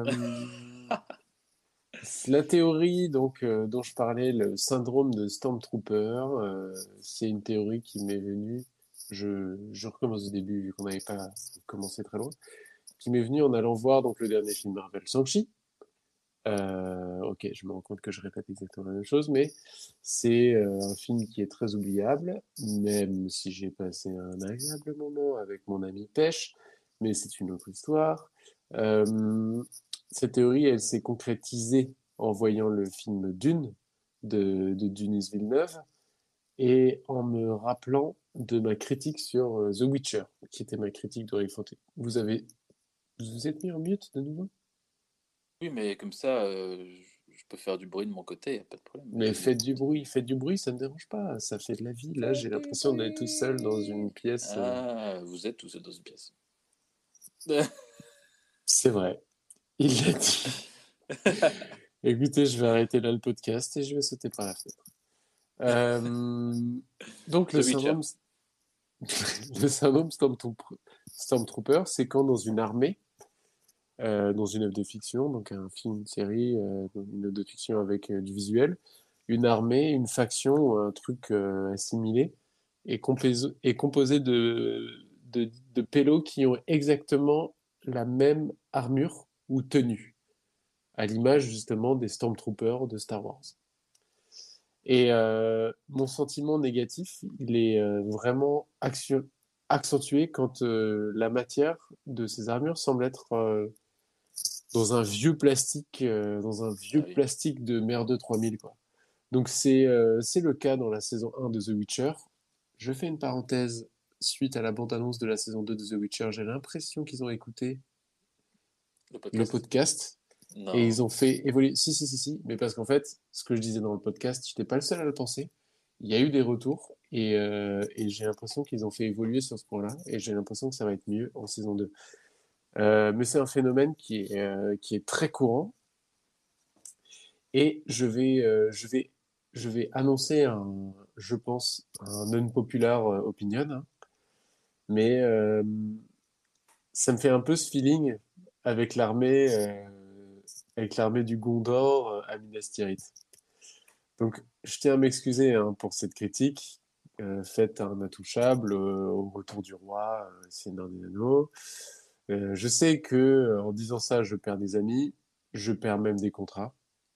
la théorie donc, euh, dont je parlais, le syndrome de Stormtrooper, euh, c'est une théorie qui m'est venue, je, je recommence du début vu qu'on n'avait pas commencé très loin, qui m'est venue en allant voir donc, le dernier film Marvel, Shang-Chi. Euh, ok, je me rends compte que je répète exactement la même chose, mais c'est euh, un film qui est très oubliable, même si j'ai passé un agréable moment avec mon ami Pêche, mais c'est une autre histoire. Euh, cette théorie, elle s'est concrétisée en voyant le film Dune de, de Denis Villeneuve et en me rappelant de ma critique sur euh, The Witcher, qui était ma critique d'Heroic Fantasy. Vous avez, vous vous êtes mis en mute de nouveau? Oui, mais comme ça, euh, je, je peux faire du bruit de mon côté, y a pas de problème. Mais faites du bruit, faites du bruit, ça me dérange pas, ça fait de la vie. Là, j'ai l'impression d'être tout seul dans une pièce. euh, Ah, vous êtes tous dans une pièce. C'est vrai, il l'a dit. Écoutez, je vais arrêter là le podcast et je vais sauter par la fenêtre. Euh, Donc, le The Witcher. syndrome, le syndrome Stormtrooper, Stormtrooper, c'est quand dans une armée, euh, dans une œuvre de fiction, donc un film, une série, euh, une œuvre de fiction avec euh, du visuel, une armée, une faction, un truc euh, assimilé, est, compés- est composée de, de, de pélos qui ont exactement la même armure ou tenue, à l'image justement des Stormtroopers de Star Wars. Et euh, mon sentiment négatif, il est euh, vraiment action- accentué quand euh, la matière de ces armures semble être euh, dans un vieux plastique, euh, dans un vieux Ah oui. plastique de merde trois mille, quoi. Donc c'est euh, c'est le cas dans la saison un de The Witcher. Je fais une parenthèse suite à la bande-annonce de la saison deux de The Witcher. J'ai l'impression qu'ils ont écouté Le le podcast. podcast et Non. ils ont fait évoluer. Si, si, si, si. Mais parce qu'en fait, ce que je disais dans le podcast, je n'étais pas le seul à le penser. Il y a eu des retours et, euh, et j'ai l'impression qu'ils ont fait évoluer sur ce point-là et j'ai l'impression que ça va être mieux en saison deux. Euh, mais c'est un phénomène qui est, euh, qui est très courant et je vais, euh, je vais, je vais annoncer un, je pense, un unpopular euh, opinion, hein. Mais euh, ça me fait un peu ce feeling avec l'armée, euh, avec l'armée du Gondor euh, à Minas Tirith. Donc, je tiens à m'excuser hein, pour cette critique euh, faite à un intouchable euh, au retour du roi, euh, Seigneur des Anneaux. Euh, je sais que euh, en disant ça, je perds des amis, je perds même des contrats,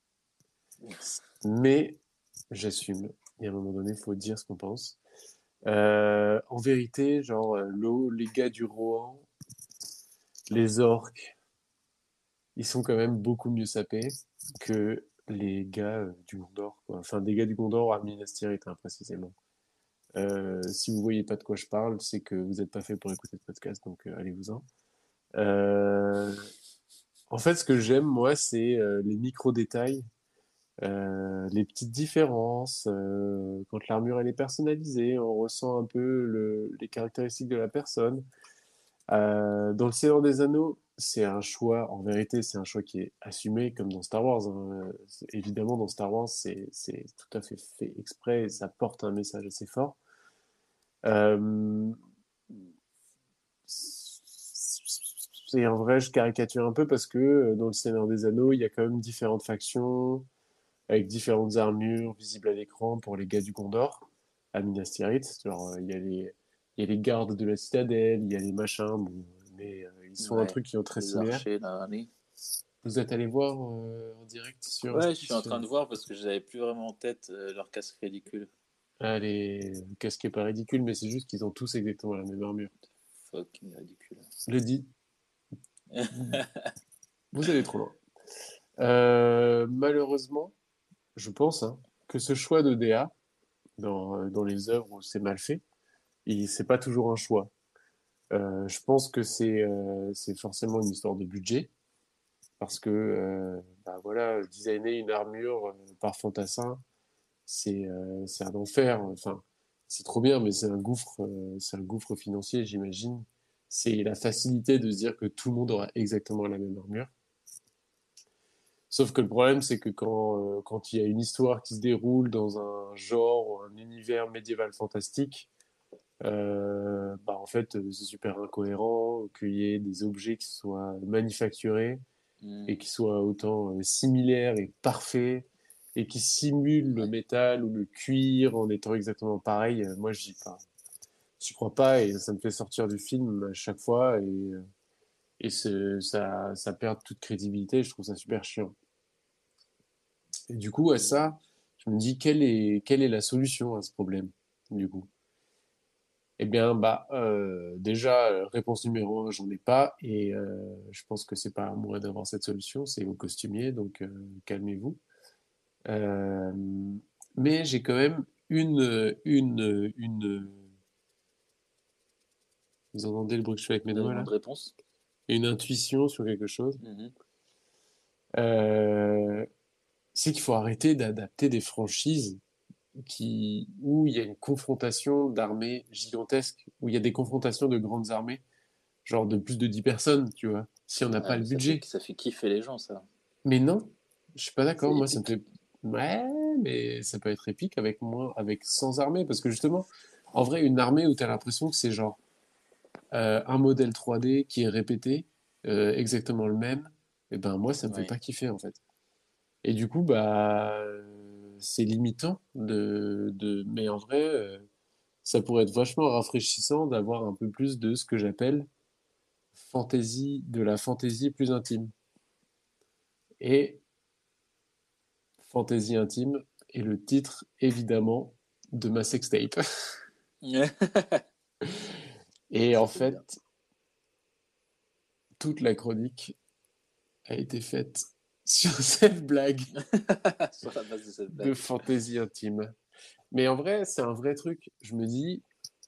mais j'assume. Et à un moment donné, il faut dire ce qu'on pense. Euh, en vérité, genre, euh, l'eau, les gars du Rohan, les orques, ils sont quand même beaucoup mieux sapés que les gars euh, du Gondor, quoi. Enfin, des gars du Gondor à Minas Tirith, hein, précisément. Euh, si vous voyez pas de quoi je parle, c'est que vous n'êtes pas fait pour écouter le podcast, donc euh, allez-vous-en. Euh, en fait, ce que j'aime, moi, c'est euh, les micro-détails, euh, les petites différences. Euh, quand l'armure elle est personnalisée, on ressent un peu le, les caractéristiques de la personne. Euh, dans le Seigneur des Anneaux, c'est un choix, en vérité, c'est un choix qui est assumé, comme dans Star Wars, hein. C'est- Évidemment, dans Star Wars, c'est c'est tout à fait fait exprès et ça porte un message assez fort. Euh, Et en vrai, je caricature un peu parce que euh, dans le Seigneur des Anneaux, il y a quand même différentes factions avec différentes armures visibles à l'écran pour les gars du Gondor, à Minas Tirith. Genre, euh, il y a les, il y a les gardes de la citadelle, il y a les machins, bon, mais euh, ils sont un Ouais. truc qui est très Les similaire. archers, là, allez. Vous êtes allé voir euh, en direct sur... Ouais, je suis en sur- train de voir parce que je n'avais plus vraiment en tête euh, leur casque ridicule. Ah, les casques est pas ridicule, mais c'est juste qu'ils ont tous exactement la même armure. Fucking ridicule. Le dit. Vous allez trop loin. Euh, malheureusement, je pense hein, que ce choix de D A dans, euh, dans les œuvres où c'est mal fait, il, c'est pas toujours un choix. Euh, je pense que c'est euh, c'est forcément une histoire de budget parce que euh, bah voilà, designer une armure euh, par fantassin, c'est euh, c'est un enfer. Enfin, c'est trop bien, mais c'est un gouffre, euh, c'est un gouffre financier, j'imagine. C'est la facilité de se dire que tout le monde aura exactement la même armure. Sauf que le problème, c'est que quand, euh, quand il y a une histoire qui se déroule dans un genre ou un univers médiéval fantastique, euh, bah en fait, euh, c'est super incohérent qu'il y ait des objets qui soient manufacturés Mm. et qui soient autant euh, similaires et parfaits et qui simulent le métal ou le cuir en étant exactement pareil. Euh, Moi, j'y enfin, j'y crois pas et ça me fait sortir du film à chaque fois et, euh, et c'est- ça, ça perd toute crédibilité. Je trouve ça super chiant. Et du coup, à ça, je me dis, quelle est, quelle est la solution à ce problème, du coup? Eh bien, bah, euh, déjà, euh, réponse numéro un, j'en ai pas, et euh, je pense que c'est pas à moi d'avoir cette solution, c'est au costumier, donc euh, calmez-vous. Euh, mais j'ai quand même une, une, une. Vous entendez le bruit que je fais avec mes Une doigts élément là? de réponse. Une intuition sur quelque chose. Mhm. Euh, c'est qu'il faut arrêter d'adapter des franchises qui, où il y a une confrontation d'armées gigantesques, où il y a des confrontations de grandes armées, genre de plus de dix personnes, tu vois, si on n'a Ouais, pas le mais ça budget. fait, ça fait kiffer les gens, ça. Mais non, je suis pas d'accord, C'est moi ça me épique. fait... Ouais, mais ça peut être épique avec moins, avec sans armée, parce que justement, en vrai, une armée où tu as l'impression que c'est genre euh, un modèle trois D qui est répété, euh, exactement le même, et ben moi ça me fait Oui. pas kiffer en fait. Et du coup, bah, c'est limitant. De, de... Mais en vrai, euh, ça pourrait être vachement rafraîchissant d'avoir un peu plus de ce que j'appelle fantaisie, de la fantaisie plus intime. Et fantaisie intime est le titre, évidemment, de ma sextape. Et en fait, toute la chronique a été faite sur cette blague, Sur la base de cette blague. de fantaisie intime. Mais en vrai, c'est un vrai truc. Je me dis,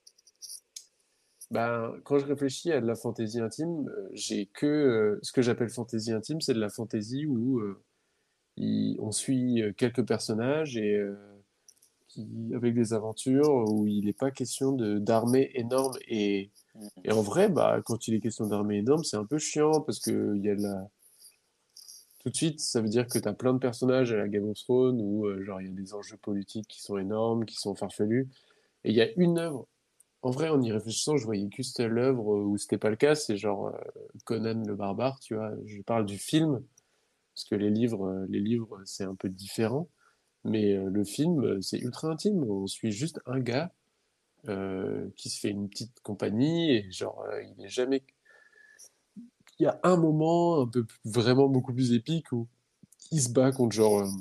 ben, quand je réfléchis à de la fantaisie intime, euh, j'ai que euh, ce que j'appelle fantaisie intime, c'est de la fantaisie où euh, il- on suit euh, quelques personnages et euh, qui, avec des aventures où il n'est pas question de d'armées énormes. Et, et en vrai, bah, quand il est question d'armées énormes, c'est un peu chiant parce que il y a de la tout de suite, ça veut dire que tu as plein de personnages à la Game of Thrones où euh, genre il y a des enjeux politiques qui sont énormes, qui sont farfelus. Et il y a une œuvre. En vrai, en y réfléchissant, je voyais que seule œuvre où c'était pas le cas, c'est genre euh, Conan le barbare, tu vois. Je parle du film parce que les livres, euh, les livres, c'est un peu différent. Mais euh, le film, euh, c'est ultra intime. On suit juste un gars euh, qui se fait une petite compagnie et genre euh, il est jamais. Il y a un moment un peu plus- vraiment beaucoup plus épique où il se bat contre genre euh,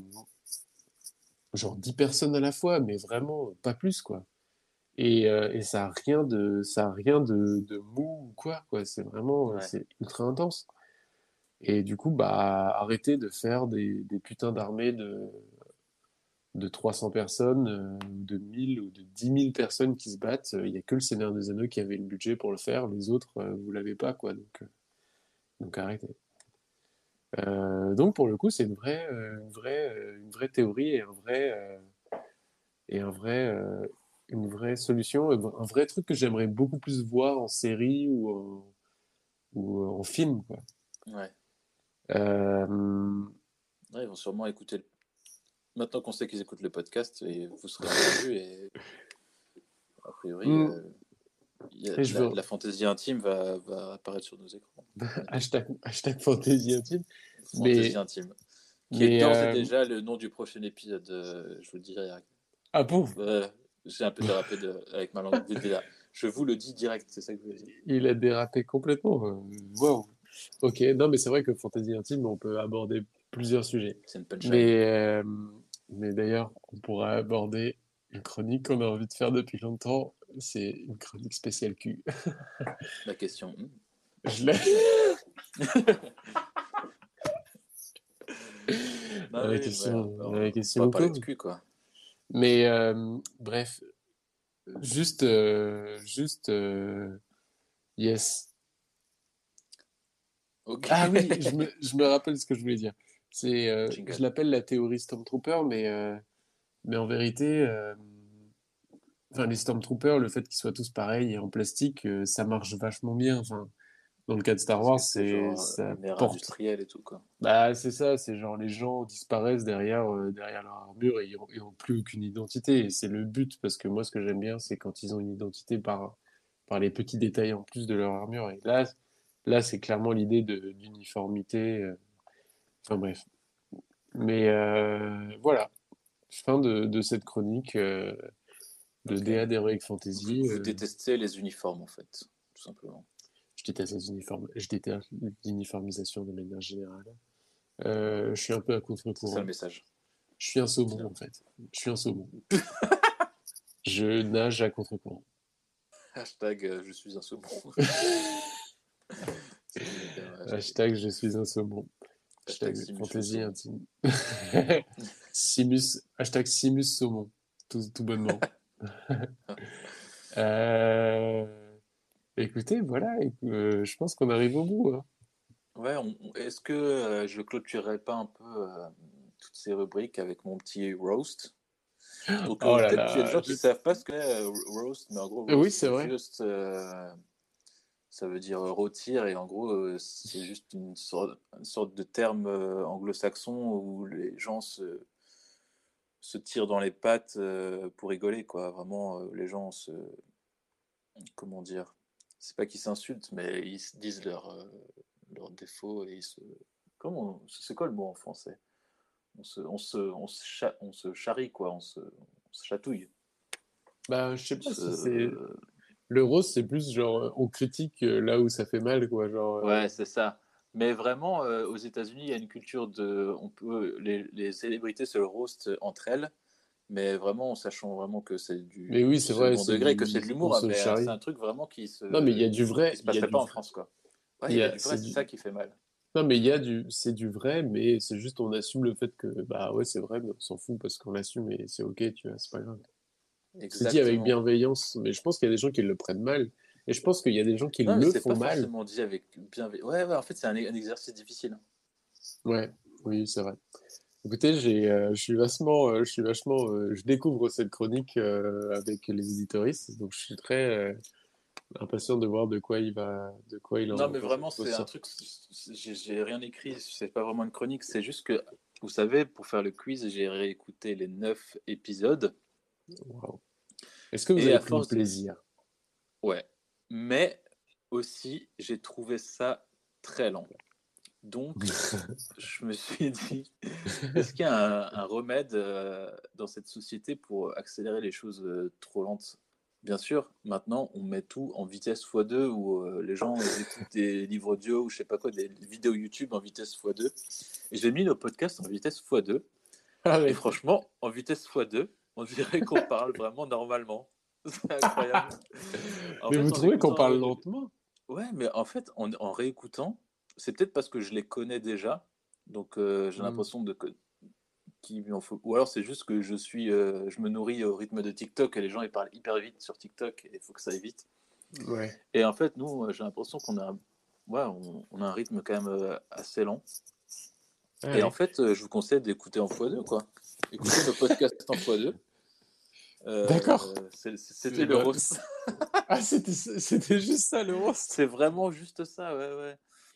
genre dix personnes à la fois, mais vraiment pas plus quoi. Et, euh, et ça a rien de ça a rien de, de mou ou quoi quoi. C'est vraiment euh, Ouais. c'est ultra intense. Et du coup bah arrêtez de faire des, des putains d'armées de de trois cents personnes, euh, ou de mille ou de dix mille personnes qui se battent. Il y a que le Seigneur des Anneaux qui avait le budget pour le faire. Les autres, euh, vous l'avez pas quoi. Donc euh, donc arrêtez. Euh, donc pour le coup, c'est une vraie, euh, une vraie, euh, une vraie théorie et un vrai, euh, et un vrai, euh, une vraie solution, un vrai truc que j'aimerais beaucoup plus voir en série ou en, ou en film, quoi. Ouais. Euh, Ouais, ils vont sûrement écouter. Le... Maintenant qu'on sait qu'ils écoutent le podcast, et vous serez entendus et a priori, mm, euh, il y a et je la, veux la fantaisie intime va, va apparaître sur nos écrans. hashtag, hashtag fantaisie intime, Fantaisie mais, intime, qui est mais d'ores et euh, déjà le nom du prochain épisode. euh, je vous le dis direct. ah bon, Euh, j'ai un peu dérapé de, avec ma langue. Déjà. Je vous le dis direct, c'est ça que je veux dire. il a dérapé complètement. euh, Wow. Ok, non, mais c'est vrai que fantaisie intime, on peut aborder plusieurs sujets. C'est une punchline. Mais, euh, mais d'ailleurs, on pourra aborder une chronique qu'on a envie de faire depuis longtemps. C'est une chronique spéciale cul. La question. hmm. Je l'ai. Bah La oui, question, ouais, on, la on question va au parler de cul. cul, quoi. Mais euh, bref, juste, euh, juste, euh, yes. Ok. Ah oui, je me, je me rappelle ce que je voulais dire. C'est, euh, Jingle. je l'appelle la théorie Stormtrooper, mais, euh, mais en vérité, euh, enfin, les Stormtroopers, le fait qu'ils soient tous pareils et en plastique, euh, ça marche vachement bien. Enfin, dans le cas de Star Parce Wars, que c'est c'est, genre euh, ça une ère porte. industrielle et tout, quoi. Bah, c'est ça, c'est genre les gens disparaissent derrière, euh, derrière leur armure et ils ont, ils ont plus aucune identité. Et c'est le but, parce que moi, ce que j'aime bien, c'est quand ils ont une identité par, par les petits détails en plus de leur armure. Et là, là c'est clairement l'idée de d'uniformité. euh, Enfin bref. Mais euh, voilà, fin de, de cette chronique euh, de Ok. D A d'Heroic Vous, Fantasy. vous euh, détestez les uniformes, en fait, tout simplement. je déteste les uniformes, je déteste l'uniformisation de manière générale. Euh, je suis un peu à C'est ça le contre-courant. message. Je suis un saumon, Bien. en fait. Je suis un saumon. Je nage à contre-courant. Hashtag euh, je suis un saumon. C'est bien, ouais, hashtag. Hashtag je suis un saumon. Hashtag Hashtag Simus le fantaisie saumon. intime. Simus, hashtag Simus saumon. Tout, tout bonnement. euh... Écoutez, voilà, et, euh, je pense qu'on arrive au bout. Hein. Ouais, on- on- est-ce que euh, je clôturerai pas un peu euh, toutes ces rubriques avec mon petit roast? Donc Oh euh, là peut-être qu'il y a des là. gens qui je- savent pas ce qu'est euh, roast, mais en gros Oui, roast c'est c'est vrai. juste, euh, ça veut dire euh, rôtir et en gros euh, c'est juste une sorte, une sorte de terme euh, anglo-saxon où les gens se, se tirent dans les pattes euh, pour rigoler quoi. Vraiment euh, les gens se, comment dire, c'est pas qu'ils s'insultent mais ils se disent leurs euh, leurs défauts et ils se, comment, c'est quoi le mot en français? on se, on se, on se, cha- on se charrie, quoi, on se, on se chatouille. Bah, je sais pas On si se- c'est. Le roast, c'est plus genre, euh, on critique euh, là où ça fait mal, quoi. Genre, euh, Ouais, c'est ça. Mais vraiment, euh, aux États-Unis, il y a une culture de, on peut, les, les célébrités se roast entre elles, mais vraiment en sachant vraiment que c'est du, Mais oui, du c'est vrai, second c'est degré, du. que c'est de On l'humour, hein, se mais euh, c'est charrie. un truc vraiment qui se, Non, mais il y a du qui vrai. se Il y a passerait du pas en vrai. France, quoi. Ouais, Il il y y a a, du c'est vrai, c'est du. ça qui fait mal. Non, mais il y a du. C'est du vrai, mais c'est juste on assume le fait que, bah ouais, c'est vrai, mais on s'en fout parce qu'on l'assume et c'est ok, tu vois, c'est pas grave. C'est dit avec Exactement. bienveillance, mais je pense qu'il y a des gens qui le prennent mal. Et je pense qu'il y a des gens qui Non, mais le c'est font pas mal. forcément dit avec bienveillance. Ouais, ouais, en fait, c'est un, un exercice difficile. Ouais, oui, c'est vrai. Écoutez, j'ai, euh, je suis vachement, euh, je suis vachement, euh, je découvre cette chronique euh, avec les éditoristes, donc je suis très euh, impatient de voir de quoi il va, de quoi il Non, en mais vraiment, c'est un ressort. truc, c'est- j'ai j'ai rien écrit, c'est pas vraiment une chronique, c'est juste que, vous savez, pour faire le quiz, j'ai réécouté les neuf épisodes, Waouh. Est-ce que vous et avez à pris du force de... plaisir? Ouais. Mais aussi, j'ai trouvé ça très lent. Donc, je me suis dit, est-ce qu'il y a un, un remède euh, dans cette société pour accélérer les choses euh, trop lentes? Bien sûr, maintenant, on met tout en vitesse fois deux, où euh, les gens ils écoutent des livres audio ou je sais pas quoi, des vidéos YouTube en vitesse fois deux. Et j'ai mis nos podcasts en vitesse fois deux. Ah Et ouais. franchement, en vitesse fois deux, on dirait qu'on parle vraiment normalement. C'est incroyable. En Mais fait, vous en trouvez qu'on écoutant... parle euh, lentement? Ouais, mais en fait, en, en réécoutant, c'est peut-être parce que je les connais déjà. Donc, euh, j'ai Hmm. l'impression de que qu'il m'en faut. Ou alors, c'est juste que je suis, euh, je me nourris au rythme de TikTok et les gens ils parlent hyper vite sur TikTok et il faut que ça aille vite. Ouais. Et en fait, nous, euh, j'ai l'impression qu'on a, un- ouais, on, on a un rythme quand même euh, assez lent. Ah Et en ouais. fait, euh, je vous conseille d'écouter en fois deux, quoi. Écoutez nos podcasts en fois deux. D'accord. Euh, c'est- C'est c'était le vrai. roast. Ah, c'était, c'était juste ça le roast. C'est vraiment juste ça, ouais, ouais.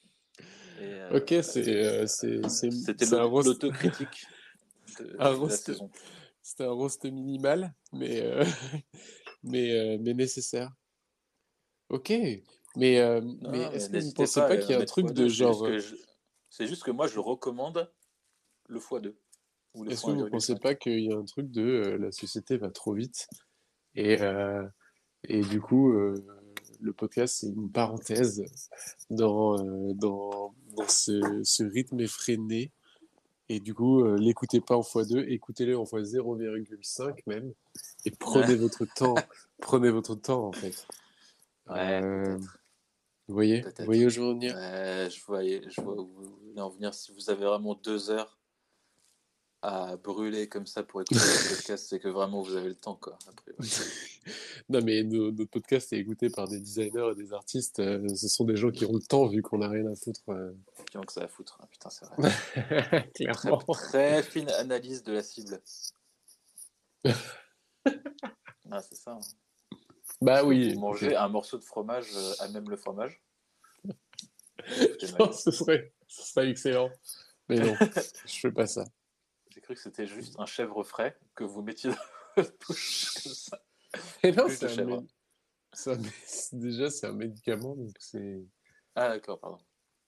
Et, euh, Ok, c'est, euh, c'est, c'est, c'était c'est un l'aut- roast, l'autocritique de, un de la roast, saison. c'était un roast minimal, mais, euh, mais, euh, mais nécessaire. Ok, mais, euh, mais Non, mais est-ce que vous ne n'hésitez pensez pas pas à qu'il y a un mettre truc fois deux. de C'est juste genre, euh, que je... c'est juste que moi, je recommande le fois deux ou le est-ce que fois vous ne pensez un virgule cinq. pas qu'il y a un truc de euh, la société va trop vite et, euh, et du coup, euh, le podcast, c'est une parenthèse dans, euh, dans, dans ce, ce rythme effréné. Et du coup, euh, l'écoutez pas en fois deux, écoutez-le en fois zéro virgule cinq même. Et prenez votre temps. Prenez votre temps, en fait. Ouais, Euh, peut-être. vous voyez? Vous Peut-être. voyez où je veux en venir? Ouais, je vois, je vois où vous voulez en venir. Si vous avez vraiment deux heures à brûler comme ça pour écouter notre podcast, c'est que vraiment vous avez le temps, quoi, a priori. Non, mais nos- notre podcast est écouté par des designers et des artistes. euh, ce sont des gens qui ont le temps, vu qu'on n'a rien à foutre. euh. Qui ont que ça à foutre. Ah, putain, c'est vrai. Très, Clairement. très fine analyse de la cible. Ah, c'est ça. hein. Bah Est-ce que oui, vous mangez écoutez. un morceau de fromage euh, à même le fromage? Je pense que ce serait, ce serait excellent. Mais non, je fais pas ça. J'ai cru que c'était juste un chèvre frais que vous mettiez dans votre bouche comme ça. Et non, Bûche c'est de un, chèvre. mé- c'est un mé- c'est- déjà, c'est un médicament, donc c'est... Ah, d'accord, pardon.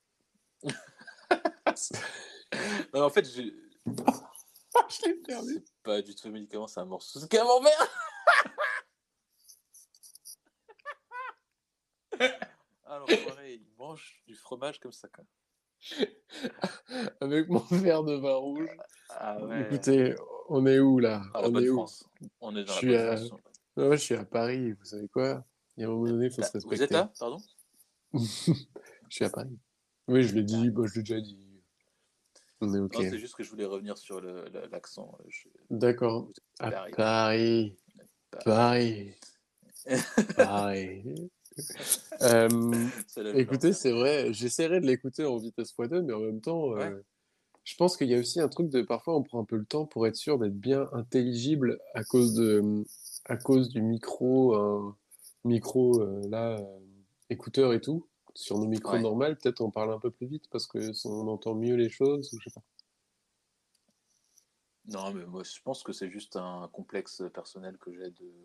Non, en fait, j'ai... Je l'ai perdu. c'est pas du tout un médicament, c'est un morceau de camembert. Ah, l'enfoiré, il mange du fromage comme ça, quoi. Avec mon verre de vin rouge. Ah ouais. Écoutez, on est où là? Ah, la On bonne est où? France. On est Je dans la suis bonne à... France. Ouais, je suis à Paris, vous savez quoi? Il y a un moment donné, il faut se Là, vous êtes respecter. là, pardon? Je suis à Paris. Oui, je l'ai dit, bah, je l'ai déjà dit. On est ok. Non, c'est juste que je voulais revenir sur le, le- l'accent. Je... D'accord. Vous êtes À Paris. Paris. Paris. Paris. Paris. Euh, C'est la violence. écoutez, c'est vrai, j'essaierai de l'écouter en vitesse fois deux, mais en même temps, euh, Ouais. je pense qu'il y a aussi un truc de parfois on prend un peu le temps pour être sûr d'être bien intelligible à cause de, à cause du micro, euh, micro euh, là, euh, écouteur et tout. Sur nos micros Ouais. normaux, peut-être on parle un peu plus vite parce que on entend mieux les choses, ou je sais pas. Non, mais moi, je pense que c'est juste un complexe personnel que j'ai de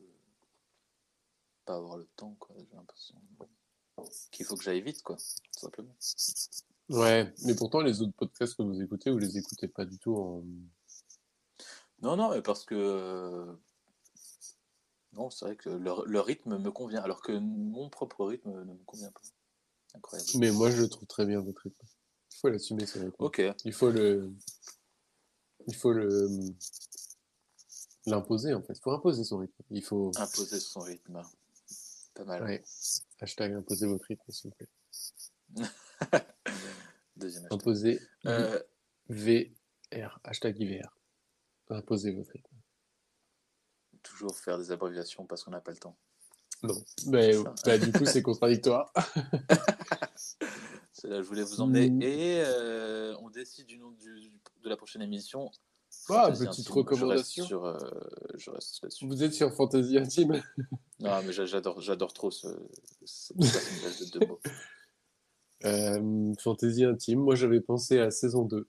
pas avoir le temps, quoi. J'ai l'impression qu'il faut que j'aille vite, quoi, tout simplement. Ouais, mais pourtant, les autres podcasts que vous écoutez, vous les écoutez pas du tout en... Non, non, mais parce que euh, non, c'est vrai que le, le rythme me convient, alors que mon propre rythme ne me convient pas. Incroyable. Mais moi, je le trouve très bien, votre rythme. Il faut l'assumer, ce rythme. Ok. Il faut le... Il faut le... l'imposer, en fait. Il faut imposer son rythme. Il faut... Imposer son rythme. Pas mal. Ouais. Hashtag imposer votre rythme, s'il vous plaît. Deuxième hashtag. Imposer Euh, V R. Hashtag I V R. Imposer votre rythme. Toujours faire des abréviations parce qu'on n'a pas le temps. Non. Mais bah, du coup, c'est contradictoire. C'est là que je voulais vous emmener. Mm. Et euh, on décide du nom du, de la prochaine émission. Ah, Fantasy petite intime. recommandation. Je reste, sur, euh, je reste là-dessus. Vous êtes sur Fantasy Intime. Non, mais j'adore, j'adore trop ce, ce personnage de deux mots. Euh, Fantasy Intime. Moi, j'avais pensé à saison deux.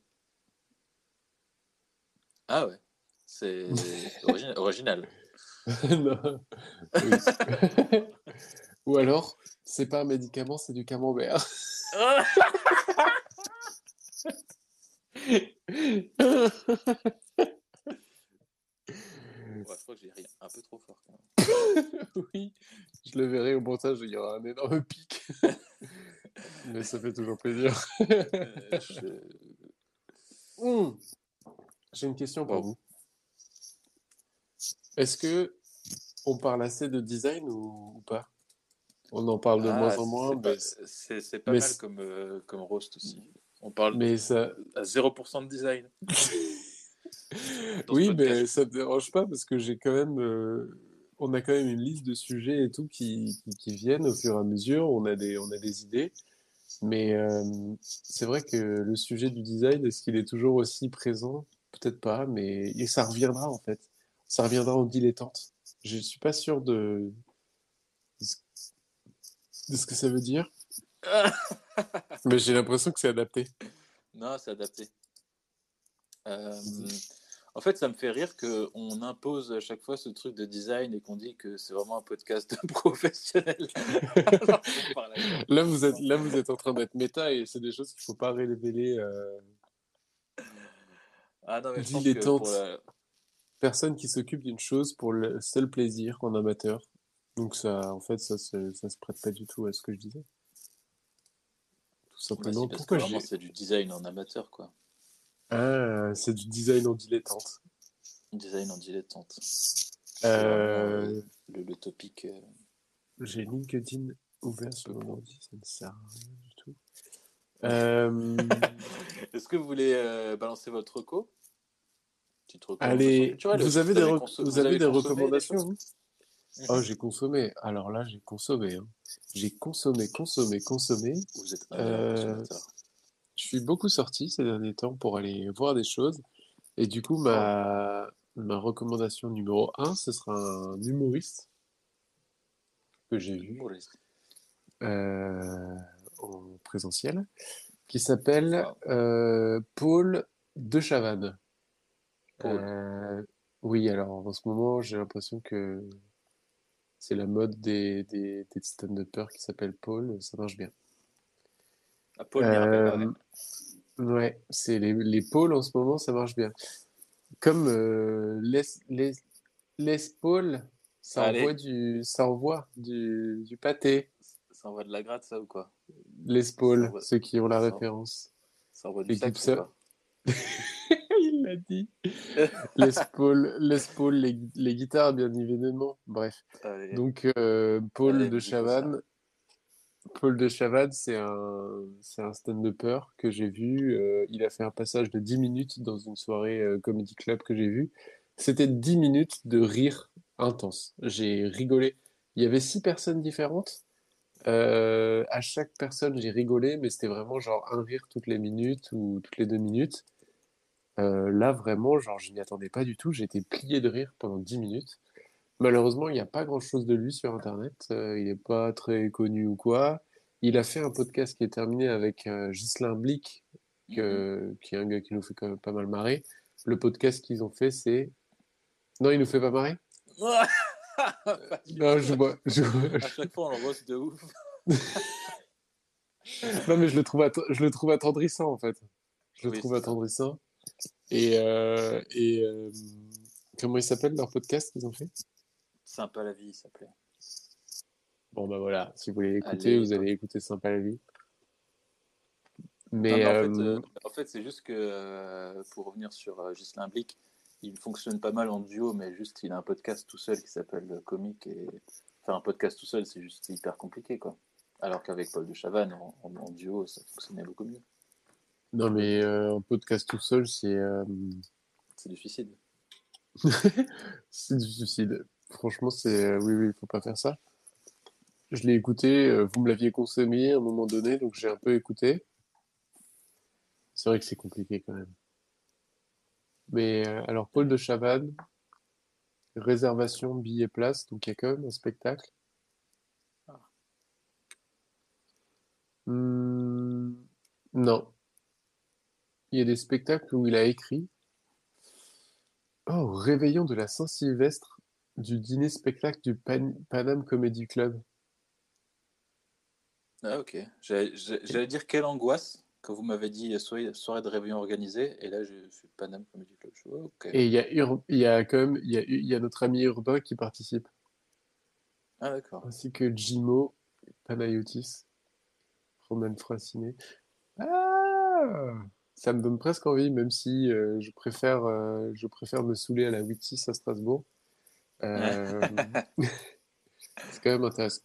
Ah ouais, c'est origi- original. Non. Oui. Ou alors, c'est pas un médicament, c'est du camembert. Ouais, je crois que j'ai ri un peu trop fort quand même. Oui, je le verrai au montage, il y aura un énorme pic. Mais ça fait toujours plaisir. Euh, je... Mmh. J'ai une question pour Wow. vous. Est-ce que on parle assez de design ou, ou pas? On en parle de Ah, moins en moins, c'est mais, pas, c'est, c'est pas mais, mal comme, euh, comme roast aussi. On parle mais ça... à zéro pour cent de design. Dans ce Oui, podcast. mais ça me dérange pas parce que j'ai quand même, euh, on a quand même une liste de sujets et tout qui, qui, qui viennent au fur et à mesure. On a des, on a des idées, mais euh, c'est vrai que le sujet du design, est-ce qu'il est toujours aussi présent? Peut-être pas, mais et ça reviendra en fait. Ça reviendra en dilettante. Je suis pas sûr de de ce que ça veut dire, mais j'ai l'impression que c'est adapté. Non, c'est adapté. Euh, en fait, ça me fait rire qu'on impose à chaque fois ce truc de design et qu'on dit que c'est vraiment un podcast de professionnels. Alors qu'on parle à- Là, vous êtes, là, vous êtes en train d'être méta et c'est des choses qu'il faut pas révéler. Euh... Ah non, mais je pense que Dilettante. pour la... Personne qui s'occupe d'une chose pour le seul plaisir en amateur. Donc ça, en fait, ça se, ça se prête pas du tout à ce que je disais. Tout Bah, simplement. si, parce Pourquoi que vraiment, j'ai... c'est du design en amateur, quoi. Ah, c'est du design en dilettante. Design en dilettante. C'est Euh... vraiment, euh, le, le topic. Euh... J'ai LinkedIn ouvert sur mon ordi, ça ne sert à rien du tout. Euh... Est-ce que vous voulez euh, balancer votre reco? Petite reco Allez, culturelle. vous avez des, avez rec- conso- vous vous avez avez des consommé des recommandations, choses vous? Oh, j'ai consommé. Alors là, j'ai consommé. Hein. J'ai consommé, consommé, consommé. Vous êtes un Euh, consommateur. Je suis beaucoup sorti ces derniers temps pour aller voir des choses. Et du coup, ma, ma recommandation numéro un, ce sera un humoriste que j'ai vu Humoriste. euh, en présentiel, qui s'appelle Wow. euh, Paul de Chavannes. Paul. Euh, oui, alors en ce moment, j'ai l'impression que c'est la mode des, des, des stand-uppers qui s'appelle Paul, ça marche bien. Ah, Paul Mirabel, Euh, ouais. ouais, c'est les, les Pauls en ce moment, ça marche bien. Comme euh, les, les, les Pauls, ça Allez. envoie du, ça envoie du, du pâté. Ça envoie de la gratte, ça, ou quoi? Les Ça Pauls, envoie- ceux qui ont la ça- référence. Ça envoie du Équipe sexe, ou ça. quoi? Il l'a dit. Les Pauls, les Pauls, les, les guitares, bien évidemment. Bref. Allez. Donc, euh, Paul Allez, de musique au Chavannes, Paul de Chavannes, c'est un, c'est un stand-upper que j'ai vu. Euh, il a fait un passage de dix minutes dans une soirée euh, Comedy Club que j'ai vue. C'était dix minutes de rire intense. J'ai rigolé. Il y avait six personnes différentes. Euh, à chaque personne, j'ai rigolé, mais c'était vraiment genre un rire toutes les minutes ou toutes les deux minutes. Euh, là, vraiment, genre, je n'y attendais pas du tout. J'étais plié de rire pendant dix minutes. Malheureusement, il n'y a pas grand-chose de lui sur Internet. Euh, il n'est pas très connu ou quoi. Il a fait un podcast qui est terminé avec euh, Ghislain Blic, que- qui est un gars qui nous fait quand même pas mal marrer. Le podcast qu'ils ont fait, c'est... Non, il nous fait pas marrer? Pas du Non, tout. je vois. Je vois. À chaque fois, on le roast de ouf. Non, mais je le trouve, att- je le trouve attendrissant, en fait. Je le Oui, trouve c'est ça. attendrissant. Et, euh, et euh, comment il s'appelle leur podcast qu'ils ont fait? Sympa la vie, il s'appelait. Bon, bah voilà, si vous voulez écouter, Allez, vous top. allez écouter Sympa la vie. Non, Mais mais en fait, euh, euh, en fait c'est juste que, euh, pour revenir sur euh, Ghislain Blic, il fonctionne pas mal en duo, mais juste il a un podcast tout seul qui s'appelle euh, Comique. Et... Enfin, un podcast tout seul, c'est juste hyper compliqué, quoi. Alors qu'avec Paul de Chavannes, en, en- en duo, ça fonctionnait beaucoup mieux. non, mais euh, un podcast tout seul, c'est euh, C'est du suicide. c'est du suicide. Franchement, c'est euh, oui, oui, il faut pas faire ça. Je l'ai écouté, euh, vous me l'aviez conseillé à un moment donné, donc j'ai un peu écouté. C'est vrai que c'est compliqué quand même. Mais euh, alors, Paul de Chavannes, réservation, billets, place, donc il y a quand même un spectacle. Hmm, non, il y a des spectacles où il a écrit. Oh, réveillon de la Saint-Sylvestre du dîner-spectacle du Pan- Paname Comedy Club. Ah, ok. J'allais j'allais- j'allais dire quelle angoisse quand vous m'avez dit soirée, soirée de réveillon organisée, et là je suis Paname Comedy Club. Je suis, oh, ok. Et il y a, Ur- il y a quand même, il y a, il y a notre ami Urbain qui participe, Ah, d'accord. ainsi que Jimo, Panayotis, Roman Frassinet. Ah! Ça me donne presque envie, même si euh, je préfère, euh, je préfère me saouler à la Wittis à Strasbourg. Euh, c'est quand même intéressant.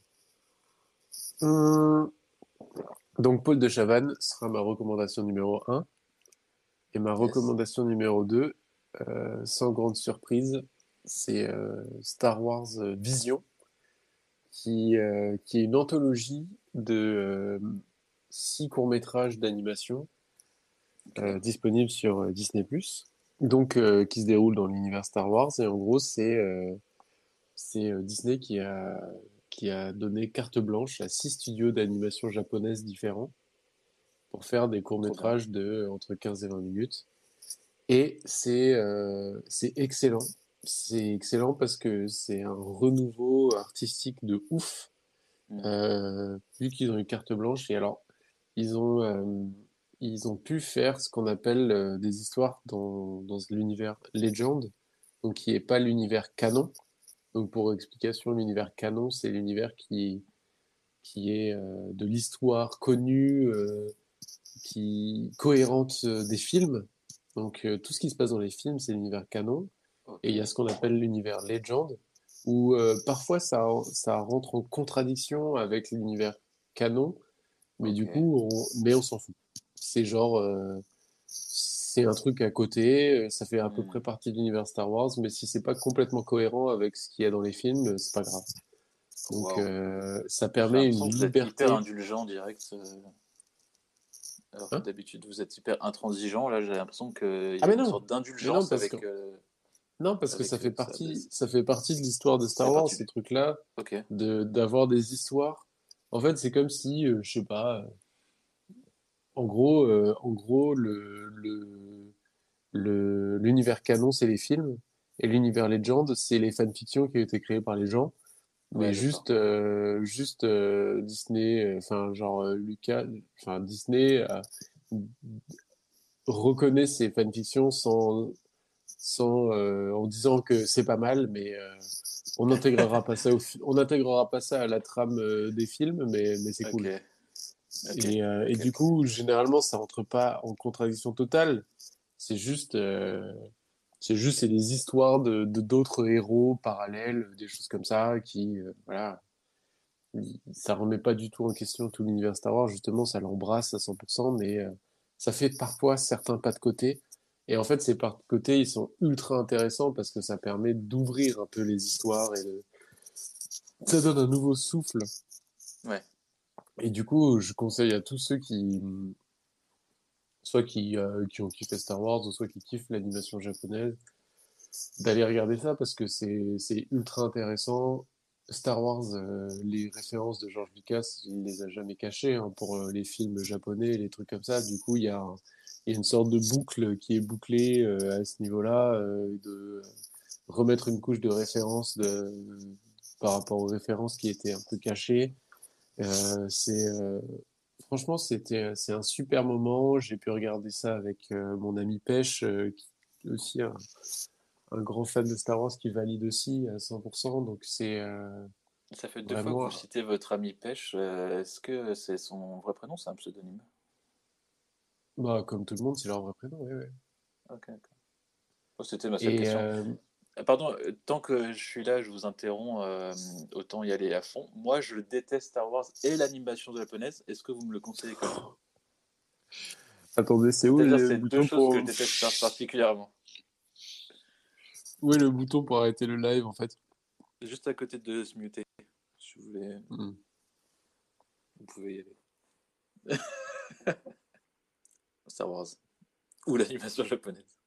Hum, Donc, Paul de Chavannes sera ma recommandation numéro un. Et ma Yes. recommandation numéro deux, euh, sans grande surprise, c'est euh, Star Wars euh, Vision, qui, euh, qui est une anthologie de euh, six courts-métrages d'animation euh, disponibles sur euh, Disney+, donc euh, qui se déroule dans l'univers Star Wars. Et en gros, c'est euh, c'est euh, Disney qui a, qui a donné carte blanche à six studios d'animation japonaises différents pour faire des courts-métrages de euh, entre quinze et vingt minutes. Et c'est euh, c'est excellent. C'est excellent parce que c'est un renouveau artistique de ouf. Mm. Euh, vu qu'ils ont une carte blanche. Et alors, ils ont, euh, ils ont pu faire ce qu'on appelle euh, des histoires dans, dans l'univers Legend, donc qui est pas l'univers canon. Donc pour explication, l'univers canon, c'est l'univers qui, qui est euh, de l'histoire connue, euh, qui cohérente euh, des films. Donc euh, tout ce qui se passe dans les films, c'est l'univers canon. Ok. Et il y a ce qu'on appelle l'univers Legend, où euh, parfois ça, ça rentre en contradiction avec l'univers canon, mais du Ok. coup, on, mais on s'en fout. C'est genre, euh, c'est un truc à côté, euh, ça fait à peu Mm. près partie de l'univers Star Wars, mais si c'est pas complètement cohérent avec ce qu'il y a dans les films, euh, c'est pas grave. Donc Wow. euh, ça J'ai permet une l'impression que vous êtes liberté. hyper indulgent direct. euh, Alors que Hein d'habitude vous êtes hyper intransigeant. Là, j'ai l'impression qu'il y Ah a mais une non, sorte mais non d'indulgence parce que avec. euh, non parce que avec ça fait euh, ça, partie, ça- ça fait partie de l'histoire de c'est Star Wars, parti ces du. trucs-là, Ok. de d'avoir des histoires. En fait, c'est comme si, euh, je sais pas, euh, en gros, euh, en gros, le le le l'univers canon, c'est les films, et l'univers Legend, c'est les fanfictions qui ont été créées par les gens. Ouais, Mais d'accord. juste, euh, juste euh, Disney, euh, enfin genre euh, Lucas, enfin Disney euh, reconnaît ces fanfictions sans, sans euh, en disant que c'est pas mal, mais euh, on n'intégrera pas ça au, fi- on n'intégrera pas ça à la trame euh, des films, mais mais c'est Ok. cool. Ok. Et, euh, et Ok. du coup, généralement, ça rentre pas en contradiction totale. C'est juste, euh, c'est juste, c'est des histoires de de- d'autres héros parallèles, des choses comme ça, qui, euh, voilà. Ça remet pas du tout en question tout l'univers Star Wars, justement, ça l'embrasse à cent pour cent, mais euh, ça fait parfois certains pas de côté. Et en fait, ces pas de côté, ils sont ultra intéressants parce que ça permet d'ouvrir un peu les histoires et de... ça donne un nouveau souffle. Ouais. Et du coup, je conseille à tous ceux qui, soit qui, euh, qui ont kiffé Star Wars, ou soit qui kiffent l'animation japonaise, d'aller regarder ça parce que c'est c'est ultra intéressant. Star Wars, euh, les références de George Lucas, il les a jamais cachées hein, pour euh, les films japonais et les trucs comme ça. Du coup, il y a, un- il y a une sorte de boucle qui est bouclée euh, à ce niveau-là, euh, de remettre une couche de référence de, par rapport aux références qui étaient un peu cachées. Euh, c'est euh, franchement, c'était, c'est un super moment. J'ai pu regarder ça avec euh, mon ami Pêche, euh, qui est aussi un, un grand fan de Star Wars, qui valide aussi à cent pour cent. Donc c'est euh, Ça fait deux fois que vraiment, vous citez votre ami Pêche. Euh, est-ce que c'est son vrai prénom, c'est un pseudonyme? bah, comme tout le monde, c'est leur vrai prénom. Ouais, ouais. Ok, d'accord. Oh, c'était ma seule Et question. euh, Euh, Pardon, euh, tant que je suis là, je vous interromps, euh, autant y aller à fond. Moi, je déteste Star Wars et l'animation japonaise. Est-ce que vous me le conseillez quand même? attendez, c'est où C'est-à-dire, le c'est deux bouton choses que pour je déteste par- particulièrement. où est le bouton pour arrêter le live en fait? Juste à côté de se muter. Si vous voulez, Hmm. vous pouvez y aller. Star Wars. Ou l'animation japonaise.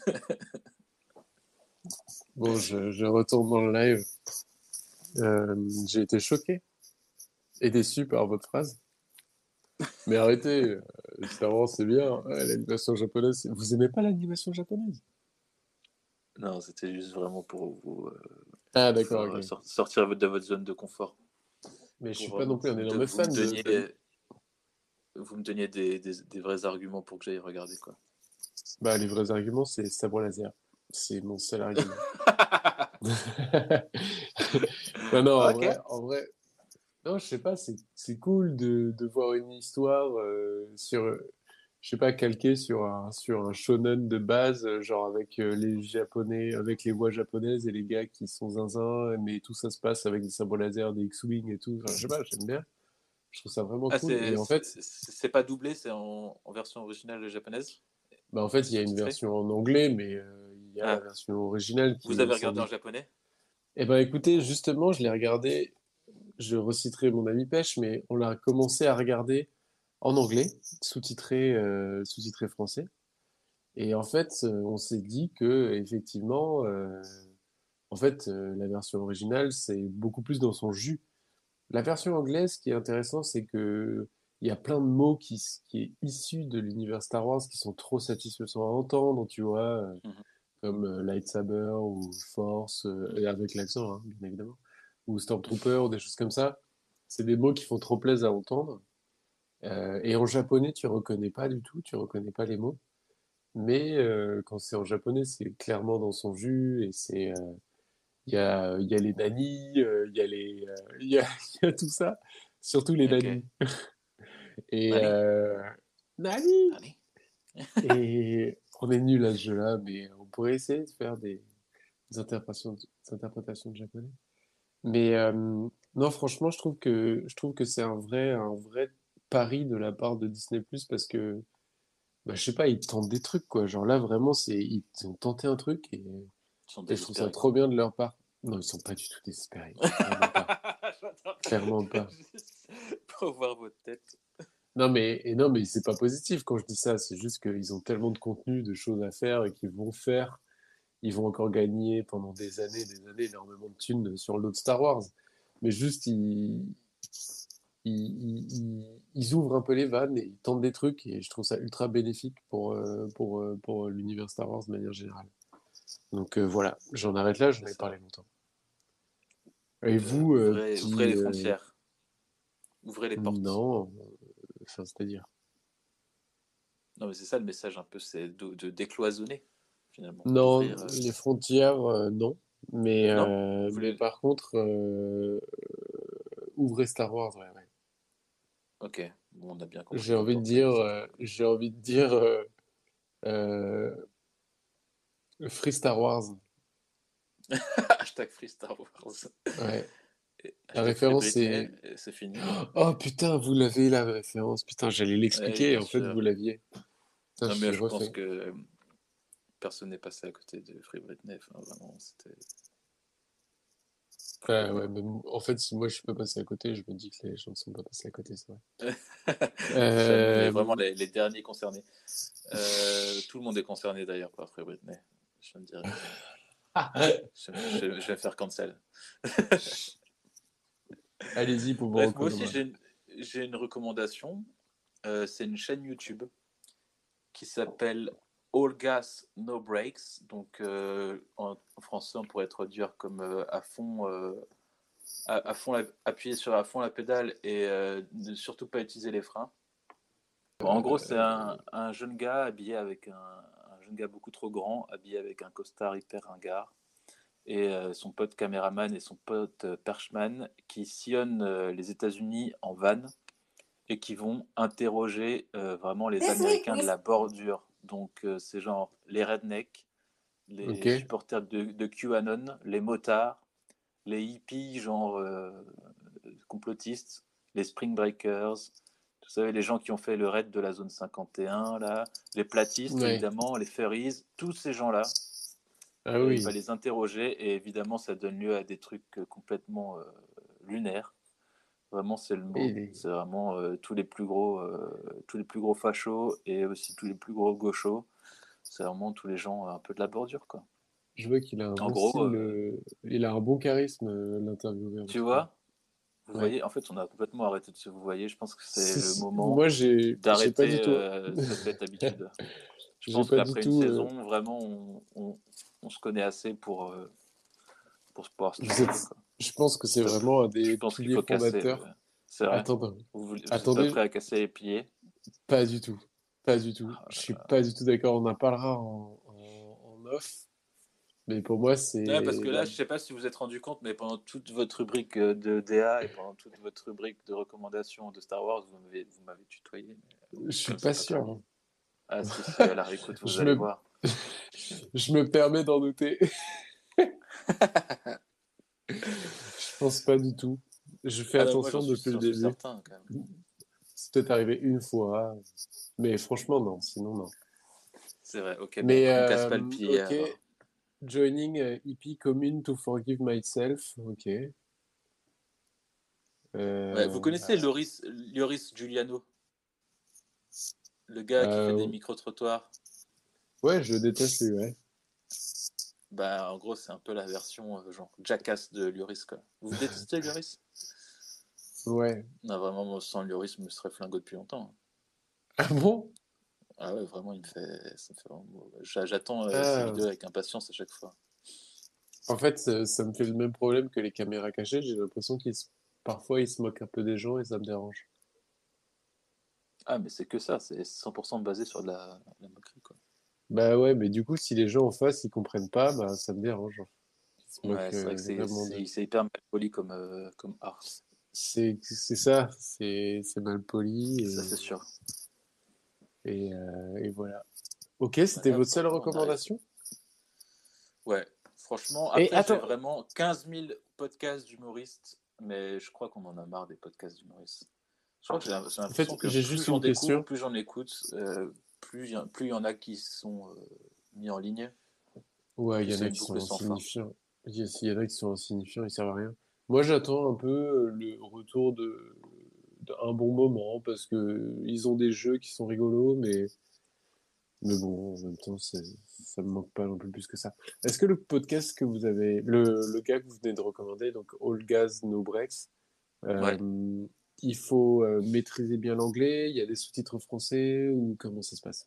Bon, je, je retourne dans le live. Euh, j'ai été choqué et déçu par votre phrase. Mais arrêtez, euh, Star Wars c'est bien. Ouais, l'animation japonaise, c'est- vous aimez pas l'animation japonaise? Non, c'était juste vraiment pour vous, euh, Ah vous faire d'accord, euh, ok. sor- sortir de votre zone de confort. Mais je suis Pour pas euh, non plus un vous, me, énorme vous me fan de, donniez, de- vous me donniez des, des, des vrais arguments pour que j'aille regarder, quoi. Bah, les vrais arguments, c'est sabre laser. C'est mon seul argument. Non, non, en Ok. vrai, en vrai, non, je sais pas, c'est c'est cool de, de voir une histoire euh, sur, euh, je sais pas, calquée sur un, sur un shonen de base, euh, genre avec euh, les japonais, avec les voix japonaises et les gars qui sont zinzin, mais tout ça se passe avec des sabres laser, des X-Wing et tout. Enfin, je sais pas, j'aime bien. Je trouve ça vraiment Ah, cool. c'est Et en c'est fait, c'est pas doublé, c'est en, en version originale japonaise, bah, en fait, il y a une sous-titré. version en anglais, mais euh, il y a la Ah, version originale qui vous est avez sans regardé en doute. japonais? Eh ben, écoutez, justement, je l'ai regardé. Je reciterai mon ami Pêche, mais on l'a commencé à regarder en anglais, sous-titré, euh, sous-titré français. Et en fait, euh, on s'est dit que effectivement, euh, en fait, euh, la version originale, c'est beaucoup plus dans son jus. La version anglaise, ce qui est intéressant, c'est que il y a plein de mots qui, s- qui est issu de l'univers Star Wars qui sont trop satisfaisants à entendre, tu vois, euh, Mhm. comme euh, lightsaber ou force, euh, et Mhm. avec l'accent, hein, bien évidemment, ou stormtrooper, ou des choses comme ça. C'est des mots qui font trop plaisir à entendre. Euh, et en japonais, tu reconnais pas du tout, tu reconnais pas les mots. Mais euh, quand c'est en japonais, c'est clairement dans son jus et c'est euh, il y a il y a les nannis, euh, il y a les euh, il y a, il y a tout ça, surtout les Ok. nannis. Et Nani? euh, nani. Nani? Et on est nul à ce jeu-là, mais on pourrait essayer de faire des, des interprétations, des interprétations de japonais. Mais euh, non, franchement, je trouve que je trouve que c'est un vrai un vrai pari de la part de Disney+ parce que bah, je sais pas, ils tentent des trucs quoi. Genre là vraiment c'est ils ont tenté un truc et, Ils sont et je trouve ça désespérés, trop quoi. bien de leur part. Non, ils sont pas du tout désespérés, clairement pas. J'adore. Clairement pas. Juste pour voir votre tête. Non mais et non mais c'est pas positif quand je dis ça, c'est juste qu'ils ont tellement de contenu, de choses à faire et qu'ils vont faire, ils vont encore gagner pendant des années, des années énormément de thunes sur l'autre Star Wars. Mais juste ils ils, ils, ils- ils ouvrent un peu les vannes et ils tentent des trucs et je trouve ça ultra bénéfique pour euh, pour euh, pour l'univers Star Wars de manière générale. Donc euh, voilà, j'en arrête là, j'en C'est ai ça. parlé longtemps. Et Euh, vous, euh, ouvrez, ouvrez les petit... euh, frontières. Ouvrez les portes. non, euh, enfin, c'est-à-dire... Non, mais c'est ça le message un peu, c'est de, de décloisonner, finalement. Non, D'ouvrir. euh, les frontières, euh, non. Mais, Non? euh, Vous mais voulez. par contre, euh, ouvrez Star Wars, ouais, ouais. Ok, bon, on a bien compris J'ai votre envie de portée, dire, c'est euh, très cool. j'ai envie de dire euh, euh, Free Star Wars. Hashtag Free Star Wars. Ouais. Et La hashtag Free référence, Britney, c'est... et c'est fini. Oh putain, vous l'avez la référence. Putain, j'allais Oui, l'expliquer et bien en fait, vous sûr. l'aviez. Putain, Non, je mais suis je pense refait. que euh, personne n'est passé à côté de Free Britney. Enfin, vraiment, c'était Ouais, ouais, complètement. mais en fait, si moi je suis pas passé à côté, je me dis que les gens ne sont pas passés à côté, c'est vrai. Sean, on est Euh, vraiment les, les derniers concernés. Euh, tout le monde est concerné d'ailleurs par Free Britney. Je viens de dire. Je, je- je vais faire cancel. Allez-y pour vos Bref, moi aussi, recommandations. j'ai une, j'ai une recommandation. Euh, c'est une chaîne YouTube qui s'appelle All Gas No Brakes. Donc, euh, en, en français, on pourrait traduire comme euh, à fond, euh, à, à fond la- appuyer sur à fond la pédale et euh, ne surtout pas utiliser les freins. Bon, en gros, c'est un, un jeune gars habillé avec un, un jeune gars beaucoup trop grand, habillé avec un costard hyper ringard, et euh, son pote caméraman et son pote euh, perchman qui sillonnent euh, les États-Unis en van et qui vont interroger euh, vraiment les Américains de la bordure. Donc, euh, c'est genre les rednecks, les Ok. supporters de, de QAnon, les motards, les hippies, genre euh, complotistes, les Spring Breakers, vous savez, les gens qui ont fait le raid de la zone cinquante et un, là, les platistes, Ouais. évidemment, les furries, tous ces gens-là. Ah Euh, oui. il va les interroger et évidemment, ça donne lieu à des trucs euh, complètement euh, lunaires. Vraiment, c'est le mot. Et les- C'est vraiment euh, tous les plus gros, euh, tous les plus gros fachos et aussi tous les plus gros gauchos. C'est vraiment tous les gens euh, un peu de la bordure, quoi. Je vois qu'il a un En bon gros, style, euh, euh, il a un bon charisme, euh, l'intervieweur. en tu tout cas. vois, vous Ouais. voyez, en fait, on a complètement arrêté de se vous voyez. Je pense que c'est C'est- le c'est- moment Moi, j'ai, j'ai pas d'arrêter du tout, euh, cette bête habitude. Je j'ai pense pas du qu'après une tout. euh, saison, vraiment, on, on, on se connaît assez pour, euh, pour pouvoir se vous tutoyer, êtes- quoi. Je pense que c'est Stop. vraiment un Je des pense qu'il piliers faut casser. euh, fondateurs. C'est vrai. Attendez, Vous, vous êtes pas attendez, prêt à casser les piliers? pas du tout, pas du tout. Ah, Je suis pas du tout d'accord. On en parlera en, en, en off, mais pour moi, ouais, parce c'est que la. là, je sais pas si vous vous êtes rendu compte, mais pendant toute votre rubrique euh, de D A et pendant toute votre rubrique de recommandations de Star Wars, vous m'avez, vous m'avez tutoyé. Mais Je suis comme pas c'est pas sûr. permis. Ah, si, si, à la réécoute, vous Je allez me, voir. je me permets d'en douter. Je pense pas du tout. Je fais Ah, non, moi, attention j'en suis, depuis le j'en suis début. certain, quand même. C'est peut-être arrivé une fois, mais franchement, non. Sinon, non. C'est vrai, ok, bon, Mais on casse euh, pas le pilier, ok, alors. joining uh, hippie commune to forgive myself. Ok. Ouais, vous Euh, connaissez Loris, Lloris Giuliano, le gars qui fait des euh, micro-trottoirs? ouais, je le déteste lui, ouais. Bah, en gros, c'est un peu la version euh, genre jackass de Lloris, quoi. Vous détestez Lloris? Ouais. Non, vraiment, moi, sans Lloris, je me serais flingué depuis longtemps. Ah bon? Ah ouais, vraiment, il me fait, ça me fait vraiment- j'a- J'attends euh, ces Ah. vidéos avec impatience à chaque fois. En fait, ça, ça me fait le même problème que les caméras cachées. J'ai l'impression qu'ils se- parfois ils se moquent un peu des gens et ça me dérange. Ah, mais c'est que ça, c'est cent pour cent basé sur de la, la moquerie, quoi. Bah ouais, mais du coup, si les gens en face ils comprennent pas, bah ça me dérange. Ils se moquent Ouais, c'est vrai euh, que c'est vraiment de. c'est- c'est hyper mal poli comme, euh, comme art. C'est c'est ça, c'est c'est mal poli Ça, et, c'est sûr. et, euh, et voilà. Ok, c'était Ouais, votre seule franchement, on arrive. recommandation? Ouais, franchement, Et après, j'ai attends, vraiment quinze mille podcasts d'humoristes, mais je crois qu'on en a marre des podcasts d'humoristes. Je crois que j'ai j'ai en fait, l'impression que j'ai plus juste j'en une découvre, question. plus j'en écoute, euh, plus il y, a- plus il y en a qui sont euh, mis en ligne, Ouais, il plus y en c'est a une qui sont boucle sans fin. insignifiants. Il y il y en a qui sont insignifiants, ils servent à rien. Moi, j'attends un peu euh, le retour de d'un bon moment parce que ils ont des jeux qui sont rigolos, mais mais bon, en même temps, c'est- ça me manque pas non plus plus que ça. Est-ce que le podcast que vous avez, le, le gars que vous venez de recommander, donc All Gas No Breaks, Ouais. euh, il faut euh, maîtriser bien l'anglais, il y a des sous-titres français ou comment ça se passe?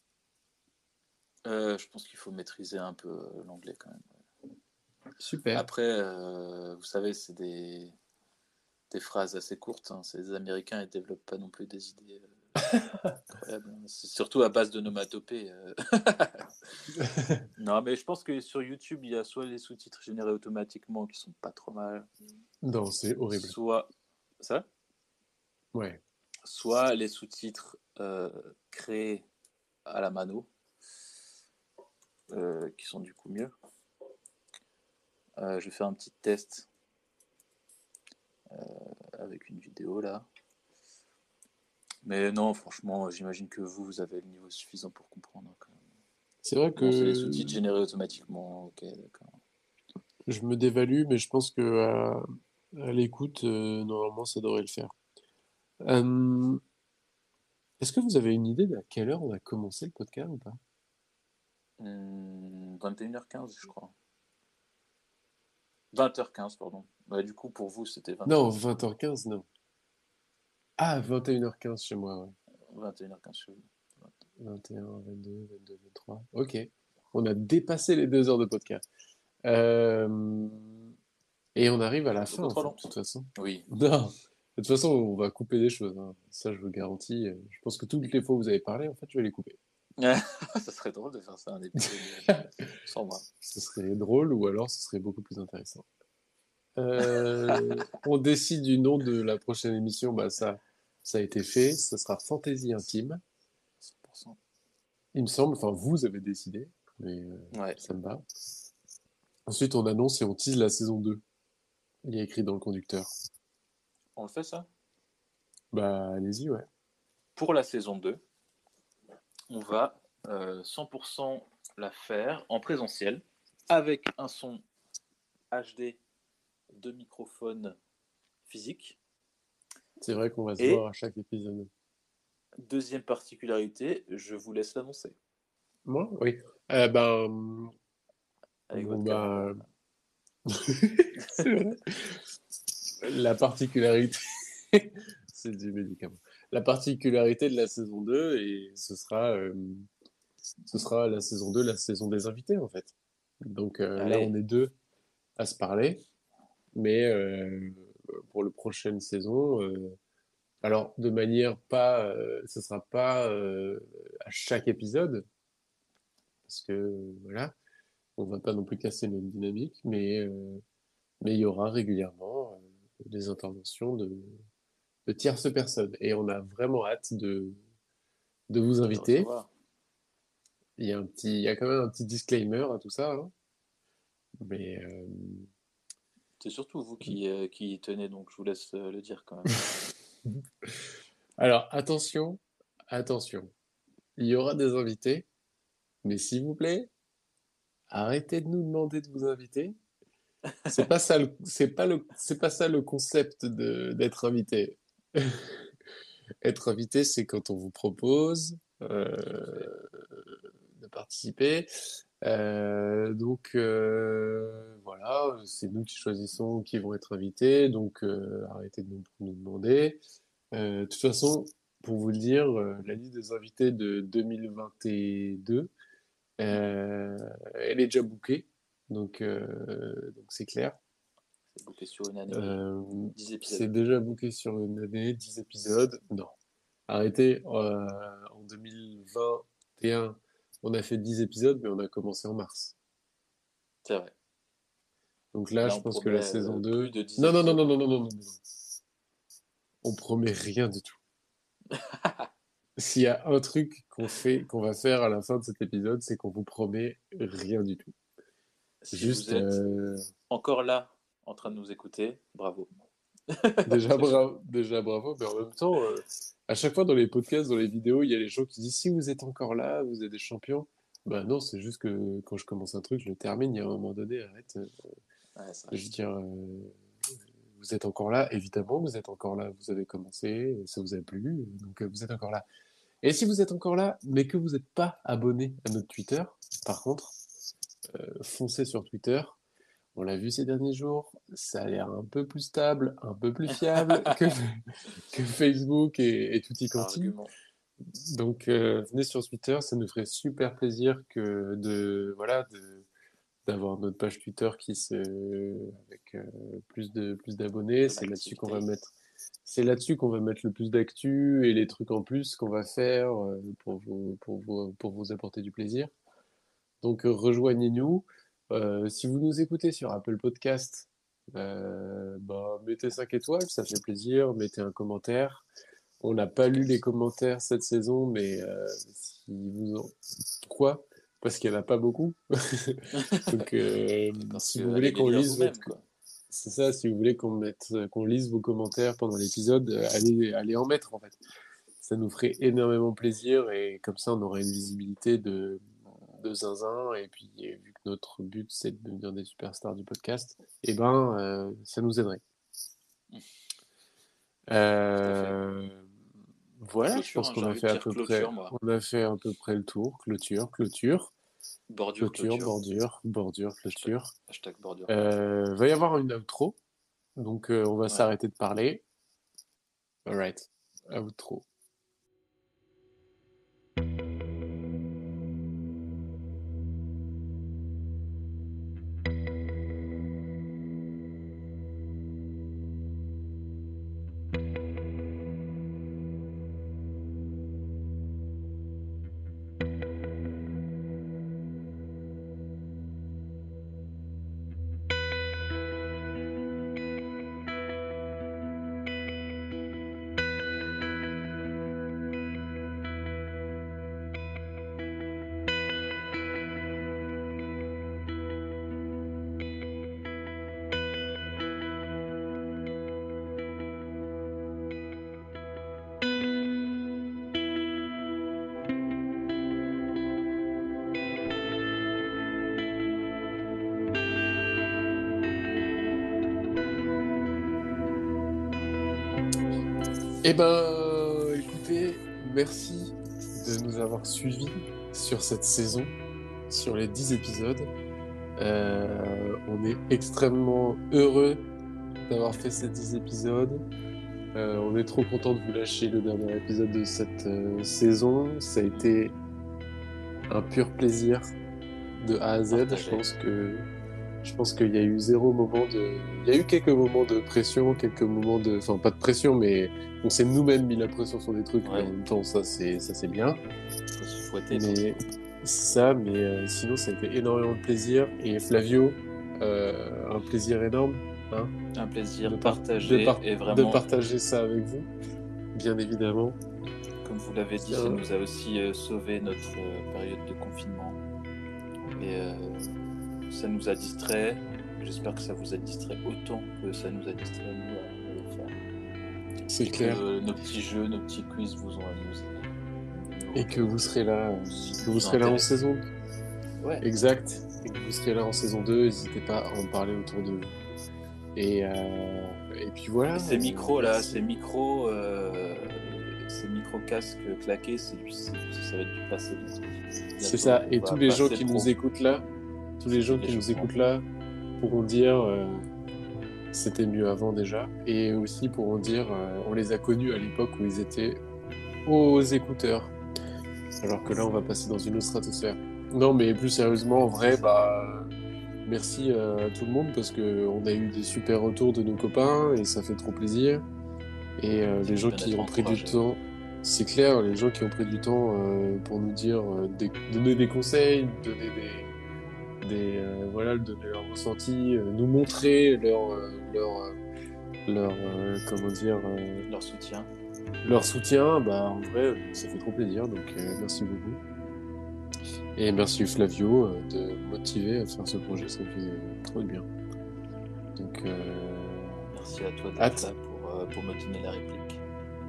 Euh, je pense qu'il faut maîtriser un peu euh, l'anglais quand même. Super. Après, euh, vous savez, c'est des, des phrases assez courtes. Hein. C'est- Les Américains, ils développent pas non plus des idées euh, incroyables. Hein. C'est surtout à base d'onomatopées. euh. Non, mais je pense que sur YouTube, il y a soit les sous-titres générés automatiquement qui sont pas trop mal, Non, c'est horrible. soit ça, Ouais. soit les sous-titres euh, créés à la mano, euh, qui sont du coup mieux. Euh, je vais faire un petit test euh, avec une vidéo là. Mais non, franchement, j'imagine que vous, vous avez le niveau suffisant pour comprendre. Quand même. C'est vrai Bon, c'est les que sous-titres générés automatiquement. Ok, d'accord. je me dévalue, mais je pense que à, à l'écoute, euh, normalement, ça devrait le faire. Euh, est-ce que vous avez une idée de à quelle heure on a commencé le podcast ou pas? Hum, vingt et une heures quinze, je crois. vingt heures quinze, pardon. Bah, du coup, pour vous, c'était vingt Non, heures. vingt heures quinze, non. Ah, vingt et une heures quinze chez moi, ouais. vingt et une heures quinze chez vous. vingt et un, vingt-deux, vingt-deux, vingt-trois. Ok. On a dépassé les deux heures de podcast. Euh, Et on arrive à la C'est fin, beaucoup en trop fait, long. de toute façon. Oui. Non, toute façon, on va couper des choses, hein. Ça, je vous garantis. Je pense que toutes les fois où vous avez parlé, en fait, je vais les couper. Ça serait drôle de faire ça un épisode sans moi. Ce serait drôle ou alors ce serait beaucoup plus intéressant. Euh, on décide du nom de la prochaine émission. Bah, ça, ça a été fait. Ça sera Fantaisie Intime. cent pour cent. Il me semble. Enfin, vous avez décidé. Mais euh, Ouais. ça me va. Ensuite, on annonce et on tease la saison deux. Il y a écrit dans le conducteur. On le fait, ça? Bah, allez-y, ouais. Pour la saison deux, on va euh, cent pour cent la faire en présentiel, avec un son H D de microphone physique. C'est vrai qu'on va se Et voir à chaque épisode. Deuxième particularité, je vous laisse l'annoncer. Moi? Oui. Euh, ben... Avec bon, votre bah... caméra. C'est vrai. La particularité... C'est du médicament. La particularité de la saison deux, et ce sera, euh, ce sera la saison deux, la saison des invités, en fait. Donc euh, là, Allez. on est deux à se parler. Mais euh, pour la prochaine saison, euh, alors de manière pas... Euh, ce sera pas euh, à chaque épisode, parce que, voilà, on va pas non plus casser notre dynamique, mais euh, mais il y aura régulièrement euh, des interventions de, de tierces personnes. Et on a vraiment hâte de, de vous De inviter. recevoir. Il y a un petit, il y a quand même un petit disclaimer à tout ça, hein. Mais euh, C'est surtout vous qui, euh, qui y tenez, donc je vous laisse euh, le dire quand même. alors attention, attention. Il y aura des invités, mais s'il vous plaît, arrêtez de nous demander de vous inviter. C'est pas ça, le- c'est pas le, c'est pas ça le concept de d'être invité. Être invité, c'est quand on vous propose euh, de participer. Euh, donc euh, voilà, c'est nous qui choisissons qui vont être invités, donc euh, arrêtez de nous, nous demander. Euh, de toute façon, pour vous le dire, euh, la liste des invités de deux mille vingt et deux, euh, elle est déjà bookée, donc euh, donc c'est clair. C'est booké sur une année, Euh, dix épisodes. c'est déjà booké sur une année, dix épisodes. Non. Arrêtez, euh, en deux mille vingt et un, on a fait dix épisodes, mais on a commencé en mars. C'est vrai. Donc là, Là, je on pense que promet, la saison euh, deux... plus de dix Non, non, non, épisodes. non, non, non, non, non, non. On promet rien du tout. S'il y a un truc qu'on fait, qu'on va faire à la fin de cet épisode, c'est qu'on vous promet rien du tout. Si Juste, vous êtes euh, encore là, en train de nous écouter, bravo. déjà, bravo, déjà bravo, mais en même temps, euh, à chaque fois dans les podcasts, dans les vidéos, il y a les gens qui disent si vous êtes encore là, vous êtes des champions. Ben non, c'est juste que quand je commence un truc, je le termine. Il y a un moment donné, arrête. euh, Ouais, c'est je veux dire, euh, vous êtes encore là, évidemment, vous êtes encore là. Vous avez commencé, ça vous a plu, donc euh, vous êtes encore là. Et si vous êtes encore là, mais que vous n'êtes pas abonné à notre Twitter, par contre, euh, foncez sur Twitter. On l'a vu ces derniers jours, ça a l'air un peu plus stable, un peu plus fiable que, que Facebook et, et tutti quanti. Argument. Donc euh, venez sur Twitter, ça nous ferait super plaisir que de voilà de d'avoir notre page Twitter qui se avec euh, plus de plus d'abonnés. C'est là-dessus qu'on va mettre c'est là-dessus qu'on va mettre le plus d'actu et les trucs en plus qu'on va faire euh, pour vous pour vous pour vous apporter du plaisir. Donc euh, rejoignez-nous. Euh, si vous nous écoutez sur Apple Podcast, euh, bah, mettez cinq étoiles, ça fait plaisir. Mettez un commentaire. On n'a pas lu les commentaires cette saison, mais euh, si vous en... Pourquoi? Parce qu'il n'y en a pas beaucoup. Donc, euh, si vous voulez qu'on lise votre... C'est ça, si vous voulez qu'on mette, qu'on lise vos commentaires pendant l'épisode, euh, allez, allez en mettre, en fait. Ça nous ferait énormément plaisir et comme ça, on aurait une visibilité de, de zinzin. Et puis, vu que notre but, c'est de devenir des superstars du podcast, eh ben, euh, ça nous aiderait. Euh... Voilà, Clôture, je pense hein, qu'on j'ai a envie fait de à dire peu clôture, près, moi. on a fait à peu près le tour. Clôture, clôture. Bordure, clôture, clôture. bordure, bordure, clôture. Hashtag bordure. Euh, va y avoir une outro, donc euh, on va Ouais. s'arrêter de parler. Alright, outro. Eh ben, écoutez, merci de nous avoir suivis sur cette saison, sur les dix épisodes. Euh, on est extrêmement heureux d'avoir fait ces dix épisodes. Euh, on est trop content de vous lâcher le dernier épisode de cette euh, saison. Ça a été un pur plaisir de A à Z. Partagé. Je pense que je pense qu'il y a eu zéro moment de. Il y a eu quelques moments de pression, quelques moments de. Enfin, pas de pression, mais on s'est nous-mêmes mis la pression sur des trucs. Ouais. Mais en même temps, ça c'est ça c'est bien. Faut se fouetter. Mais c'est ça. Mais euh, sinon, ça a été énormément de plaisir. Et Flavio, euh, un plaisir énorme. Hein, Un plaisir de par- partagé de par- et de vraiment, partager ça avec vous, bien évidemment. comme vous l'avez dit, Euh. ça nous a aussi euh, sauvé notre euh, période de confinement. Et euh, ça nous a distrait. J'espère que ça vous a distrait autant que ça nous a distrait nous à, à le faire. C'est Que, clair. euh, nos petits jeux, nos petits quiz vous ont amusé. Et que vous serez là, euh, Si que vous vous serez là en intéresse. saison. Ouais. Exact. Et que vous serez là en saison deux. N'hésitez pas à en parler autour de vous. Et, euh, et puis voilà. Et ces micros là, Merci. ces micros, euh, ces micro casques claqués, c'est, c'est- ça va être du passé. C'est ça. Et On va tous les gens passer qui pro. nous écoutent là, tous les gens des qui nous choses écoutent là, pourront dire euh, c'était mieux avant déjà. Et aussi pourront dire euh, on les a connus à l'époque où ils étaient aux écouteurs. Alors que là, on va passer dans une autre stratosphère. Non, mais plus sérieusement, en vrai, bah, merci euh, à tout le monde parce que on a eu des super retours de nos copains et ça fait trop plaisir. Et euh, les gens bien qui d'être ont pris du encouragés. temps, c'est clair, les gens qui ont pris du temps euh, pour nous dire, euh, des- donner des conseils, donner des, des euh, voilà, donner leur ressenti, euh, nous montrer leur, euh, leur, euh, leur, euh, comment dire, euh, Leur soutien. leur soutien, bah en vrai, ça fait trop plaisir, donc euh, merci beaucoup. Et merci Flavio euh, de me motiver à faire ce projet, ça me fait euh, trop de bien. Donc, euh, Merci à toi d'être Hâte. là pour, euh, pour me donner la réplique.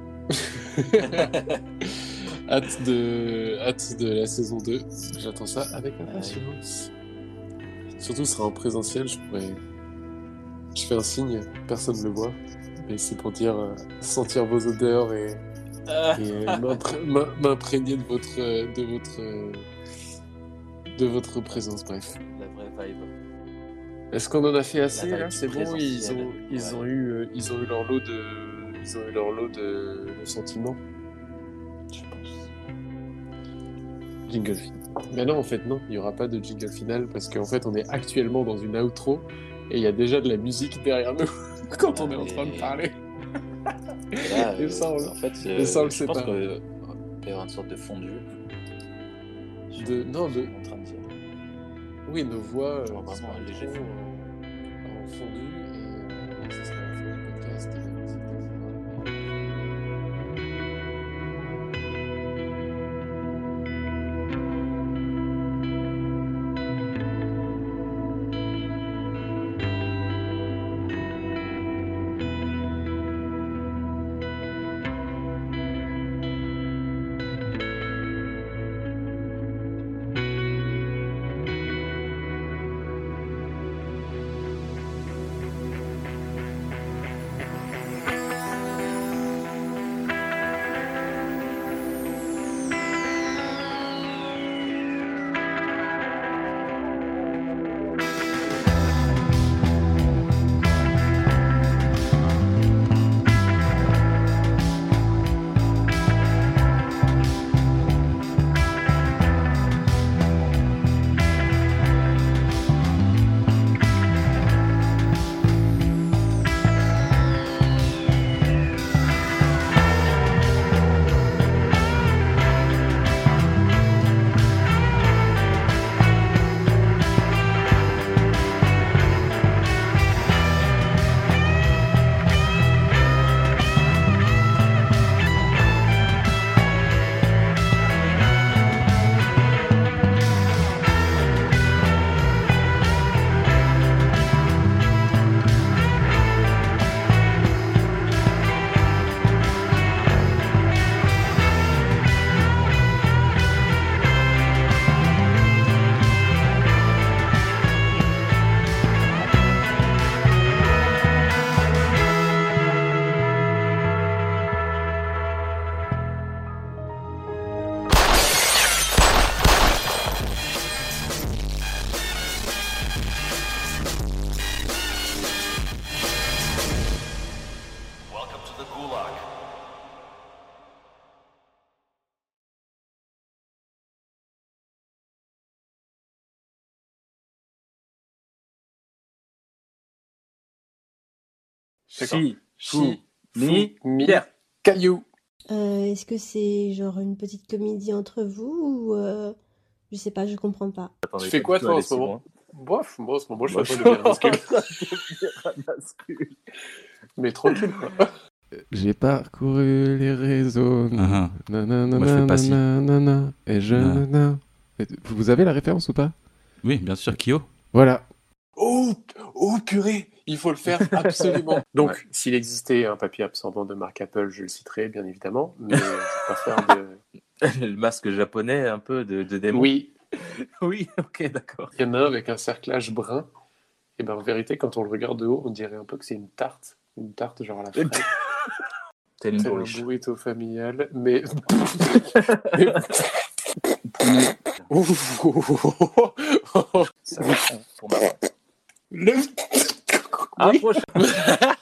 hâte, de, hâte de la saison deux, j'attends ça avec impatience. Surtout, ce sera en présentiel, je pourrais... Je fais un signe, personne ne le voit, mais c'est pour dire euh, sentir vos odeurs et, Ah. et euh, m'impré- m'im- m'imprégner de votre, euh, de votre, euh, de votre présence, bref. La vraie vibe. Est-ce qu'on en a fait assez vibe là? du C'est bon, ils présentiel, ont, ils ouais. ont eu, euh, ils ont eu leur lot de, ils ont eu leur lot de, de sentiments. Je pense. Jingle final. Mais non, en fait, non, il n'y aura pas de jingle final parce qu'en fait, on est actuellement dans une outro et il y a déjà de la musique derrière nous quand on est en train de mais- parler. Et là, Et euh, ça, on- en fait, et ça, on le je sait pense pas. qu'il va y avoir une sorte de fondu. De, non, de, En train de dire. oui, nos voix euh, Genre vraiment un disparaîtront léger fondu. en, en fondu et euh, ce sera la fin du podcast et la musique continuera. D'accord. Chi, Chi, mi, fou, mi, pierre. caillou. Euh, est-ce que c'est genre une petite comédie entre vous ou euh, je sais pas, je comprends pas. Tu fais quoi toi en ce moment? Bof, moi en ce moment je suis un peu de masculin. Mais tranquille quoi. J'ai parcouru les réseaux. Uh-huh. Nanana, Moi je fais pas si. nanana, et je Non. nanana. Et vous avez la référence ou pas? Oui, bien sûr, Kyo. Voilà. Oh, oh purée, il faut le faire absolument. Donc, Ouais. s'il existait un papier absorbant de marque Apple, je le citerais bien évidemment, mais je vais pas faire de... Le masque japonais un peu de, de démon. Oui. Oui, ok, d'accord. Il y en a un avec un cerclage brun. Et ben en vérité, quand on le regarde de haut, on dirait un peu que c'est une tarte. Une tarte genre à la fraise. C'est une C'est un bourriche. burrito familial, mais... mais... Ça va pour ma part. Le... À Oui. prochain.